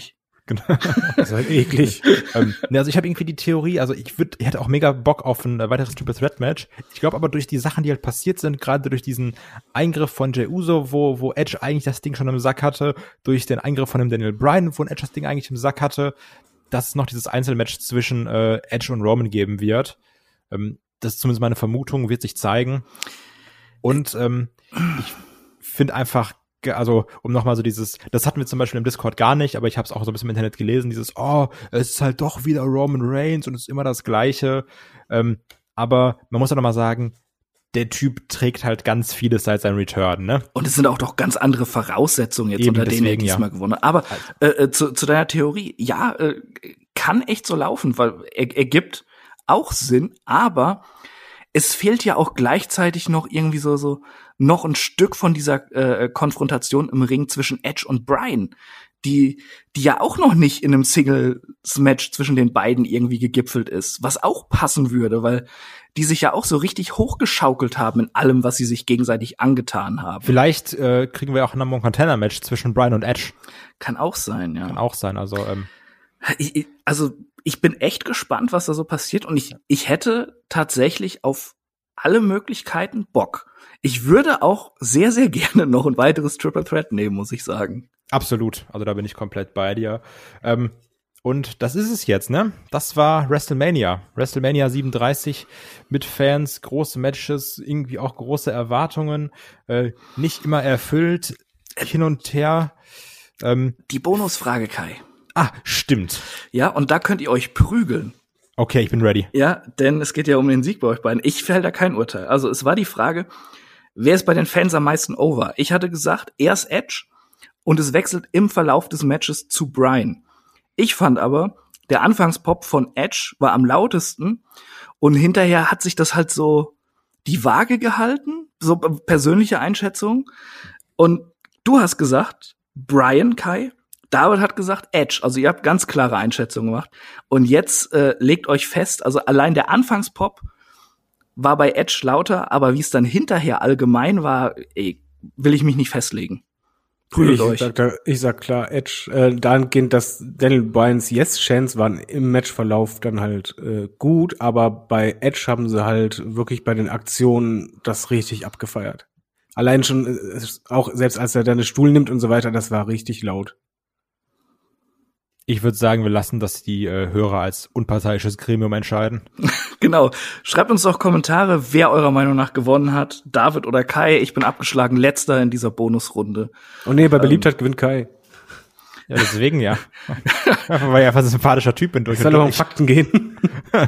Genau. Das ist halt eklig. Also ich habe irgendwie die Theorie, also ich hätte auch mega Bock auf ein weiteres Triple Threat Match. Ich glaube aber durch die Sachen, die halt passiert sind, gerade durch diesen Eingriff von Jey Uso, wo Edge eigentlich das Ding schon im Sack hatte, durch den Eingriff von dem Daniel Bryan, wo Edge das Ding eigentlich im Sack hatte, dass es noch dieses Einzelmatch zwischen Edge und Roman geben wird. Das ist zumindest meine Vermutung, wird sich zeigen. Und ich finde einfach, also um nochmal so das hatten wir zum Beispiel im Discord gar nicht, aber ich habe es auch so ein bisschen im Internet gelesen, es ist halt doch wieder Roman Reigns und es ist immer das Gleiche. Aber man muss ja nochmal sagen, der Typ trägt halt ganz vieles seit seinem Return, ne? Und es sind auch doch ganz andere Voraussetzungen jetzt, unter denen er diesmal gewonnen hat. Aber zu deiner Theorie, ja, kann echt so laufen, weil er gibt auch Sinn, aber es fehlt ja auch gleichzeitig noch irgendwie so noch ein Stück von dieser Konfrontation im Ring zwischen Edge und Bryan, die ja auch noch nicht in einem Singles-Match zwischen den beiden irgendwie gegipfelt ist, was auch passen würde, weil die sich ja auch so richtig hochgeschaukelt haben in allem, was sie sich gegenseitig angetan haben. Vielleicht kriegen wir auch ein Number One Contender Match zwischen Bryan und Edge. Kann auch sein, ja. Kann auch sein, also ich bin echt gespannt, was da so passiert und ich hätte tatsächlich auf alle Möglichkeiten Bock. Ich würde auch sehr, sehr gerne noch ein weiteres Triple Threat nehmen, muss ich sagen. Absolut, also da bin ich komplett bei dir. Und das ist es jetzt, ne? Das war WrestleMania 37 mit Fans, große Matches, irgendwie auch große Erwartungen, nicht immer erfüllt, hin und her. Die Bonusfrage, Kai. Ah, stimmt. Ja, und da könnt ihr euch prügeln. Okay, ich bin ready. Ja, denn es geht ja um den Sieg bei euch beiden. Ich fäll da kein Urteil. Also es war die Frage, wer ist bei den Fans am meisten over? Ich hatte gesagt, erst Edge und es wechselt im Verlauf des Matches zu Bryan. Ich fand aber, der Anfangspop von Edge war am lautesten und hinterher hat sich das halt so die Waage gehalten, so persönliche Einschätzung. Und du hast gesagt, Bryan, Kai. David hat gesagt Edge, also ihr habt ganz klare Einschätzungen gemacht. Und jetzt legt euch fest, also allein der Anfangspop war bei Edge lauter, aber wie es dann hinterher allgemein war, will ich mich nicht festlegen. Prügelt euch. Ich sag klar, Edge, dahingehend, dass Daniel Bryans Yes-Chance waren im Matchverlauf dann halt gut, aber bei Edge haben sie halt wirklich bei den Aktionen das richtig abgefeiert. Allein schon, auch selbst als er dann den Stuhl nimmt und so weiter, das war richtig laut. Ich würde sagen, wir lassen das die Hörer als unparteiisches Gremium entscheiden. Genau. Schreibt uns doch Kommentare, wer eurer Meinung nach gewonnen hat. David oder Kai. Ich bin abgeschlagen Letzter in dieser Bonusrunde. Oh nee, bei Beliebtheit gewinnt Kai. Ja, deswegen ja. Weil ich einfach ein sympathischer Typ bin. Es soll aber um Fakten gehen.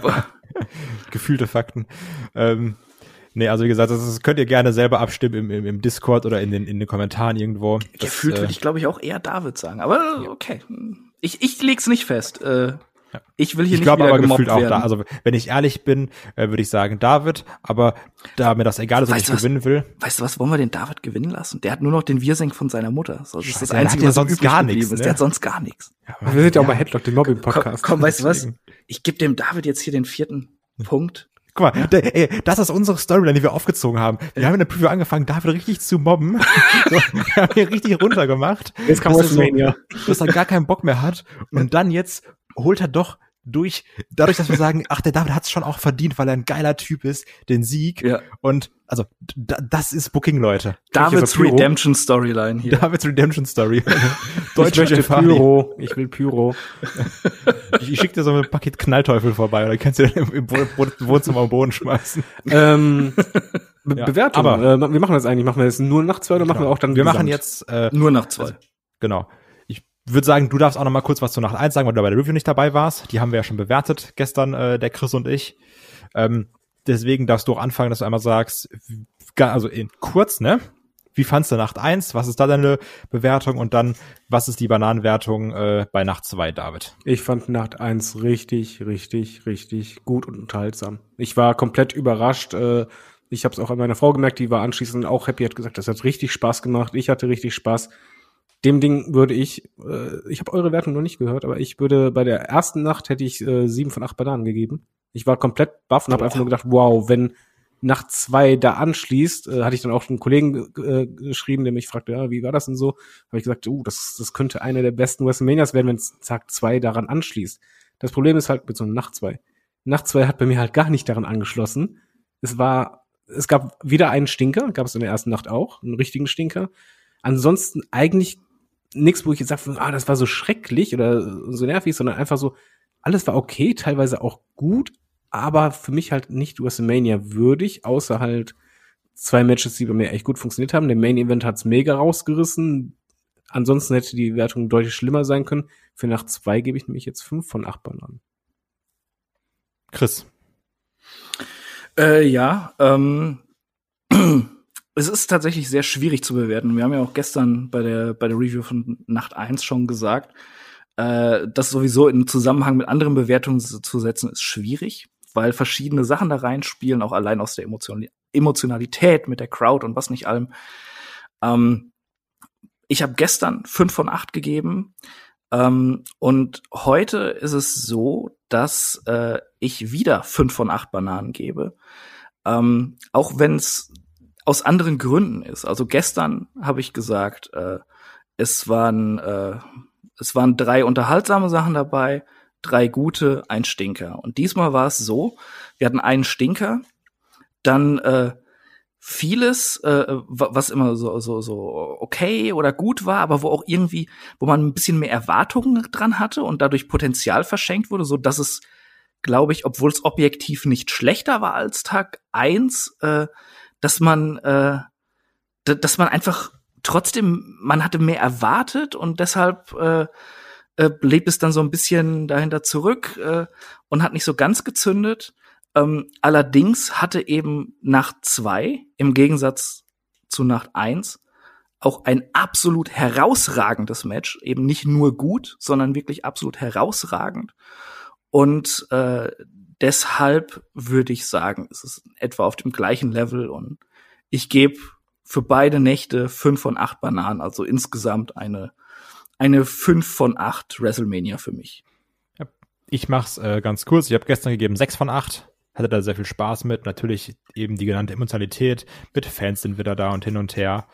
Gefühlte Fakten. Nee, also wie gesagt, das könnt ihr gerne selber abstimmen im Discord oder in den Kommentaren irgendwo. Gefühlt würde ich, glaube ich, auch eher David sagen. Aber okay. Ich leg's nicht fest. Ich will hier nicht wieder aber gemobbt gefühlt werden. Auch also wenn ich ehrlich bin, würde ich sagen David, aber da mir das egal ist und ich gewinnen will. Weißt du was, wollen wir den David gewinnen lassen? Der hat nur noch den Wirsenk von seiner Mutter. So, das ist das Einzige, was sonst gar nichts ist. Der hat sonst gar nichts. Ja, wir sind ja auch bei Headlock, dem Mobbing-Podcast. Komm, weißt du was? Ich gebe dem David jetzt hier den 4. Punkt. Guck mal, das ist unsere Storyline, die wir aufgezogen haben. Wir haben in der Preview angefangen, David richtig zu mobben. Wir haben ihn richtig runtergemacht. Jetzt kann WrestleMania. Dass er gar keinen Bock mehr hat. Und dann jetzt holt er doch dadurch, dass wir sagen, ach, der David hat's schon auch verdient, weil er ein geiler Typ ist, den Sieg. Ja. Und also das ist Booking, Leute. Davids Redemption Storyline hier. Davids Redemption Story. Ich möchte Pyro. Ich will Pyro. Ich schicke dir so ein Paket Knallteufel vorbei, oder kannst du den im Wohnzimmer am Boden schmeißen. Bewertung. Aber wir machen das eigentlich. Machen wir das nur nach 2 oder machen wir auch dann Wir machen jetzt nur nach 2. Genau. Ich würde sagen, du darfst auch noch mal kurz was zur Nacht 1 sagen, weil du bei der Review nicht dabei warst. Die haben wir ja schon bewertet gestern, der Chris und ich. Deswegen darfst du auch anfangen, dass du einmal sagst, also in kurz, ne? Wie fandst du Nacht 1? Was ist da deine Bewertung? Und dann, was ist die Bananenwertung bei Nacht 2, David? Ich fand Nacht 1 richtig, richtig, richtig gut und unterhaltsam. Ich war komplett überrascht. Ich habe es auch an meiner Frau gemerkt, die war anschließend auch happy, hat gesagt, das hat richtig Spaß gemacht. Ich hatte richtig Spaß. Dem Ding würde ich habe eure Wertung noch nicht gehört, aber ich würde bei der ersten Nacht hätte ich 7 von 8 Bananen gegeben. Ich war komplett baff und habe einfach nur gedacht, wow, wenn Nacht 2 da anschließt, hatte ich dann auch einen Kollegen geschrieben, der mich fragte, ja, wie war das denn so? Habe ich gesagt, das könnte eine der besten WrestleManias werden, wenn Tag 2 daran anschließt. Das Problem ist halt mit so einer Nacht 2. Nacht 2 hat bei mir halt gar nicht daran angeschlossen. Es gab wieder einen Stinker, gab es in der ersten Nacht auch, einen richtigen Stinker. Ansonsten eigentlich nichts, wo ich jetzt sage, das war so schrecklich oder so nervig, sondern einfach so, alles war okay, teilweise auch gut, aber für mich halt nicht WrestleMania würdig, außer halt 2 Matches, die bei mir echt gut funktioniert haben. Der Main Event hat's mega rausgerissen. Ansonsten hätte die Wertung deutlich schlimmer sein können. Für Nacht 2 gebe ich nämlich jetzt 5 von 8 Bananen. Chris. Ja, es ist tatsächlich sehr schwierig zu bewerten. Wir haben ja auch gestern bei der Review von Nacht 1 schon gesagt, das sowieso in Zusammenhang mit anderen Bewertungen zu setzen, ist schwierig, weil verschiedene Sachen da reinspielen, auch allein aus der Emotionalität mit der Crowd und was nicht allem. Ich habe gestern 5 von 8 gegeben. Und heute ist es so, dass ich wieder 5 von 8 Bananen gebe. Auch wenn es aus anderen Gründen ist. Also gestern habe ich gesagt, es waren 3 unterhaltsame Sachen dabei, 3 gute, ein Stinker. Und diesmal war es so, wir hatten einen Stinker, dann vieles, was immer so okay oder gut war, aber wo man ein bisschen mehr Erwartungen dran hatte und dadurch Potenzial verschenkt wurde, so dass es, glaube ich, obwohl es objektiv nicht schlechter war als Tag 1, dass man einfach trotzdem, man hatte mehr erwartet und deshalb lebt es dann so ein bisschen dahinter zurück und hat nicht so ganz gezündet. Allerdings hatte eben Nacht 2 im Gegensatz zu Nacht 1 auch ein absolut herausragendes Match, eben nicht nur gut, sondern wirklich absolut herausragend. Und deshalb würde ich sagen, es ist etwa auf dem gleichen Level und ich gebe für beide Nächte 5 von 8 Bananen, also insgesamt eine 5 von 8 WrestleMania für mich. Ja, ich mach's ganz kurz. Ich habe gestern gegeben 6 von 8. Hatte da sehr viel Spaß mit. Natürlich eben die genannte Emotionalität. Mit Fans sind wieder da und hin und her.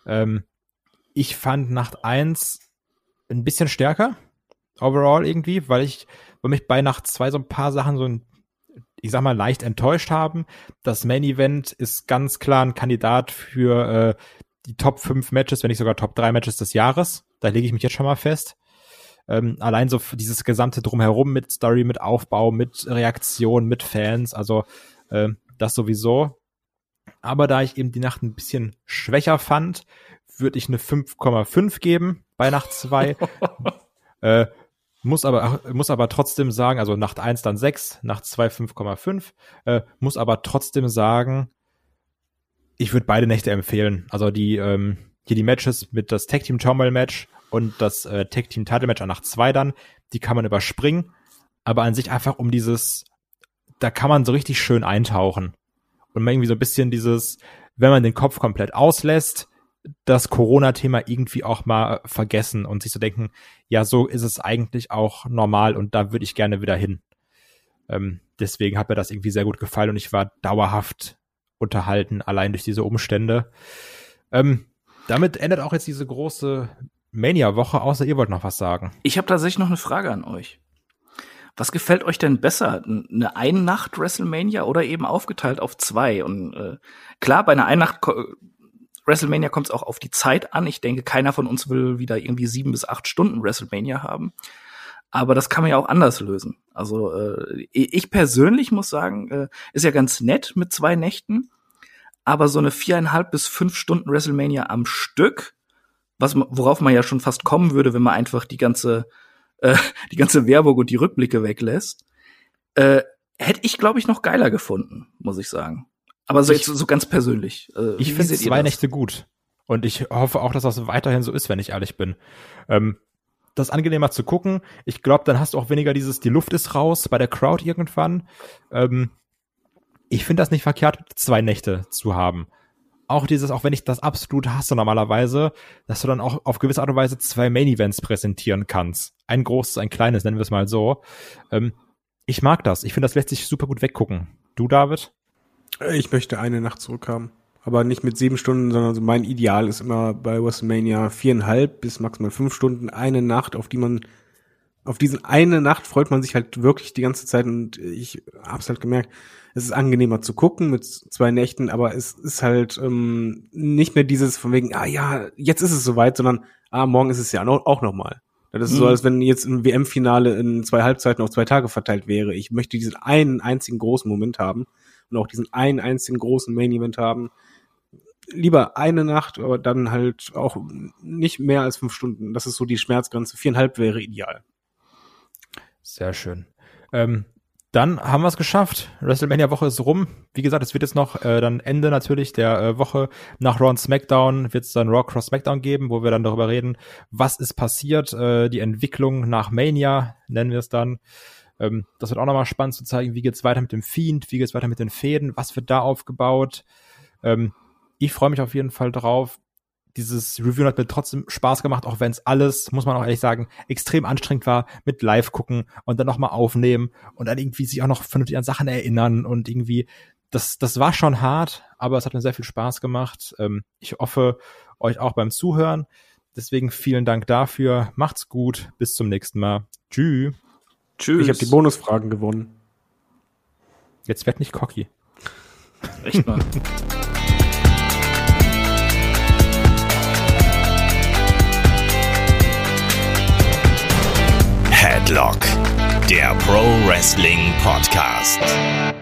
Ich fand Nacht 1 ein bisschen stärker. Overall irgendwie, weil mich bei Nacht 2 so ein paar Sachen so ich sag mal, leicht enttäuscht haben. Das Main Event ist ganz klar ein Kandidat für die Top 5 Matches, wenn nicht sogar Top 3 Matches des Jahres. Da lege ich mich jetzt schon mal fest. Allein so dieses gesamte Drumherum mit Story, mit Aufbau, mit Reaktion, mit Fans, also das sowieso. Aber da ich eben die Nacht ein bisschen schwächer fand, würde ich eine 5,5 geben bei Nacht 2. Muss aber trotzdem sagen, also Nacht 1 dann 6, Nacht 2 5,5, muss aber trotzdem sagen, ich würde beide Nächte empfehlen. Also hier die Matches mit das Tag Team Turmoil Match und das Tag Team Title Match an Nacht 2 dann, die kann man überspringen, aber an sich einfach da kann man so richtig schön eintauchen. Und man irgendwie so ein bisschen wenn man den Kopf komplett auslässt, das Corona-Thema irgendwie auch mal vergessen und sich so denken, ja, so ist es eigentlich auch normal und da würde ich gerne wieder hin. Deswegen hat mir das irgendwie sehr gut gefallen und ich war dauerhaft unterhalten, allein durch diese Umstände. Damit endet auch jetzt diese große Mania-Woche, außer ihr wollt noch was sagen. Ich habe tatsächlich noch eine Frage an euch. Was gefällt euch denn besser? Eine Ein-Nacht WrestleMania oder eben aufgeteilt auf 2? Und klar, bei einer Ein-Nacht WrestleMania kommt es auch auf die Zeit an. Ich denke, keiner von uns will wieder irgendwie 7 bis 8 Stunden WrestleMania haben. Aber das kann man ja auch anders lösen. Also ich persönlich muss sagen, ist ja ganz nett mit 2 Nächten. Aber so eine 4,5 bis 5 Stunden WrestleMania am Stück, worauf man ja schon fast kommen würde, wenn man einfach die ganze Werbung und die Rückblicke weglässt, hätte ich, glaube ich, noch geiler gefunden, muss ich sagen. Aber jetzt so ganz persönlich. Ich finde 2 Nächte gut. Und ich hoffe auch, dass das weiterhin so ist, wenn ich ehrlich bin. Das ist angenehmer zu gucken. Ich glaube, dann hast du auch weniger die Luft ist raus bei der Crowd irgendwann. Ich finde das nicht verkehrt, 2 Nächte zu haben. Auch wenn ich das absolut hasse normalerweise, dass du dann auch auf gewisse Art und Weise 2 Main-Events präsentieren kannst. Ein großes, ein kleines, nennen wir es mal so. Ich mag das. Ich finde, das lässt sich super gut weggucken. Du, David? Ich möchte eine Nacht zurückhaben. Aber nicht mit 7 Stunden, sondern so mein Ideal ist immer bei WrestleMania 4,5 bis maximal 5 Stunden. Eine Nacht, auf diesen eine Nacht freut man sich halt wirklich die ganze Zeit. Und ich hab's halt gemerkt, es ist angenehmer zu gucken mit 2 Nächten, aber es ist halt nicht mehr dieses von wegen, ja, jetzt ist es soweit, sondern morgen ist es ja auch nochmal. Das ist so, als wenn jetzt ein WM-Finale in 2 Halbzeiten auf 2 Tage verteilt wäre. Ich möchte diesen einen einzigen großen Moment haben und auch diesen einen einzigen großen Main-Event haben. Lieber eine Nacht, aber dann halt auch nicht mehr als 5 Stunden. Das ist so die Schmerzgrenze. 4,5 wäre ideal. Sehr schön. Dann haben wir es geschafft. WrestleMania-Woche ist rum. Wie gesagt, es wird jetzt noch dann Ende natürlich der Woche nach Raw und SmackDown wird es dann Raw Cross SmackDown geben, wo wir dann darüber reden, was ist passiert, die Entwicklung nach Mania, nennen wir es dann. Das wird auch nochmal spannend zu zeigen, wie geht's weiter mit dem Fiend, wie geht's weiter mit den Fäden, was wird da aufgebaut. Ich freue mich auf jeden Fall drauf. Dieses Review hat mir trotzdem Spaß gemacht, auch wenn es alles, muss man auch ehrlich sagen, extrem anstrengend war, mit live gucken und dann nochmal aufnehmen und dann irgendwie sich auch noch vernünftig an Sachen erinnern und irgendwie, das war schon hart, aber es hat mir sehr viel Spaß gemacht. Ich hoffe, euch auch beim Zuhören. Deswegen vielen Dank dafür. Macht's gut. Bis zum nächsten Mal. Tschüss. Ich habe die Bonusfragen gewonnen. Jetzt werd nicht cocky. Echt mal. Headlock, der Pro Wrestling Podcast.